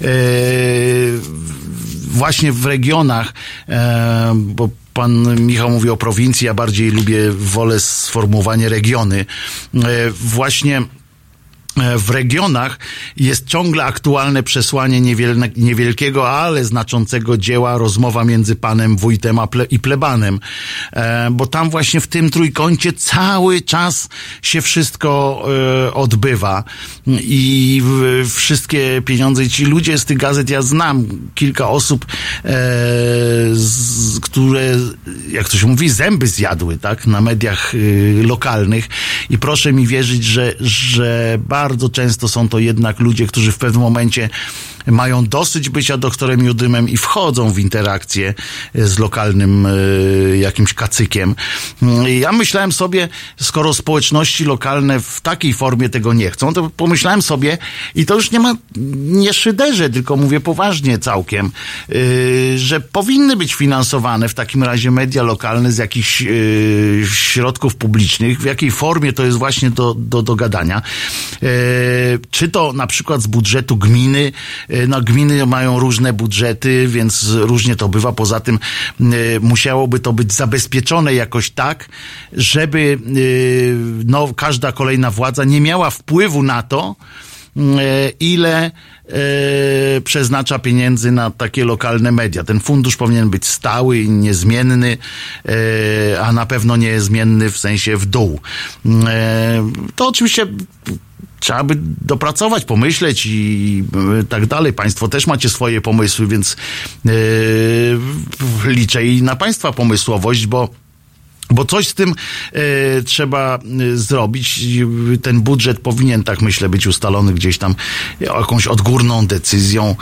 właśnie w regionach, e, bo pan Michał mówi o prowincji, ja bardziej lubię, wolę sformułowanie regiony. Właśnie w regionach jest ciągle aktualne przesłanie niewiel- niewielkiego, ale znaczącego dzieła Rozmowa między panem wójtem a ple- i plebanem. E, bo tam właśnie w tym trójkącie cały czas się wszystko e, odbywa i w, wszystkie pieniądze i ci ludzie z tych gazet, ja znam kilka osób, e, z, które, jak to się mówi, zęby zjadły, tak, na mediach e, lokalnych i proszę mi wierzyć, że, że bardzo Bardzo często są to jednak ludzie, którzy w pewnym momencie mają dosyć bycia doktorem Judymem i wchodzą w interakcję z lokalnym y, jakimś kacykiem. Ja myślałem sobie, skoro społeczności lokalne w takiej formie tego nie chcą, to pomyślałem sobie, i to już nie ma, nie szyderze, tylko mówię poważnie całkiem, y, że powinny być finansowane w takim razie media lokalne z jakichś y, środków publicznych, w jakiej formie to jest właśnie do, do, do gadania. Y, czy to na przykład z budżetu gminy. No, gminy mają różne budżety, więc różnie to bywa. Poza tym y, musiałoby to być zabezpieczone jakoś tak, żeby y, no, każda kolejna władza nie miała wpływu na to, y, ile y, przeznacza pieniędzy na takie lokalne media. Ten fundusz powinien być stały i niezmienny, y, a na pewno niezmienny w sensie w dół. Y, to oczywiście trzeba by dopracować, pomyśleć i tak dalej. Państwo też macie swoje pomysły, więc yy, liczę i na państwa pomysłowość, bo Bo coś z tym y, trzeba y, zrobić. Ten budżet powinien, tak myślę, być ustalony gdzieś tam jakąś odgórną decyzją.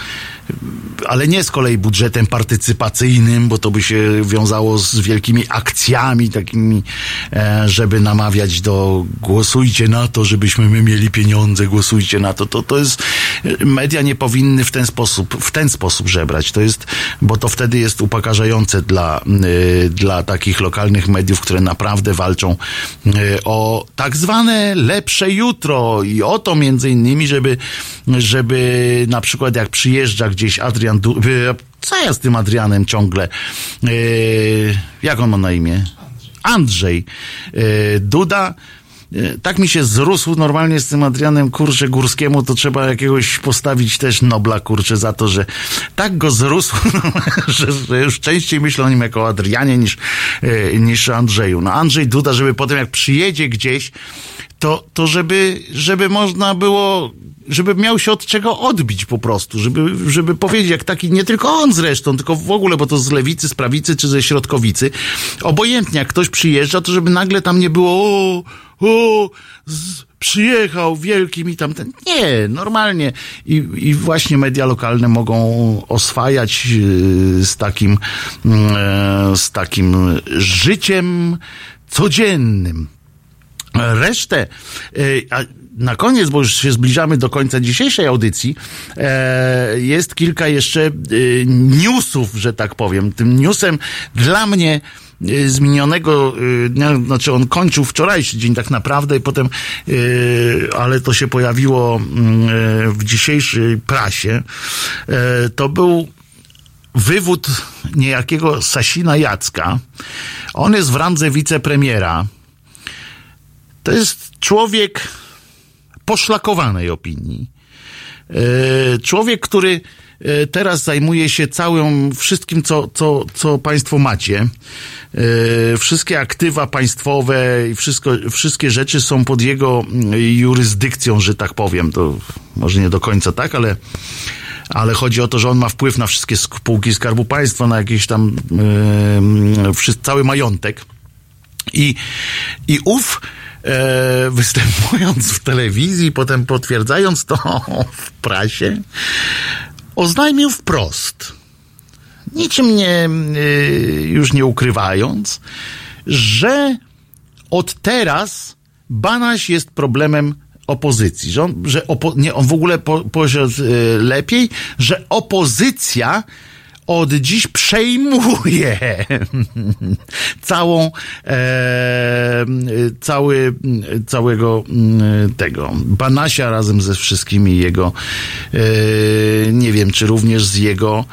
ale nie z kolei budżetem partycypacyjnym, bo to by się wiązało z wielkimi akcjami takimi, żeby namawiać do głosujcie na to, żebyśmy my mieli pieniądze, głosujcie na to. To, to jest, media nie powinny w ten sposób, w ten sposób żebrać. To jest, bo to wtedy jest upokarzające dla, dla takich lokalnych mediów, które naprawdę walczą o tak zwane lepsze jutro i o to między innymi, żeby, żeby na przykład jak przyjeżdża gdzieś Adrian, du- co ja z tym Adrianem ciągle, yy, jak on ma na imię? Andrzej yy, Duda. Tak mi się zrósł normalnie z tym Adrianem, kurczę, Górskiemu, to trzeba jakiegoś postawić też Nobla, kurczę, za to, że tak go zrósł, że, że już częściej myślę o nim jako o Adrianie niż, niż o Andrzeju. No Andrzej Duda, żeby potem jak przyjedzie gdzieś, to, to żeby, żeby można było, żeby miał się od czego odbić po prostu, żeby, żeby powiedzieć, jak taki, nie tylko on zresztą, tylko w ogóle, bo to z lewicy, z prawicy, czy ze środkowicy, obojętnie, jak ktoś przyjeżdża, to żeby nagle tam nie było o, o, z, przyjechał wielki mi tam ten, nie, normalnie i, i właśnie media lokalne mogą oswajać yy, z takim yy, z takim życiem codziennym. Resztę, a na koniec, bo już się zbliżamy do końca dzisiejszej audycji, jest kilka jeszcze newsów, że tak powiem. Tym newsem dla mnie z minionego dnia, znaczy on kończył wczorajszy dzień tak naprawdę i potem, ale to się pojawiło w dzisiejszej prasie, to był wywód niejakiego Sasina Jacka. On jest w randze wicepremiera. To jest człowiek poszlakowanej opinii. Człowiek, który teraz zajmuje się całym wszystkim, co, co, co państwo macie. Wszystkie aktywa państwowe i wszystko, wszystkie rzeczy są pod jego jurysdykcją, że tak powiem. To może nie do końca tak, ale ale chodzi o to, że on ma wpływ na wszystkie spółki Skarbu Państwa, na jakiś tam yy, cały majątek. I, i ów E, występując w telewizji, potem potwierdzając to w prasie, oznajmił wprost, niczym nie, e, już nie ukrywając, że od teraz Banaś jest problemem opozycji, że on, że opo- nie, on w ogóle po, poszedł e, lepiej, że opozycja od dziś przejmuje całą, e, cały, całego tego Banasia razem ze wszystkimi jego, e, nie wiem, czy również z jego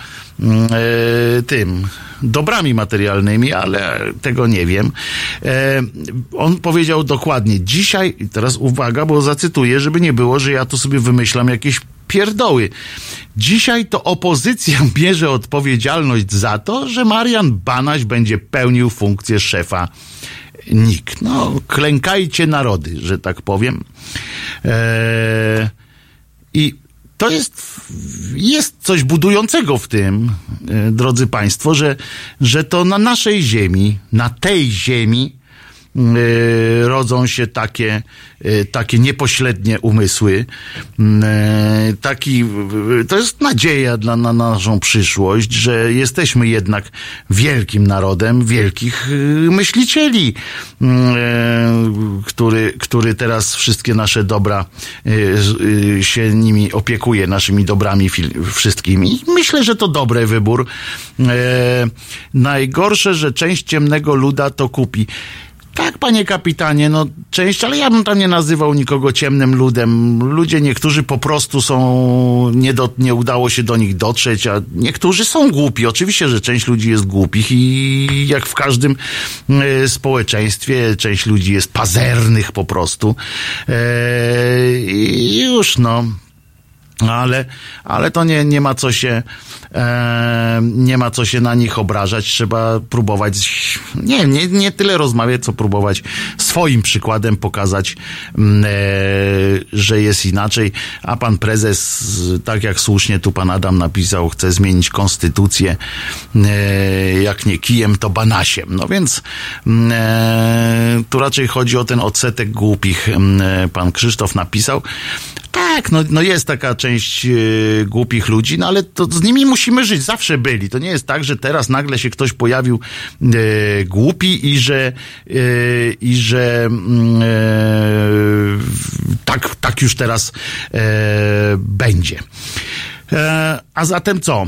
e, tym dobrami materialnymi, ale tego nie wiem. E, on powiedział dokładnie, dzisiaj, i teraz uwaga, bo zacytuję, żeby nie było, że ja tu sobie wymyślam jakieś pierdoły. Dzisiaj to opozycja bierze odpowiedzialność za to, że Marian Banaś będzie pełnił funkcję szefa N I K. No, klękajcie narody, że tak powiem. E, I to jest, jest coś budującego w tym, e, drodzy państwo, że, że to na naszej ziemi, na tej ziemi e, rodzą się takie, e, takie niepośrednie umysły. E, taki, to jest nadzieja dla, na naszą przyszłość, że jesteśmy jednak wielkim narodem, wielkich e, myślicieli, e, który, który teraz wszystkie nasze dobra e, e, się nimi opiekuje, naszymi dobrami fil- wszystkimi. Myślę, że to dobry wybór. E, najgorsze, że część ciemnego luda to kupi. Tak, panie kapitanie, no część, ale ja bym tam nie nazywał nikogo ciemnym ludem. Ludzie, niektórzy po prostu są, nie, do, nie udało się do nich dotrzeć, a niektórzy są głupi. Oczywiście, że część ludzi jest głupich i jak w każdym e, społeczeństwie, część ludzi jest pazernych po prostu. E, I już, no. Ale, ale to nie, nie ma co się, e, nie ma co się na nich obrażać. Trzeba próbować, nie, nie, nie tyle rozmawiać, co próbować swoim przykładem pokazać, e, że jest inaczej. A pan prezes, tak jak słusznie tu pan Adam napisał, chce zmienić konstytucję, e, jak nie kijem, to banasiem. No więc e, tu raczej chodzi o ten odsetek głupich, e, pan Krzysztof napisał. Tak, no, no jest taka część y, głupich ludzi, no ale to z nimi musimy żyć, zawsze byli. To nie jest tak, że teraz nagle się ktoś pojawił y, głupi i że y, i że y, tak, tak już teraz y, będzie. Y, a zatem co?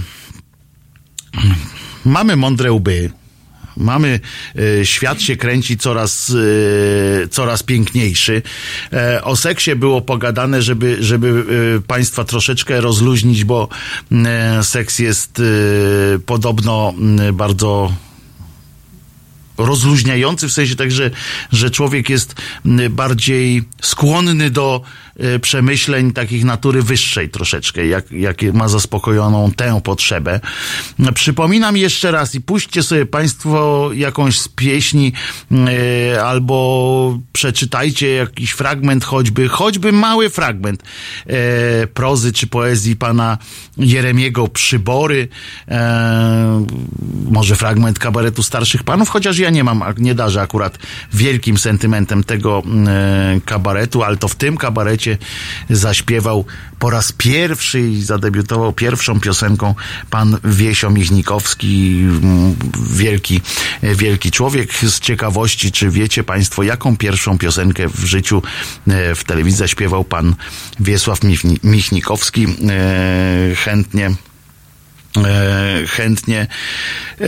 Mamy mądre łby. Mamy, e, świat się kręci coraz, e, coraz piękniejszy. E, o seksie było pogadane, żeby, żeby e, państwa troszeczkę rozluźnić, bo e, seks jest e, podobno e, bardzo rozluźniający, w sensie tak, że, że człowiek jest bardziej skłonny do y, przemyśleń takich natury wyższej troszeczkę, jak, jak ma zaspokojoną tę potrzebę. Przypominam jeszcze raz i puśćcie sobie państwo jakąś z pieśni y, albo przeczytajcie jakiś fragment, choćby, choćby mały fragment y, prozy czy poezji pana Jeremiego Przybory, y, może fragment kabaretu Starszych Panów, chociaż ja nie mam, nie darzę akurat wielkim sentymentem tego e, kabaretu, ale to w tym kabarecie zaśpiewał po raz pierwszy i zadebiutował pierwszą piosenką pan Wiesio Michnikowski, wielki, wielki człowiek. Z ciekawości, czy wiecie państwo, jaką pierwszą piosenkę w życiu e, w telewizji zaśpiewał pan Wiesław Michnikowski? E, chętnie e, chętnie e,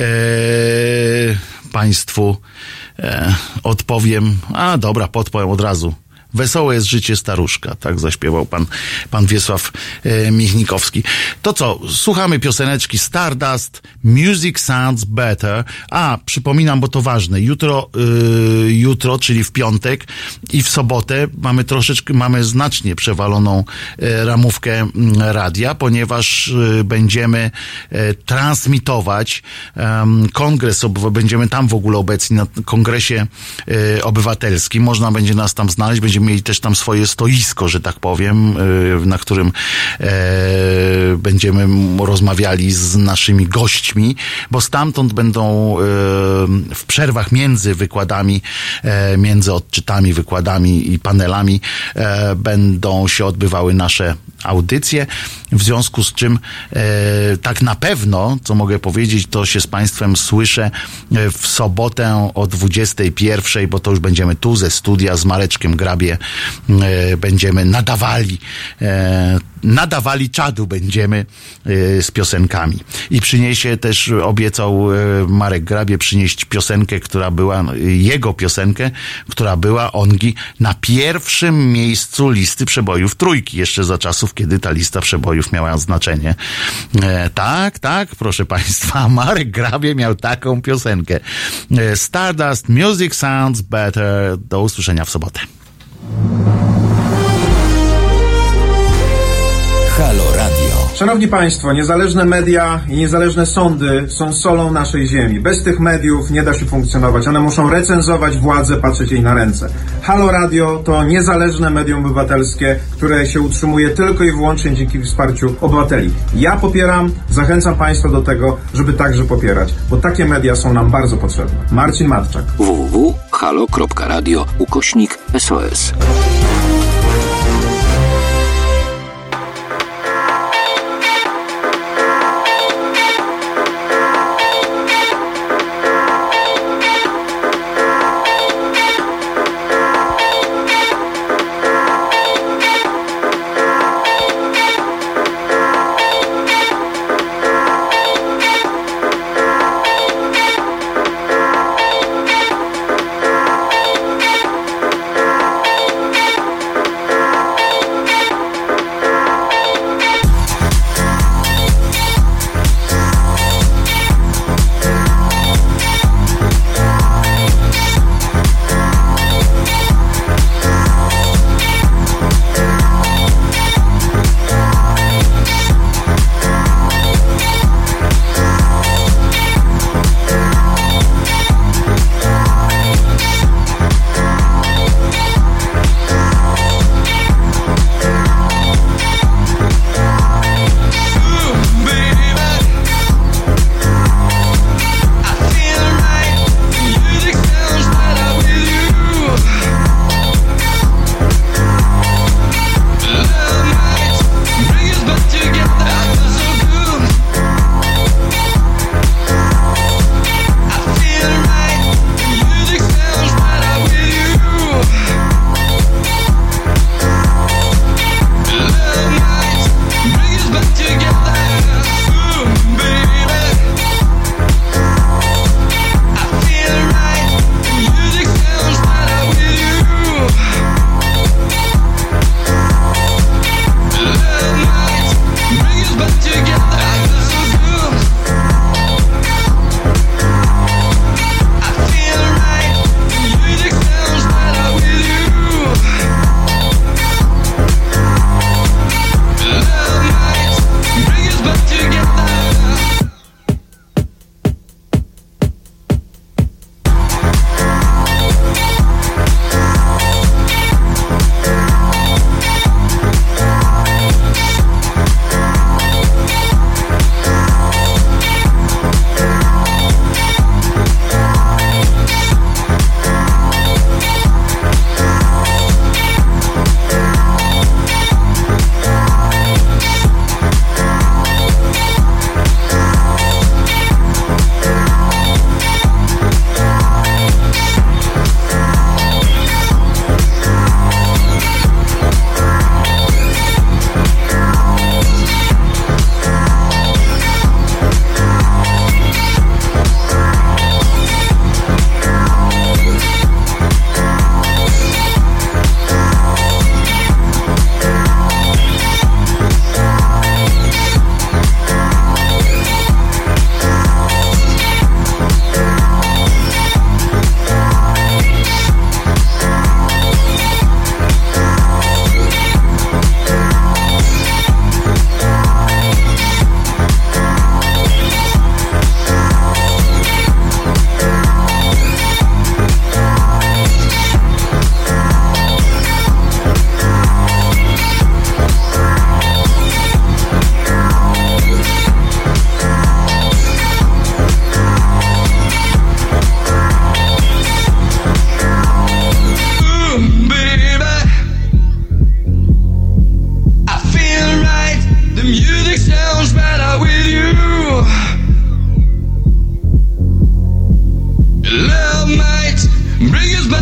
państwu e, odpowiem, a dobra, podpowiem od razu. Wesołe jest życie staruszka, tak zaśpiewał pan, pan Wiesław e, Michnikowski. To co, słuchamy pioseneczki Stardust, Music Sounds Better. A, przypominam, bo to ważne, jutro, y, jutro, czyli w piątek i w sobotę mamy troszeczkę, mamy znacznie przewaloną y, ramówkę y, radia, ponieważ y, będziemy y, transmitować y, kongres, ob- będziemy tam w ogóle obecni na kongresie y, obywatelskim. Można będzie nas tam znaleźć, będziemy mieli też tam swoje stoisko, że tak powiem, na którym e, będziemy rozmawiali z naszymi gośćmi, bo stamtąd będą e, w przerwach między wykładami, e, między odczytami, wykładami i panelami e, będą się odbywały nasze audycje, w związku z czym e, tak na pewno, co mogę powiedzieć, to się z państwem słyszę w sobotę o dwudziestej pierwszej, bo to już będziemy tu ze studia z Mareczkiem Grabie, e, będziemy nadawali e, nadawali czadu będziemy e, z piosenkami. I przyniesie też, obiecał e, Marek Grabie przynieść piosenkę, która była, jego piosenkę, która była, Ongi, na pierwszym miejscu listy przebojów trójki, jeszcze za czasów, kiedy ta lista przebojów miała znaczenie. E, tak, tak, proszę państwa, Marek Grabie miał taką piosenkę. E, Stardust, Music Sounds Better. Do usłyszenia w sobotę. Halo Radio. Szanowni Państwo, niezależne media i niezależne sądy są solą naszej ziemi. Bez tych mediów nie da się funkcjonować. One muszą recenzować władzę, patrzeć jej na ręce. Halo Radio to niezależne medium obywatelskie, które się utrzymuje tylko i wyłącznie dzięki wsparciu obywateli. Ja popieram, zachęcam Państwa do tego, żeby także popierać, bo takie media są nam bardzo potrzebne. Marcin Matczak. w w w kropka halo kropka radio ukośnik S O S.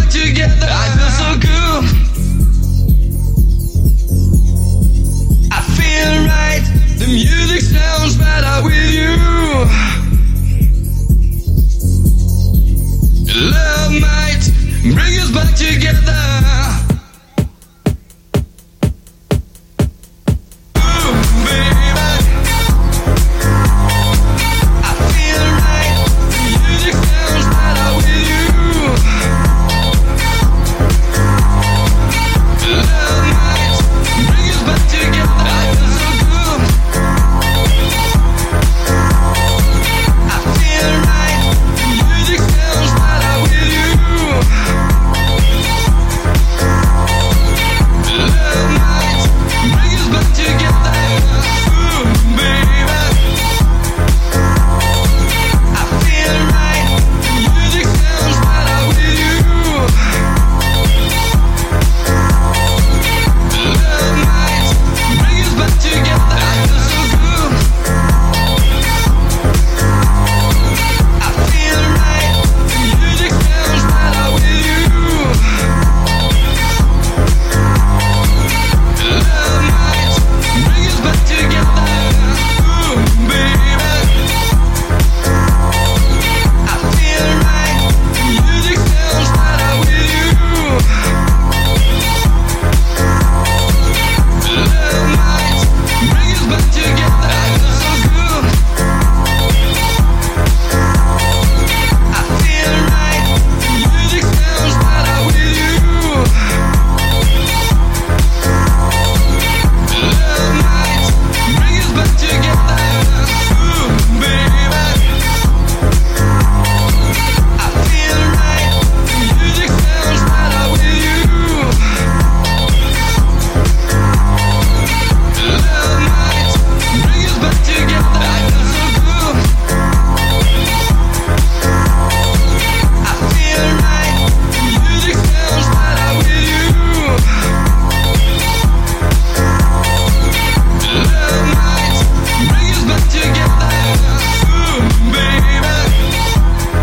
back together. I feel so good. I feel right. The music sounds better with you. Love might bring us back together.